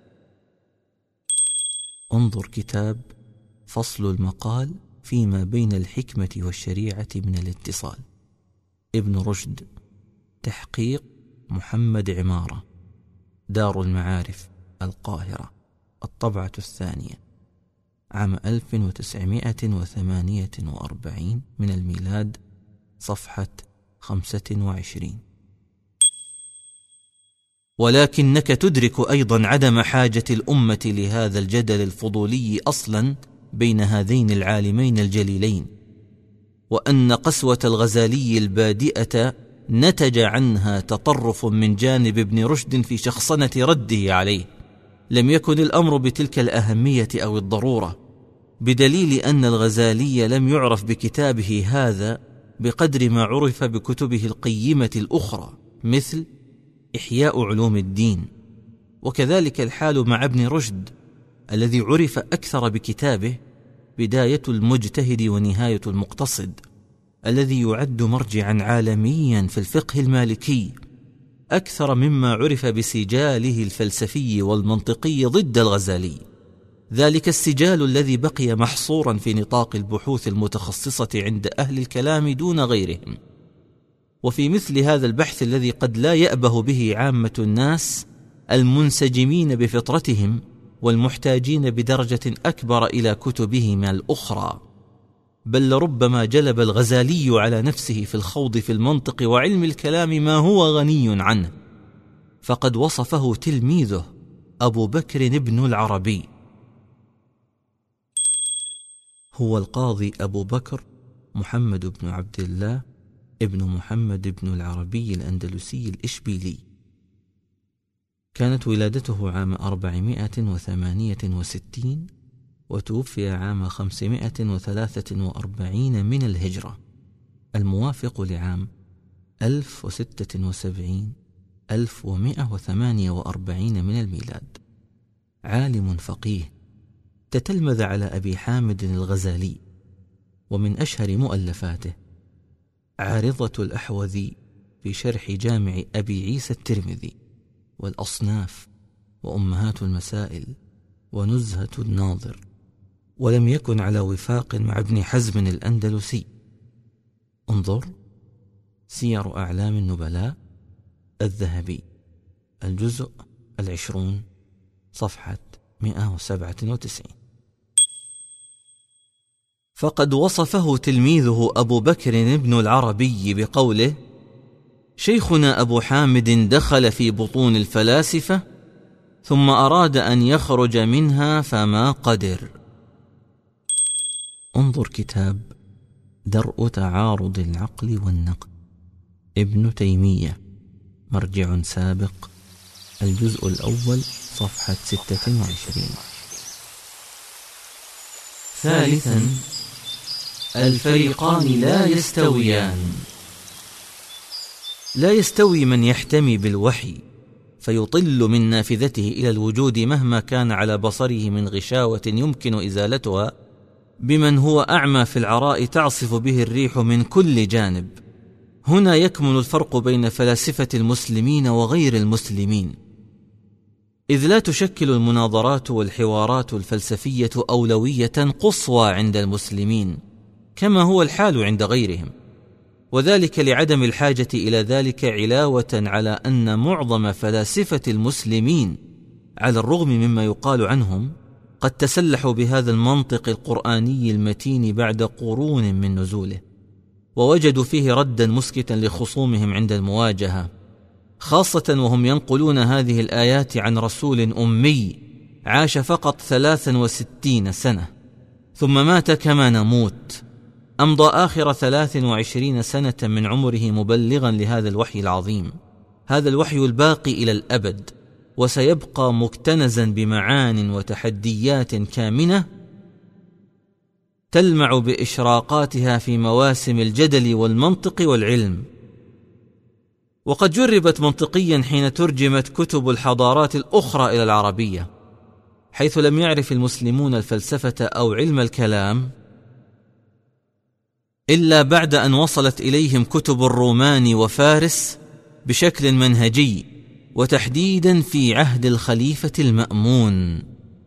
انظر كتاب فصل المقال فيما بين الحكمة والشريعة من الاتصال، ابن رشد، تحقيق محمد عمارة، دار المعارف، القاهرة، الطبعة الثانية، عام ألف وتسعمائة وثمانية وأربعين من الميلاد، صفحة خمسة وعشرين. ولكنك تدرك أيضا عدم حاجة الأمة لهذا الجدل الفضولي أصلا بين هذين العالمين الجليلين، وأن قسوة الغزالي البادئة نتج عنها تطرف من جانب ابن رشد في شخصنة رده عليه. لم يكن الأمر بتلك الأهمية أو الضرورة، بدليل أن الغزالي لم يعرف بكتابه هذا بقدر ما عرف بكتبه القيمة الأخرى مثل إحياء علوم الدين. وكذلك الحال مع ابن رشد الذي عرف أكثر بكتابه بداية المجتهد ونهاية المقتصد، الذي يعد مرجعا عالميا في الفقه المالكي أكثر مما عرف بسجاله الفلسفي والمنطقي ضد الغزالي، ذلك السجال الذي بقي محصورا في نطاق البحوث المتخصصة عند أهل الكلام دون غيرهم. وفي مثل هذا البحث الذي قد لا يأبه به عامة الناس المنسجمين بفطرتهم والمحتاجين بدرجة أكبر إلى كتبهم الأخرى، بل لربما جلب الغزالي على نفسه في الخوض في المنطق وعلم الكلام ما هو غني عنه، فقد وصفه تلميذه أبو بكر بن العربي. هو القاضي أبو بكر محمد بن عبد الله ابن محمد بن العربي الأندلسي الإشبيلي. كانت ولادته عام أربعمائة وثمانية وستين وتوفي عام خمسمائة وثلاثة وأربعين من الهجرة، الموافق لعام ألف وستة وسبعين ألف ومائة وثمانية وأربعين من الميلاد. عالم فقيه تتلمذ على أبي حامد الغزالي، ومن أشهر مؤلفاته عارضة الأحوذي في شرح جامع أبي عيسى الترمذي، والأصناف، وأمهات المسائل، ونزهة الناظر. ولم يكن على وفاق مع ابن حزم الأندلسي. انظر سير أعلام النبلاء الذهبي الجزء العشرون صفحة مئة وسبعة وتسعين. فقد وصفه تلميذه أبو بكر بن العربي بقوله: شيخنا أبو حامد دخل في بطون الفلاسفة ثم أراد أن يخرج منها فما قدر. انظر كتاب درء تعارض العقل والنقل ابن تيمية، مرجع سابق، الجزء الأول صفحة ستة وعشرين. ثالثا، الفريقان لا يستويان. لا يستوي من يحتمي بالوحي فيطل من نافذته إلى الوجود مهما كان على بصره من غشاوة يمكن إزالتها، بمن هو أعمى في العراء تعصف به الريح من كل جانب. هنا يكمن الفرق بين فلاسفة المسلمين وغير المسلمين، إذ لا تشكل المناظرات والحوارات الفلسفية أولوية قصوى عند المسلمين كما هو الحال عند غيرهم، وذلك لعدم الحاجة إلى ذلك، علاوة على أن معظم فلاسفة المسلمين على الرغم مما يقال عنهم قد تسلحوا بهذا المنطق القرآني المتين بعد قرون من نزوله، ووجدوا فيه ردا مسكتا لخصومهم عند المواجهة، خاصة وهم ينقلون هذه الآيات عن رسول أمي عاش فقط ثلاثا وستين سنة ثم مات كما نموت، أمضى آخر ثلاث وعشرين سنة من عمره مبلغا لهذا الوحي العظيم، هذا الوحي الباقي إلى الأبد، وسيبقى مكتنزا بمعان وتحديات كامنة تلمع بإشراقاتها في مواسم الجدل والمنطق والعلم. وقد جربت منطقيا حين ترجمت كتب الحضارات الأخرى إلى العربية، حيث لم يعرف المسلمون الفلسفة أو علم الكلام إلا بعد أن وصلت إليهم كتب الرومان وفارس بشكل منهجي، وتحديدا في عهد الخليفة المأمون.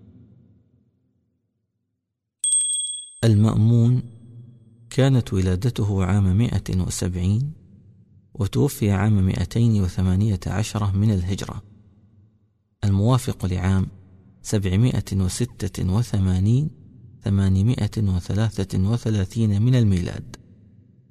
المأمون كانت ولادته عام مئة وسبعين وتوفي عام مئتين وثمانية عشر من الهجرة، الموافق لعام سبعمائة وستة وثمانين ثمانمائة وثلاثة وثلاثين من الميلاد.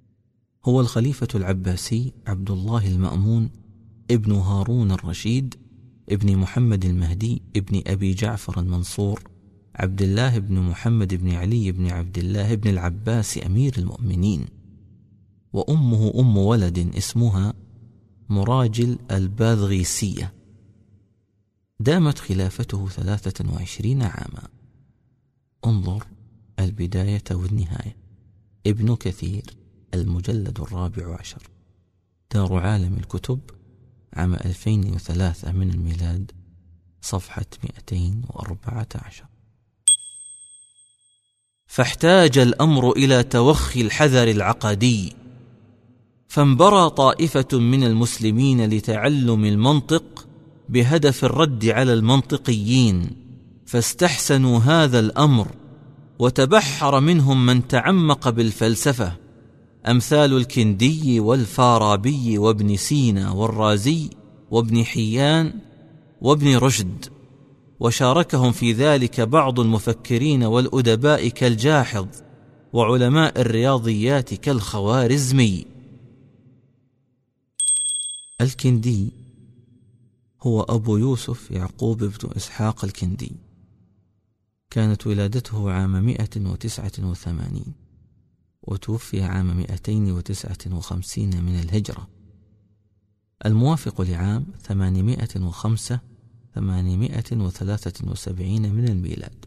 هو الخليفة العباسي عبد الله المأمون ابن هارون الرشيد ابن محمد المهدي ابن أبي جعفر المنصور عبد الله بن محمد بن علي بن عبد الله بن العباس أمير المؤمنين، وأمه أم ولد اسمها مراجل الباذغيسية. دامت خلافته ثلاثة وعشرين عاما. انظر البداية والنهاية، ابن كثير، المجلد الرابع عشر، دار عالم الكتب، عام ألفين وثلاثة من الميلاد، صفحة مئتين وأربعة عشر. فاحتاج الأمر إلى توخي الحذر العقدي، فانبرى طائفة من المسلمين لتعلم المنطق بهدف الرد على المنطقيين، فاستحسنوا هذا الأمر، وتبحر منهم من تعمق بالفلسفة، أمثال الكندي والفارابي وابن سينا والرازي وابن حيان وابن رشد، وشاركهم في ذلك بعض المفكرين والأدباء كالجاحظ، وعلماء الرياضيات كالخوارزمي. الكندي هو أبو يوسف يعقوب بن إسحاق الكندي، كانت ولادته عام مئة وتسعة وثمانين، وتوفي عام مئتين وتسعة وخمسين من الهجرة، الموافق لعام ثمانمائة وخمسة ثمانمائة وثلاثة وسبعين من الميلاد.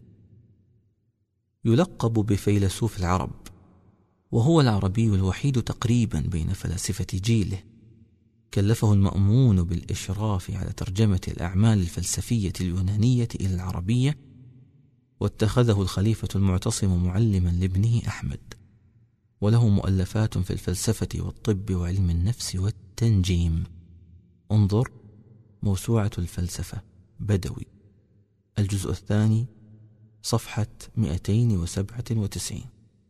يلقب بفيلسوف العرب، وهو العربي الوحيد تقريبا بين فلاسفة جيله. كلفه المأمون بالإشراف على ترجمة الأعمال الفلسفية اليونانية إلى العربية، واتخذه الخليفة المعتصم معلما لابنه أحمد، وله مؤلفات في الفلسفة والطب وعلم النفس والتنجيم. انظر موسوعة الفلسفة، بدوي، الجزء الثاني، صفحة مئتين وسبعة وتسعين.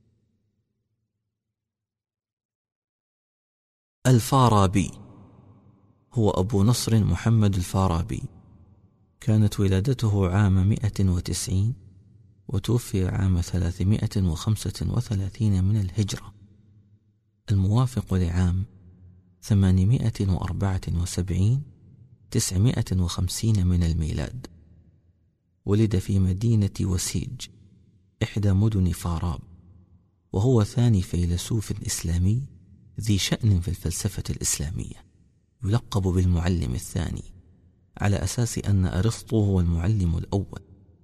الفارابي هو أبو نصر محمد الفارابي، كانت ولادته عام مئة وتسعين، وتوفي عام ثلاثمائة وخمسة وثلاثين من الهجرة، الموافق لعام ثمانمائة وأربعة وسبعين تسعمائة وخمسين من الميلاد. ولد في مدينة وسيج، إحدى مدن فاراب، وهو ثاني فيلسوف إسلامي ذي شأن في الفلسفة الإسلامية، يلقب بالمعلم الثاني، على أساس أن أرسطو هو المعلم الأول.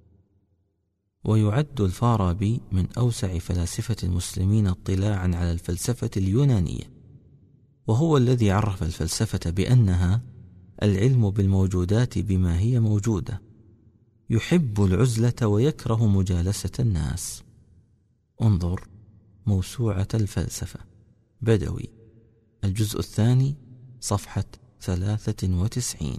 ويعد الفارابي من أوسع فلاسفة المسلمين اطلاعا على الفلسفة اليونانية، وهو الذي عرف الفلسفة بأنها العلم بالموجودات بما هي موجودة، يحب العزلة ويكره مجالسة الناس. انظر موسوعة الفلسفة، بدوي، الجزء الثاني، صفحة ثلاثة وتسعين.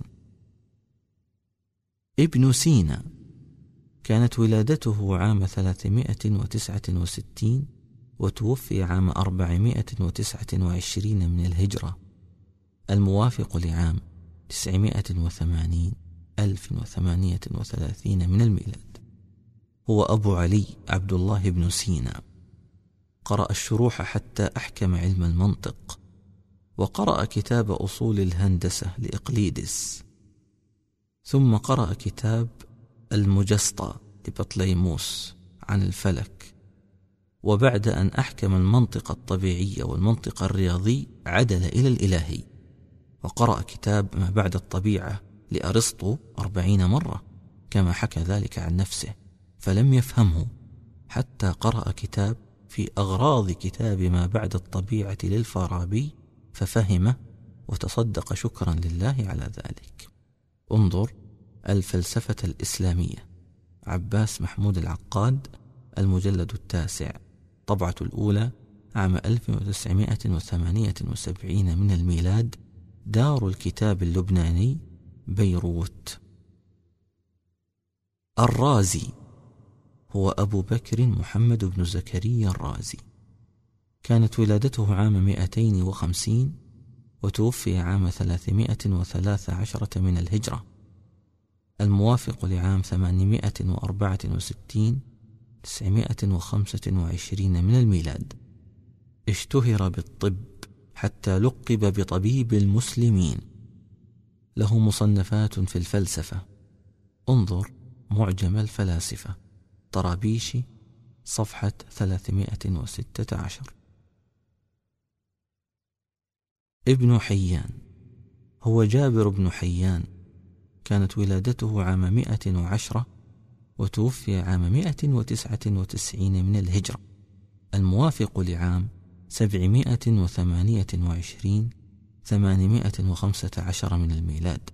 ابن سينا كانت ولادته عام ثلاثمائة وتسعة وستين، وتوفي عام أربعمائة وتسعة وعشرين من الهجرة، الموافق لعام تسعمائة وثمانين ألف وثمانية وثلاثين من الميلاد. هو أبو علي عبد الله بن سينا، قرأ الشروح حتى أحكم علم المنطق، وقرأ كتاب أصول الهندسة لإقليدس، ثم قرأ كتاب المجسطة لبطليموس عن الفلك، وبعد أن أحكم المنطق الطبيعي والمنطق الرياضي عدل إلى الإلهي، وقرأ كتاب ما بعد الطبيعة لأرسطو أربعين مرة كما حكى ذلك عن نفسه، فلم يفهمه حتى قرأ كتاب في أغراض كتاب ما بعد الطبيعة للفارابي ففهمه، وتصدق شكرا لله على ذلك. انظر الفلسفة الإسلامية، عباس محمود العقاد، المجلد التاسع، طبعة الأولى، عام ألف وتسعمائة وثمانية وسبعين من الميلاد، دار الكتاب اللبناني، بيروت. الرازي هو أبو بكر محمد بن زكريا الرازي، كانت ولادته عام مئتين وخمسين، وتوفي عام ثلاثمائة وثلاث عشرة من الهجرة، الموافق لعام ثمانمائة وأربعة وستين تسعمائة وخمسة وعشرين من الميلاد. اشتهر بالطب حتى لقب بطبيب المسلمين، له مصنفات في الفلسفة. انظر معجم الفلاسفة، طرابيشي، صفحة ثلاثمائة وستة عشر. ابن حيان هو جابر بن حيان، كانت ولادته عام مئة وعشرة وتوفي عام مئة وتسعة وتسعين من الهجرة، الموافق لعام سبعمائة وثمانية وعشرين ثمانمائة وخمسة عشر من الميلاد.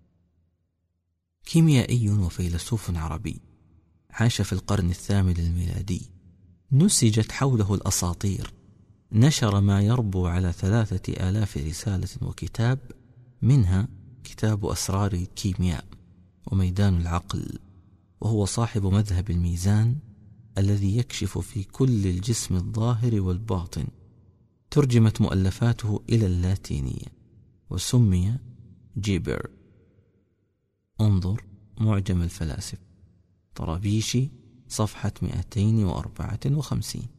كيميائي وفيلسوف عربي، عاش في القرن الثامن الميلادي. نسجت حوله الأساطير، نشر ما يربو على ثلاثة آلاف رسالة وكتاب، منها كتاب أسرار الكيمياء وميدان العقل، وهو صاحب مذهب الميزان الذي يكشف في كل الجسم الظاهر والباطن. ترجمت مؤلفاته إلى اللاتينية وسمي جيبر. انظر معجم الفلاسفة، طرابيشي، صفحة مئتين وأربعة وخمسين.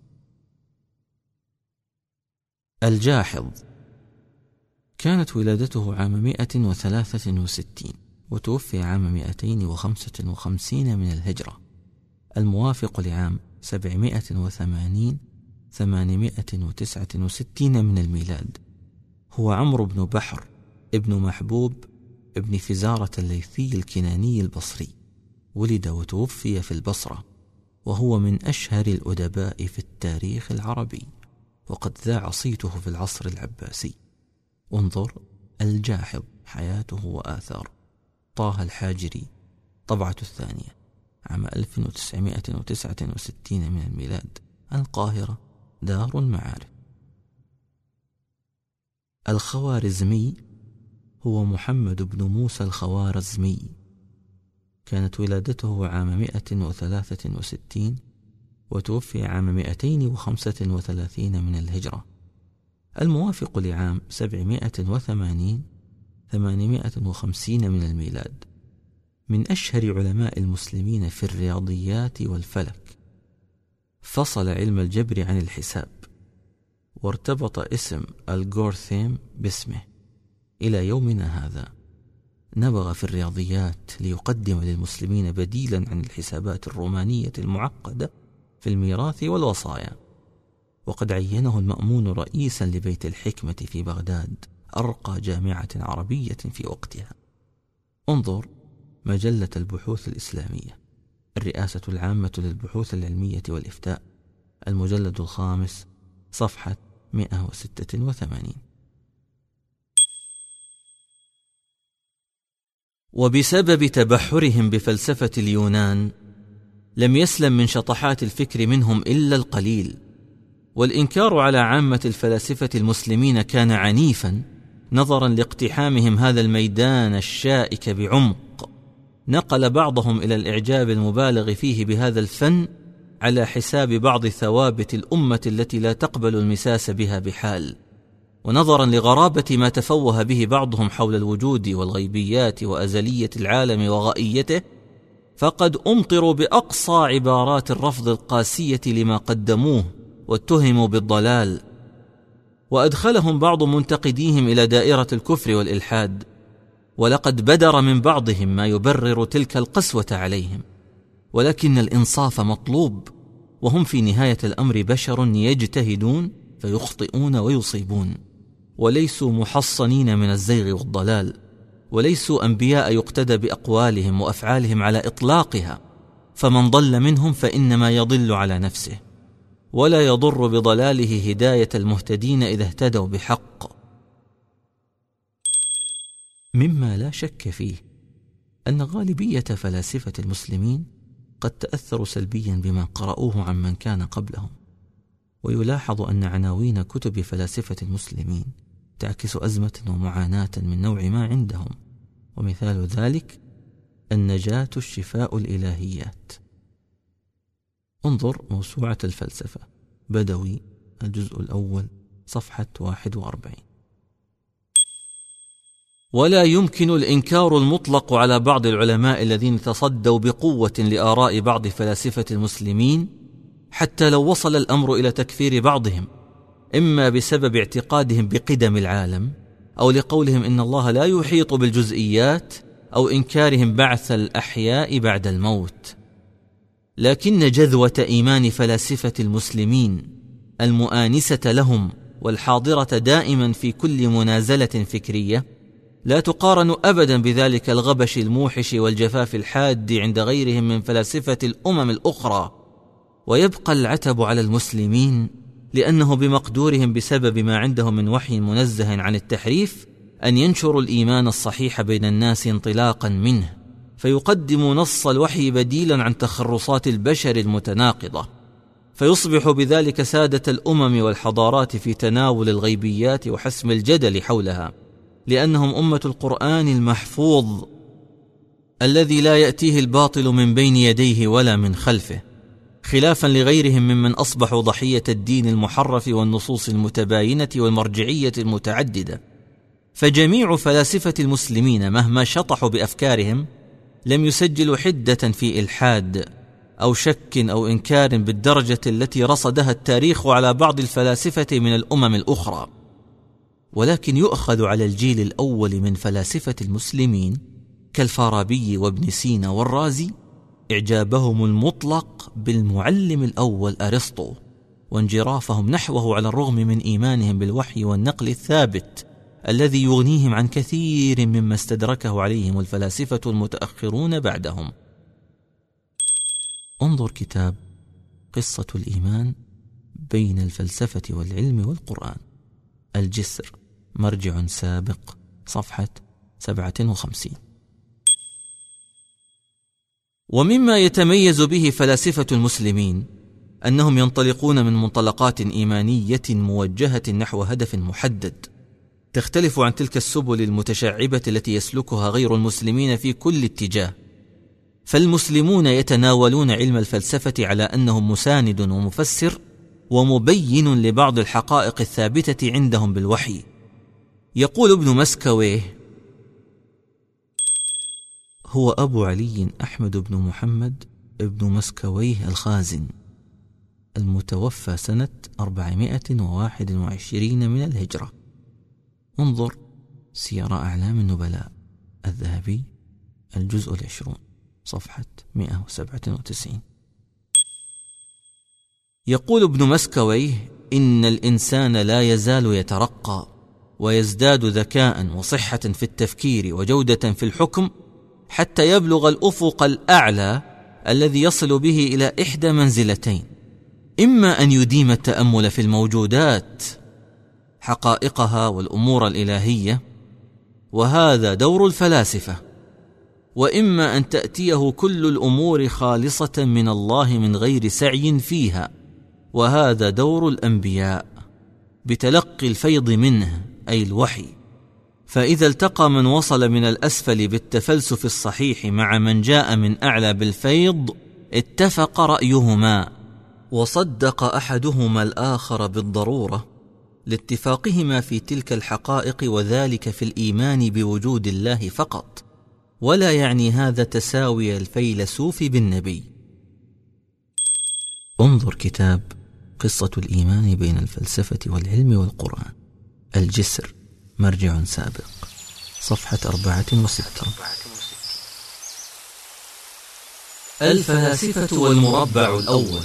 الجاحظ كانت ولادته عام مئة وثلاثة وستين وتوفي عام مئتين وخمسة وخمسين من الهجرة، الموافق لعام سبعمائة وثمانين ثمانمائة وتسعة وستين من الميلاد. هو عمرو بن بحر ابن محبوب ابن فزارة الليثي الكناني البصري، ولد وتوفي في البصرة، وهو من أشهر الأدباء في التاريخ العربي، وقد ذاع صيته في العصر العباسي. انظر الجاحظ، حياته وآثاره، طه الحاجري، طبعة الثانية، عام ألف وتسعمائة وتسعة وستين من الميلاد، القاهرة، دار المعارف. الخوارزمي هو محمد بن موسى الخوارزمي، كانت ولادته عام مئة وثلاثة وستين وتوفي عام مئتين وخمسة وثلاثين من الهجرة، الموافق لعام سبعمائة وثمانين ثمانمائة وخمسين من الميلاد. من أشهر علماء المسلمين في الرياضيات والفلك، فصل علم الجبر عن الحساب، وارتبط اسم الغورثيم باسمه إلى يومنا هذا. نبغ في الرياضيات ليقدم للمسلمين بديلا عن الحسابات الرومانية المعقدة في الميراث والوصايا، وقد عينه المأمون رئيسا لبيت الحكمة في بغداد، أرقى جامعة عربية في وقتها. انظر مجلة البحوث الإسلامية، الرئاسة العامة للبحوث العلمية والإفتاء، المجلد الخامس، صفحة مئة وستة وثمانين. وبسبب تبحرهم بفلسفة اليونان لم يسلم من شطحات الفكر منهم إلا القليل، والإنكار على عامة الفلاسفة المسلمين كان عنيفا نظرا لاقتحامهم هذا الميدان الشائك بعمق. نقل بعضهم إلى الإعجاب المبالغ فيه بهذا الفن على حساب بعض ثوابت الأمة التي لا تقبل المساس بها بحال، ونظرا لغرابة ما تفوه به بعضهم حول الوجود والغيبيات وأزلية العالم وغائيته، فقد أمطروا بأقصى عبارات الرفض القاسية لما قدموه واتهموا بالضلال، وأدخلهم بعض منتقديهم إلى دائرة الكفر والإلحاد، ولقد بدر من بعضهم ما يبرر تلك القسوة عليهم. ولكن الإنصاف مطلوب، وهم في نهاية الأمر بشر يجتهدون فيخطئون ويصيبون، وليسوا محصنين من الزيغ والضلال، وليسوا أنبياء يقتدى بأقوالهم وأفعالهم على إطلاقها، فمن ضل منهم فإنما يضل على نفسه، ولا يضر بضلاله هداية المهتدين إذا اهتدوا بحق. مما لا شك فيه أن غالبية فلاسفة المسلمين قد تأثروا سلبيا بما قرأوه عمن كان قبلهم، ويلاحظ أن عناوين كتب فلاسفة المسلمين تعكس أزمة ومعاناة من نوع ما عندهم، ومثال ذلك النجاة الشفاء الإلهيات. انظر موسوعة الفلسفة، بدوي، الجزء الأول، صفحة واحد وأربعين. ولا يمكن الإنكار المطلق على بعض العلماء الذين تصدوا بقوة لآراء بعض فلاسفة المسلمين، حتى لو وصل الأمر إلى تكفير بعضهم، إما بسبب اعتقادهم بقدم العالم أو لقولهم إن الله لا يحيط بالجزئيات، أو إنكارهم بعث الأحياء بعد الموت. لكن جذوة إيمان فلاسفة المسلمين المؤانسة لهم والحاضرة دائما في كل منازلة فكرية لا تقارن أبدا بذلك الغبش الموحش والجفاف الحاد عند غيرهم من فلاسفة الأمم الأخرى. ويبقى العتب على المسلمين، لأنه بمقدورهم بسبب ما عندهم من وحي منزه عن التحريف أن ينشروا الإيمان الصحيح بين الناس انطلاقا منه، فيقدموا نص الوحي بديلا عن تخرصات البشر المتناقضة، فيصبح بذلك سادة الأمم والحضارات في تناول الغيبيات وحسم الجدل حولها، لأنهم أمة القرآن المحفوظ الذي لا يأتيه الباطل من بين يديه ولا من خلفه، خلافا لغيرهم ممن أصبحوا ضحية الدين المحرف والنصوص المتباينة والمرجعية المتعددة. فجميع فلاسفة المسلمين مهما شطحوا بأفكارهم لم يسجلوا حدة في إلحاد أو شك أو إنكار بالدرجة التي رصدها التاريخ على بعض الفلاسفة من الأمم الأخرى. ولكن يؤخذ على الجيل الأول من فلاسفة المسلمين كالفارابي وابن سينا والرازي إعجابهم المطلق بالمعلم الأول أرسطو، وانجرافهم نحوه على الرغم من إيمانهم بالوحي والنقل الثابت الذي يغنيهم عن كثير مما استدركه عليهم الفلاسفة المتأخرون بعدهم. انظر كتاب قصة الإيمان بين الفلسفة والعلم والقرآن، الجسر، مرجع سابق، صفحة سبعة وخمسين. ومما يتميز به فلاسفة المسلمين أنهم ينطلقون من منطلقات إيمانية موجهة نحو هدف محدد، تختلف عن تلك السبل المتشعبة التي يسلكها غير المسلمين في كل اتجاه. فالمسلمون يتناولون علم الفلسفة على أنه مساند ومفسر ومبين لبعض الحقائق الثابتة عندهم بالوحي. يقول ابن مسكويه: هو أبو علي أحمد بن محمد ابن مسكويه الخازن، المتوفى سنة أربعمائة وواحد وعشرين من الهجرة. انظر سير أعلام النبلاء، الذهبي، الجزء العشرون، صفحة مئة وسبعة وتسعين. يقول ابن مسكويه: إن الإنسان لا يزال يترقى ويزداد ذكاء وصحة في التفكير وجودة في الحكم حتى يبلغ الأفق الأعلى الذي يصل به إلى إحدى منزلتين: إما أن يديم التأمل في الموجودات حقائقها والأمور الإلهية، وهذا دور الفلاسفة، وإما أن تأتيه كل الأمور خالصة من الله من غير سعي فيها، وهذا دور الأنبياء بتلقي الفيض منه أي الوحي. فإذا التقى من وصل من الأسفل بالتفلسف الصحيح مع من جاء من أعلى بالفيض اتفق رأيهما، وصدق أحدهما الآخر بالضرورة لاتفاقهما في تلك الحقائق، وذلك في الإيمان بوجود الله فقط، ولا يعني هذا تساوي الفيلسوف بالنبي. انظر كتاب قصة الإيمان بين الفلسفة والعلم والقرآن، الجسر، مرجع سابق، صفحة أربعة وستين. الفلاسفة والمربع الأول.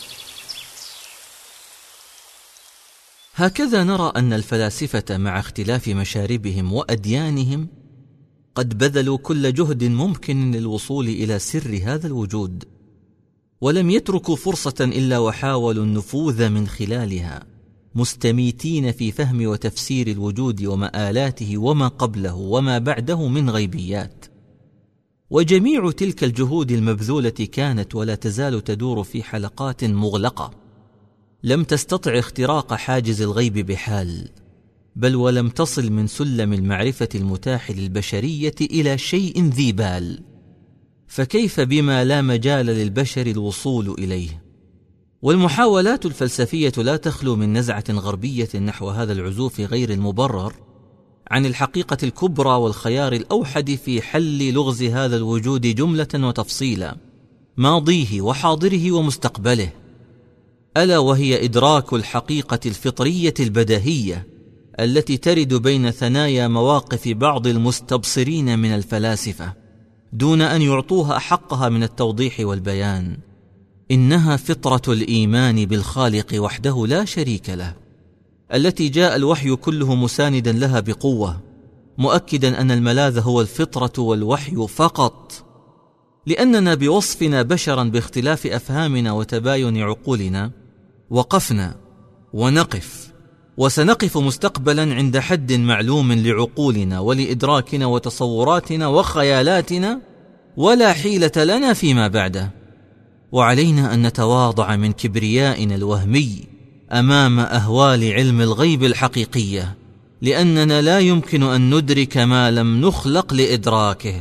هكذا نرى أن الفلاسفة مع اختلاف مشاربهم وأديانهم قد بذلوا كل جهد ممكن للوصول إلى سر هذا الوجود، ولم يتركوا فرصة إلا وحاولوا النفوذ من خلالها، مستميتين في فهم وتفسير الوجود ومآلاته وما قبله وما بعده من غيبيات. وجميع تلك الجهود المبذولة كانت ولا تزال تدور في حلقات مغلقة، لم تستطع اختراق حاجز الغيب بحال، بل ولم تصل من سلم المعرفة المتاح للبشرية إلى شيء ذي بال، فكيف بما لا مجال للبشر الوصول إليه؟ والمحاولات الفلسفية لا تخلو من نزعة غربية نحو هذا العزوف غير المبرر عن الحقيقة الكبرى والخيار الأوحد في حل لغز هذا الوجود جملة وتفصيلا، ماضيه وحاضره ومستقبله، ألا وهي إدراك الحقيقة الفطرية البديهية التي ترد بين ثنايا مواقف بعض المستبصرين من الفلاسفة دون أن يعطوها حقها من التوضيح والبيان. إنها فطرة الإيمان بالخالق وحده لا شريك له، التي جاء الوحي كله مساندا لها بقوة، مؤكدا أن الملاذ هو الفطرة والوحي فقط، لأننا بوصفنا بشرا باختلاف أفهامنا وتباين عقولنا وقفنا ونقف وسنقف مستقبلا عند حد معلوم لعقولنا ولإدراكنا وتصوراتنا وخيالاتنا، ولا حيلة لنا فيما بعده. وعلينا أن نتواضع من كبريائنا الوهمي أمام أهوال علم الغيب الحقيقية، لأننا لا يمكن أن ندرك ما لم نخلق لإدراكه.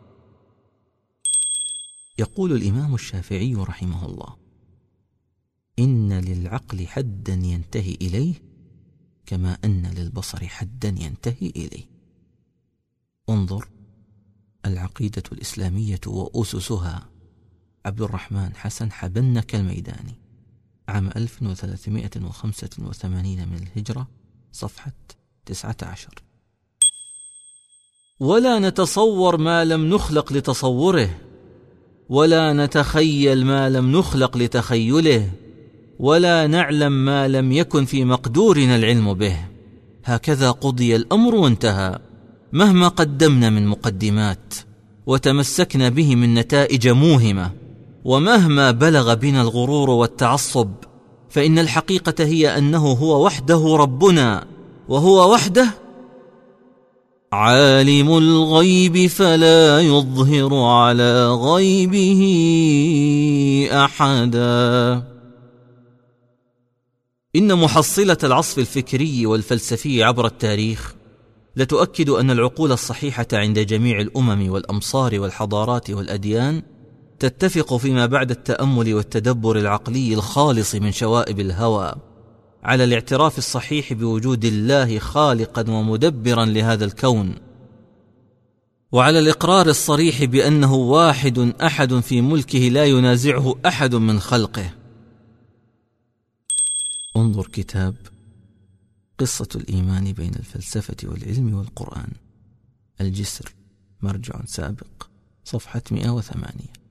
يقول الإمام الشافعي رحمه الله: إن للعقل حدا ينتهي إليه كما أن للبصر حدا ينتهي إليه. انظر: العقيدة الإسلامية وأسسها، عبد الرحمن حسن حبنك الميداني، عام ألف وثلاثمائة وخمسة وثمانين من الهجرة، صفحة تسعة عشر. ولا نتصور ما لم نخلق لتصوره، ولا نتخيل ما لم نخلق لتخيله، ولا نعلم ما لم يكن في مقدورنا العلم به. هكذا قضي الأمر وانتهى، مهما قدمنا من مقدمات وتمسكنا به من نتائج موهمة، ومهما بلغ بنا الغرور والتعصب، فإن الحقيقة هي أنه هو وحده ربنا، وهو وحده عالم الغيب فلا يظهر على غيبه أحدا. إن محصلة العصف الفكري والفلسفي عبر التاريخ لتؤكد أن العقول الصحيحة عند جميع الأمم والأمصار والحضارات والأديان تتفق فيما بعد التأمل والتدبر العقلي الخالص من شوائب الهوى على الاعتراف الصحيح بوجود الله خالقا ومدبرا لهذا الكون، وعلى الإقرار الصريح بأنه واحد أحد في ملكه لا ينازعه أحد من خلقه. انظر كتاب قصة الإيمان بين الفلسفة والعلم والقرآن، الجسر، مرجع سابق، صفحة مئة وثمانية.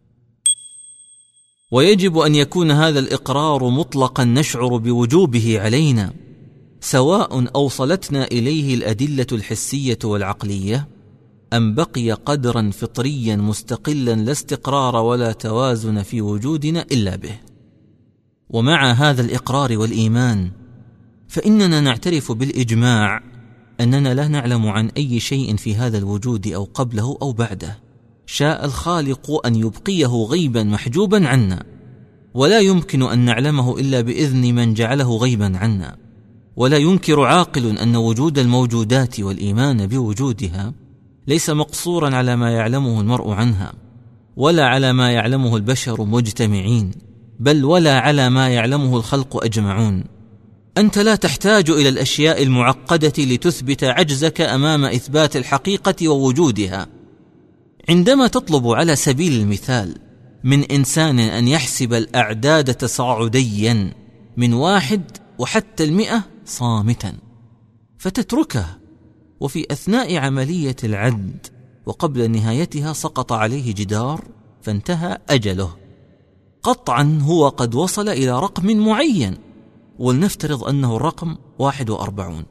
ويجب أن يكون هذا الإقرار مطلقا نشعر بوجوبه علينا، سواء أوصلتنا إليه الأدلة الحسية والعقلية أم بقي قدرا فطريا مستقلا لا استقرار ولا توازن في وجودنا إلا به. ومع هذا الإقرار والإيمان فإننا نعترف بالإجماع أننا لا نعلم عن أي شيء في هذا الوجود أو قبله أو بعده شاء الخالق أن يبقيه غيبا محجوبا عنا، ولا يمكن أن نعلمه إلا بإذن من جعله غيبا عنا. ولا ينكر عاقل أن وجود الموجودات والإيمان بوجودها ليس مقصورا على ما يعلمه المرء عنها، ولا على ما يعلمه البشر مجتمعين، بل ولا على ما يعلمه الخلق أجمعون. أنت لا تحتاج إلى الأشياء المعقدة لتثبت عجزك أمام إثبات الحقيقة ووجودها. عندما تطلب على سبيل المثال من إنسان أن يحسب الأعداد تصاعديا من واحد وحتى المئة صامتا، فتتركه، وفي أثناء عملية العد وقبل نهايتها سقط عليه جدار فانتهى أجله، قطعا هو قد وصل إلى رقم معين، ولنفترض أنه الرقم واحد وأربعون،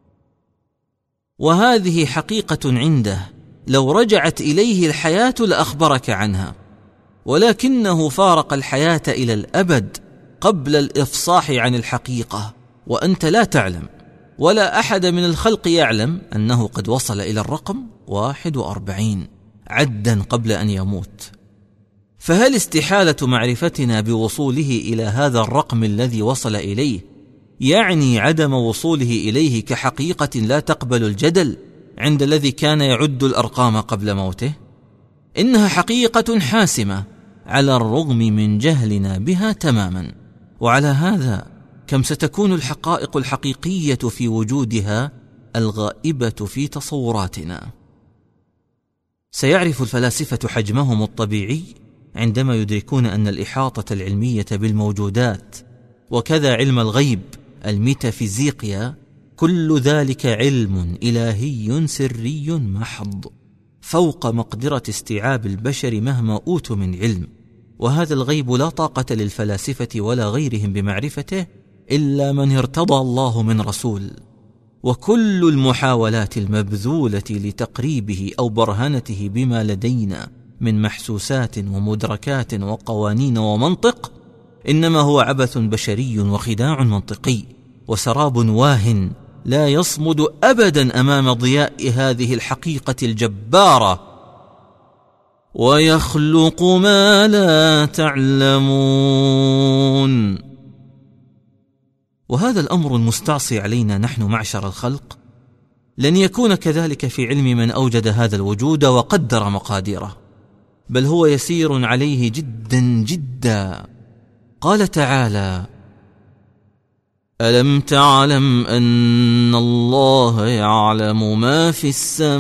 وهذه حقيقة عنده لو رجعت إليه الحياة لأخبرك عنها، ولكنه فارق الحياة إلى الأبد قبل الإفصاح عن الحقيقة، وأنت لا تعلم ولا أحد من الخلق يعلم أنه قد وصل إلى الرقم واحد وأربعين عدا قبل أن يموت. فهل استحالة معرفتنا بوصوله إلى هذا الرقم الذي وصل إليه يعني عدم وصوله إليه كحقيقة لا تقبل الجدل عند الذي كان يعد الأرقام قبل موته؟ إنها حقيقة حاسمة على الرغم من جهلنا بها تماما. وعلى هذا كم ستكون الحقائق الحقيقية في وجودها الغائبة في تصوراتنا. سيعرف الفلاسفة حجمهم الطبيعي عندما يدركون أن الإحاطة العلمية بالموجودات وكذا علم الغيب الميتافيزيقيا كل ذلك علم إلهي سري محض فوق مقدرة استيعاب البشر مهما أوتوا من علم، وهذا الغيب لا طاقة للفلاسفة ولا غيرهم بمعرفته إلا من ارتضى الله من رسول. وكل المحاولات المبذولة لتقريبه أو برهنته بما لدينا من محسوسات ومدركات وقوانين ومنطق إنما هو عبث بشري وخداع منطقي وسراب واهن لا يصمد أبدا أمام ضياء هذه الحقيقة الجبارة. ويخلق ما لا تعلمون. وهذا الأمر المستعصي علينا نحن معشر الخلق لن يكون كذلك في علم من أوجد هذا الوجود وقدر مقاديره، بل هو يسير عليه جدا جدا. قال تعالى: ألم تعلم أن الله يعلم ما في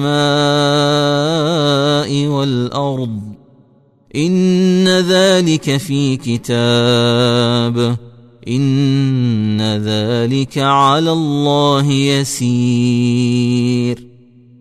السماء والأرض إن ذلك في كتاب إن ذلك على الله يسير.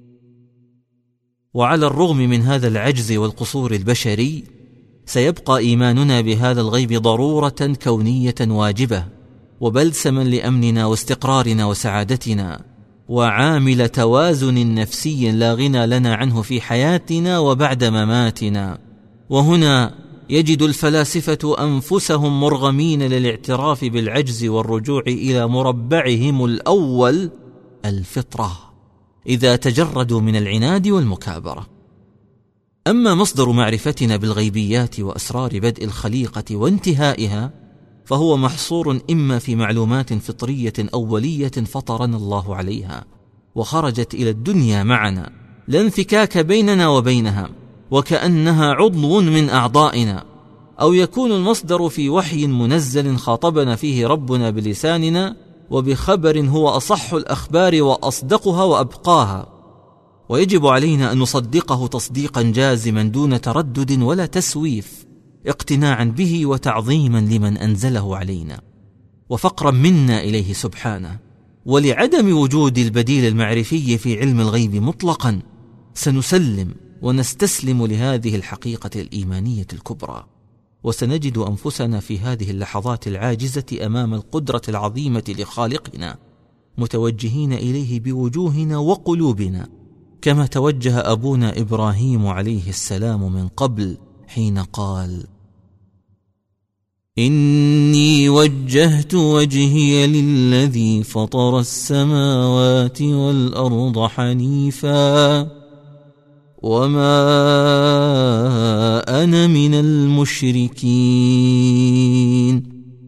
وعلى الرغم من هذا العجز والقصور البشري سيبقى إيماننا بهذا الغيب ضرورة كونية واجبة وبلسما لأمننا واستقرارنا وسعادتنا، وعامل توازن نفسي لا غنى لنا عنه في حياتنا وبعد مماتنا. وهنا يجد الفلاسفة أنفسهم مرغمين للاعتراف بالعجز والرجوع إلى مربعهم الأول الفطرة إذا تجردوا من العناد والمكابرة. أما مصدر معرفتنا بالغيبيات وأسرار بدء الخليقة وانتهائها فهو محصور إما في معلومات فطرية أولية فطرنا الله عليها وخرجت إلى الدنيا معنا لا انفكاك بيننا وبينها وكأنها عضو من أعضائنا، أو يكون المصدر في وحي منزل خاطبنا فيه ربنا بلساننا وبخبر هو أصح الأخبار وأصدقها وأبقاها، ويجب علينا أن نصدقه تصديقا جازما دون تردد ولا تسويف، اقتناعا به وتعظيما لمن أنزله علينا وفقرا منا إليه سبحانه. ولعدم وجود البديل المعرفي في علم الغيب مطلقا سنسلم ونستسلم لهذه الحقيقة الإيمانية الكبرى، وسنجد أنفسنا في هذه اللحظات العاجزة أمام القدرة العظيمة لخالقنا متوجهين إليه بوجوهنا وقلوبنا، كما توجه أبونا إبراهيم عليه السلام من قبل حين قال: إني وجهت وجهي للذي فطر السماوات والأرض حنيفا وما أنا من المشركين.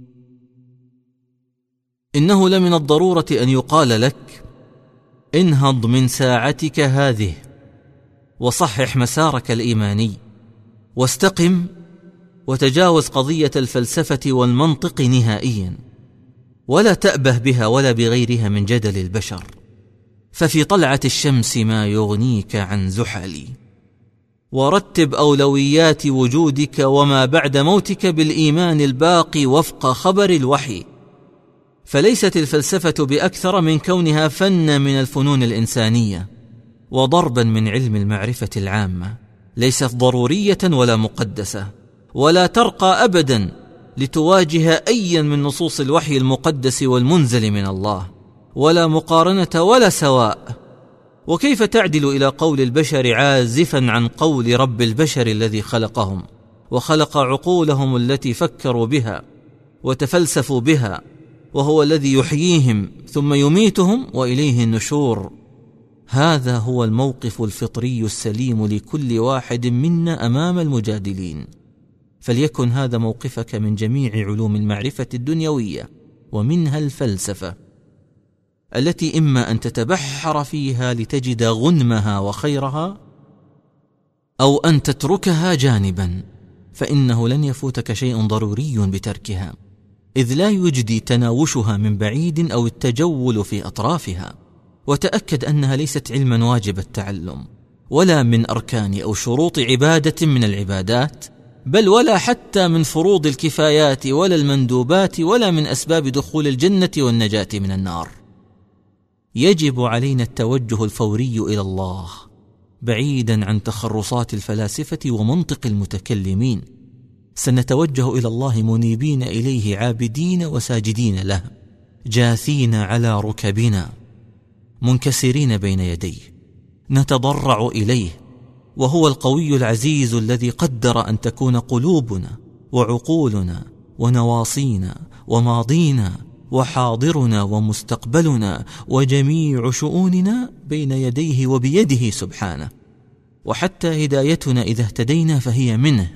إنه لمن الضرورة أن يقال لك: انهض من ساعتك هذه وصحح مسارك الإيماني واستقم وتجاوز قضية الفلسفة والمنطق نهائيا، ولا تأبه بها ولا بغيرها من جدل البشر، ففي طلعة الشمس ما يغنيك عن زحلي. ورتب أولويات وجودك وما بعد موتك بالإيمان الباقي وفق خبر الوحي، فليست الفلسفة بأكثر من كونها فن من الفنون الإنسانية وضربا من علم المعرفة العامة، ليست ضرورية ولا مقدسة، ولا ترقى أبدا لتواجه أيا من نصوص الوحي المقدس والمنزل من الله، ولا مقارنة ولا سواء. وكيف تعدل إلى قول البشر عازفا عن قول رب البشر الذي خلقهم وخلق عقولهم التي فكروا بها وتفلسفوا بها، وهو الذي يحييهم ثم يميتهم وإليه النشور. هذا هو الموقف الفطري السليم لكل واحد منا أمام المجادلين، فليكن هذا موقفك من جميع علوم المعرفة الدنيوية ومنها الفلسفة، التي إما أن تتبحر فيها لتجد غنمها وخيرها، أو أن تتركها جانبا، فإنه لن يفوتك شيء ضروري بتركها، إذ لا يجدي تناوشها من بعيد أو التجول في أطرافها. وتأكد أنها ليست علما واجب التعلم، ولا من أركان أو شروط عبادة من العبادات، بل ولا حتى من فروض الكفايات ولا المندوبات، ولا من أسباب دخول الجنة والنجاة من النار. يجب علينا التوجه الفوري إلى الله، بعيدا عن تخرصات الفلاسفة ومنطق المتكلمين. سنتوجه إلى الله منيبين إليه، عابدين وساجدين له، جاثين على ركبنا، منكسرين بين يديه، نتضرع إليه، وهو القوي العزيز الذي قدر أن تكون قلوبنا وعقولنا ونواصينا وماضينا وحاضرنا ومستقبلنا وجميع شؤوننا بين يديه وبيده سبحانه. وحتى هدايتنا إذا اهتدينا فهي منه،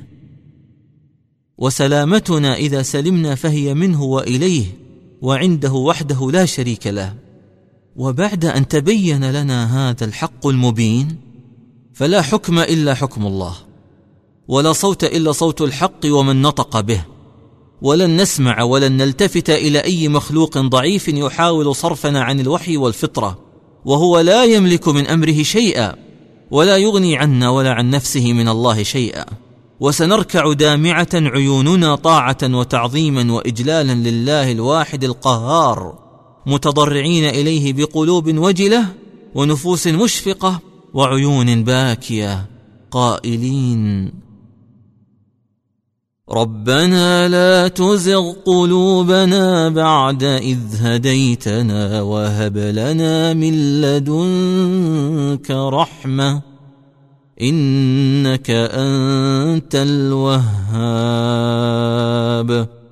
وسلامتنا إذا سلمنا فهي منه وإليه، وعنده وحده لا شريك له. وبعد أن تبين لنا هذا الحق المبين، فلا حكم إلا حكم الله، ولا صوت إلا صوت الحق ومن نطق به، ولن نسمع ولن نلتفت إلى أي مخلوق ضعيف يحاول صرفنا عن الوحي والفطرة، وهو لا يملك من أمره شيئا، ولا يغني عنا ولا عن نفسه من الله شيئا. وسنركع دامعة عيوننا طاعة وتعظيما وإجلالا لله الواحد القهار، متضرعين إليه بقلوب وجلة ونفوس مشفقة وعيون باكية، قائلين: ربنا لا تزغ قلوبنا بعد إذ هديتنا وهب لنا من لدنك رحمة إنك أنت الوهاب.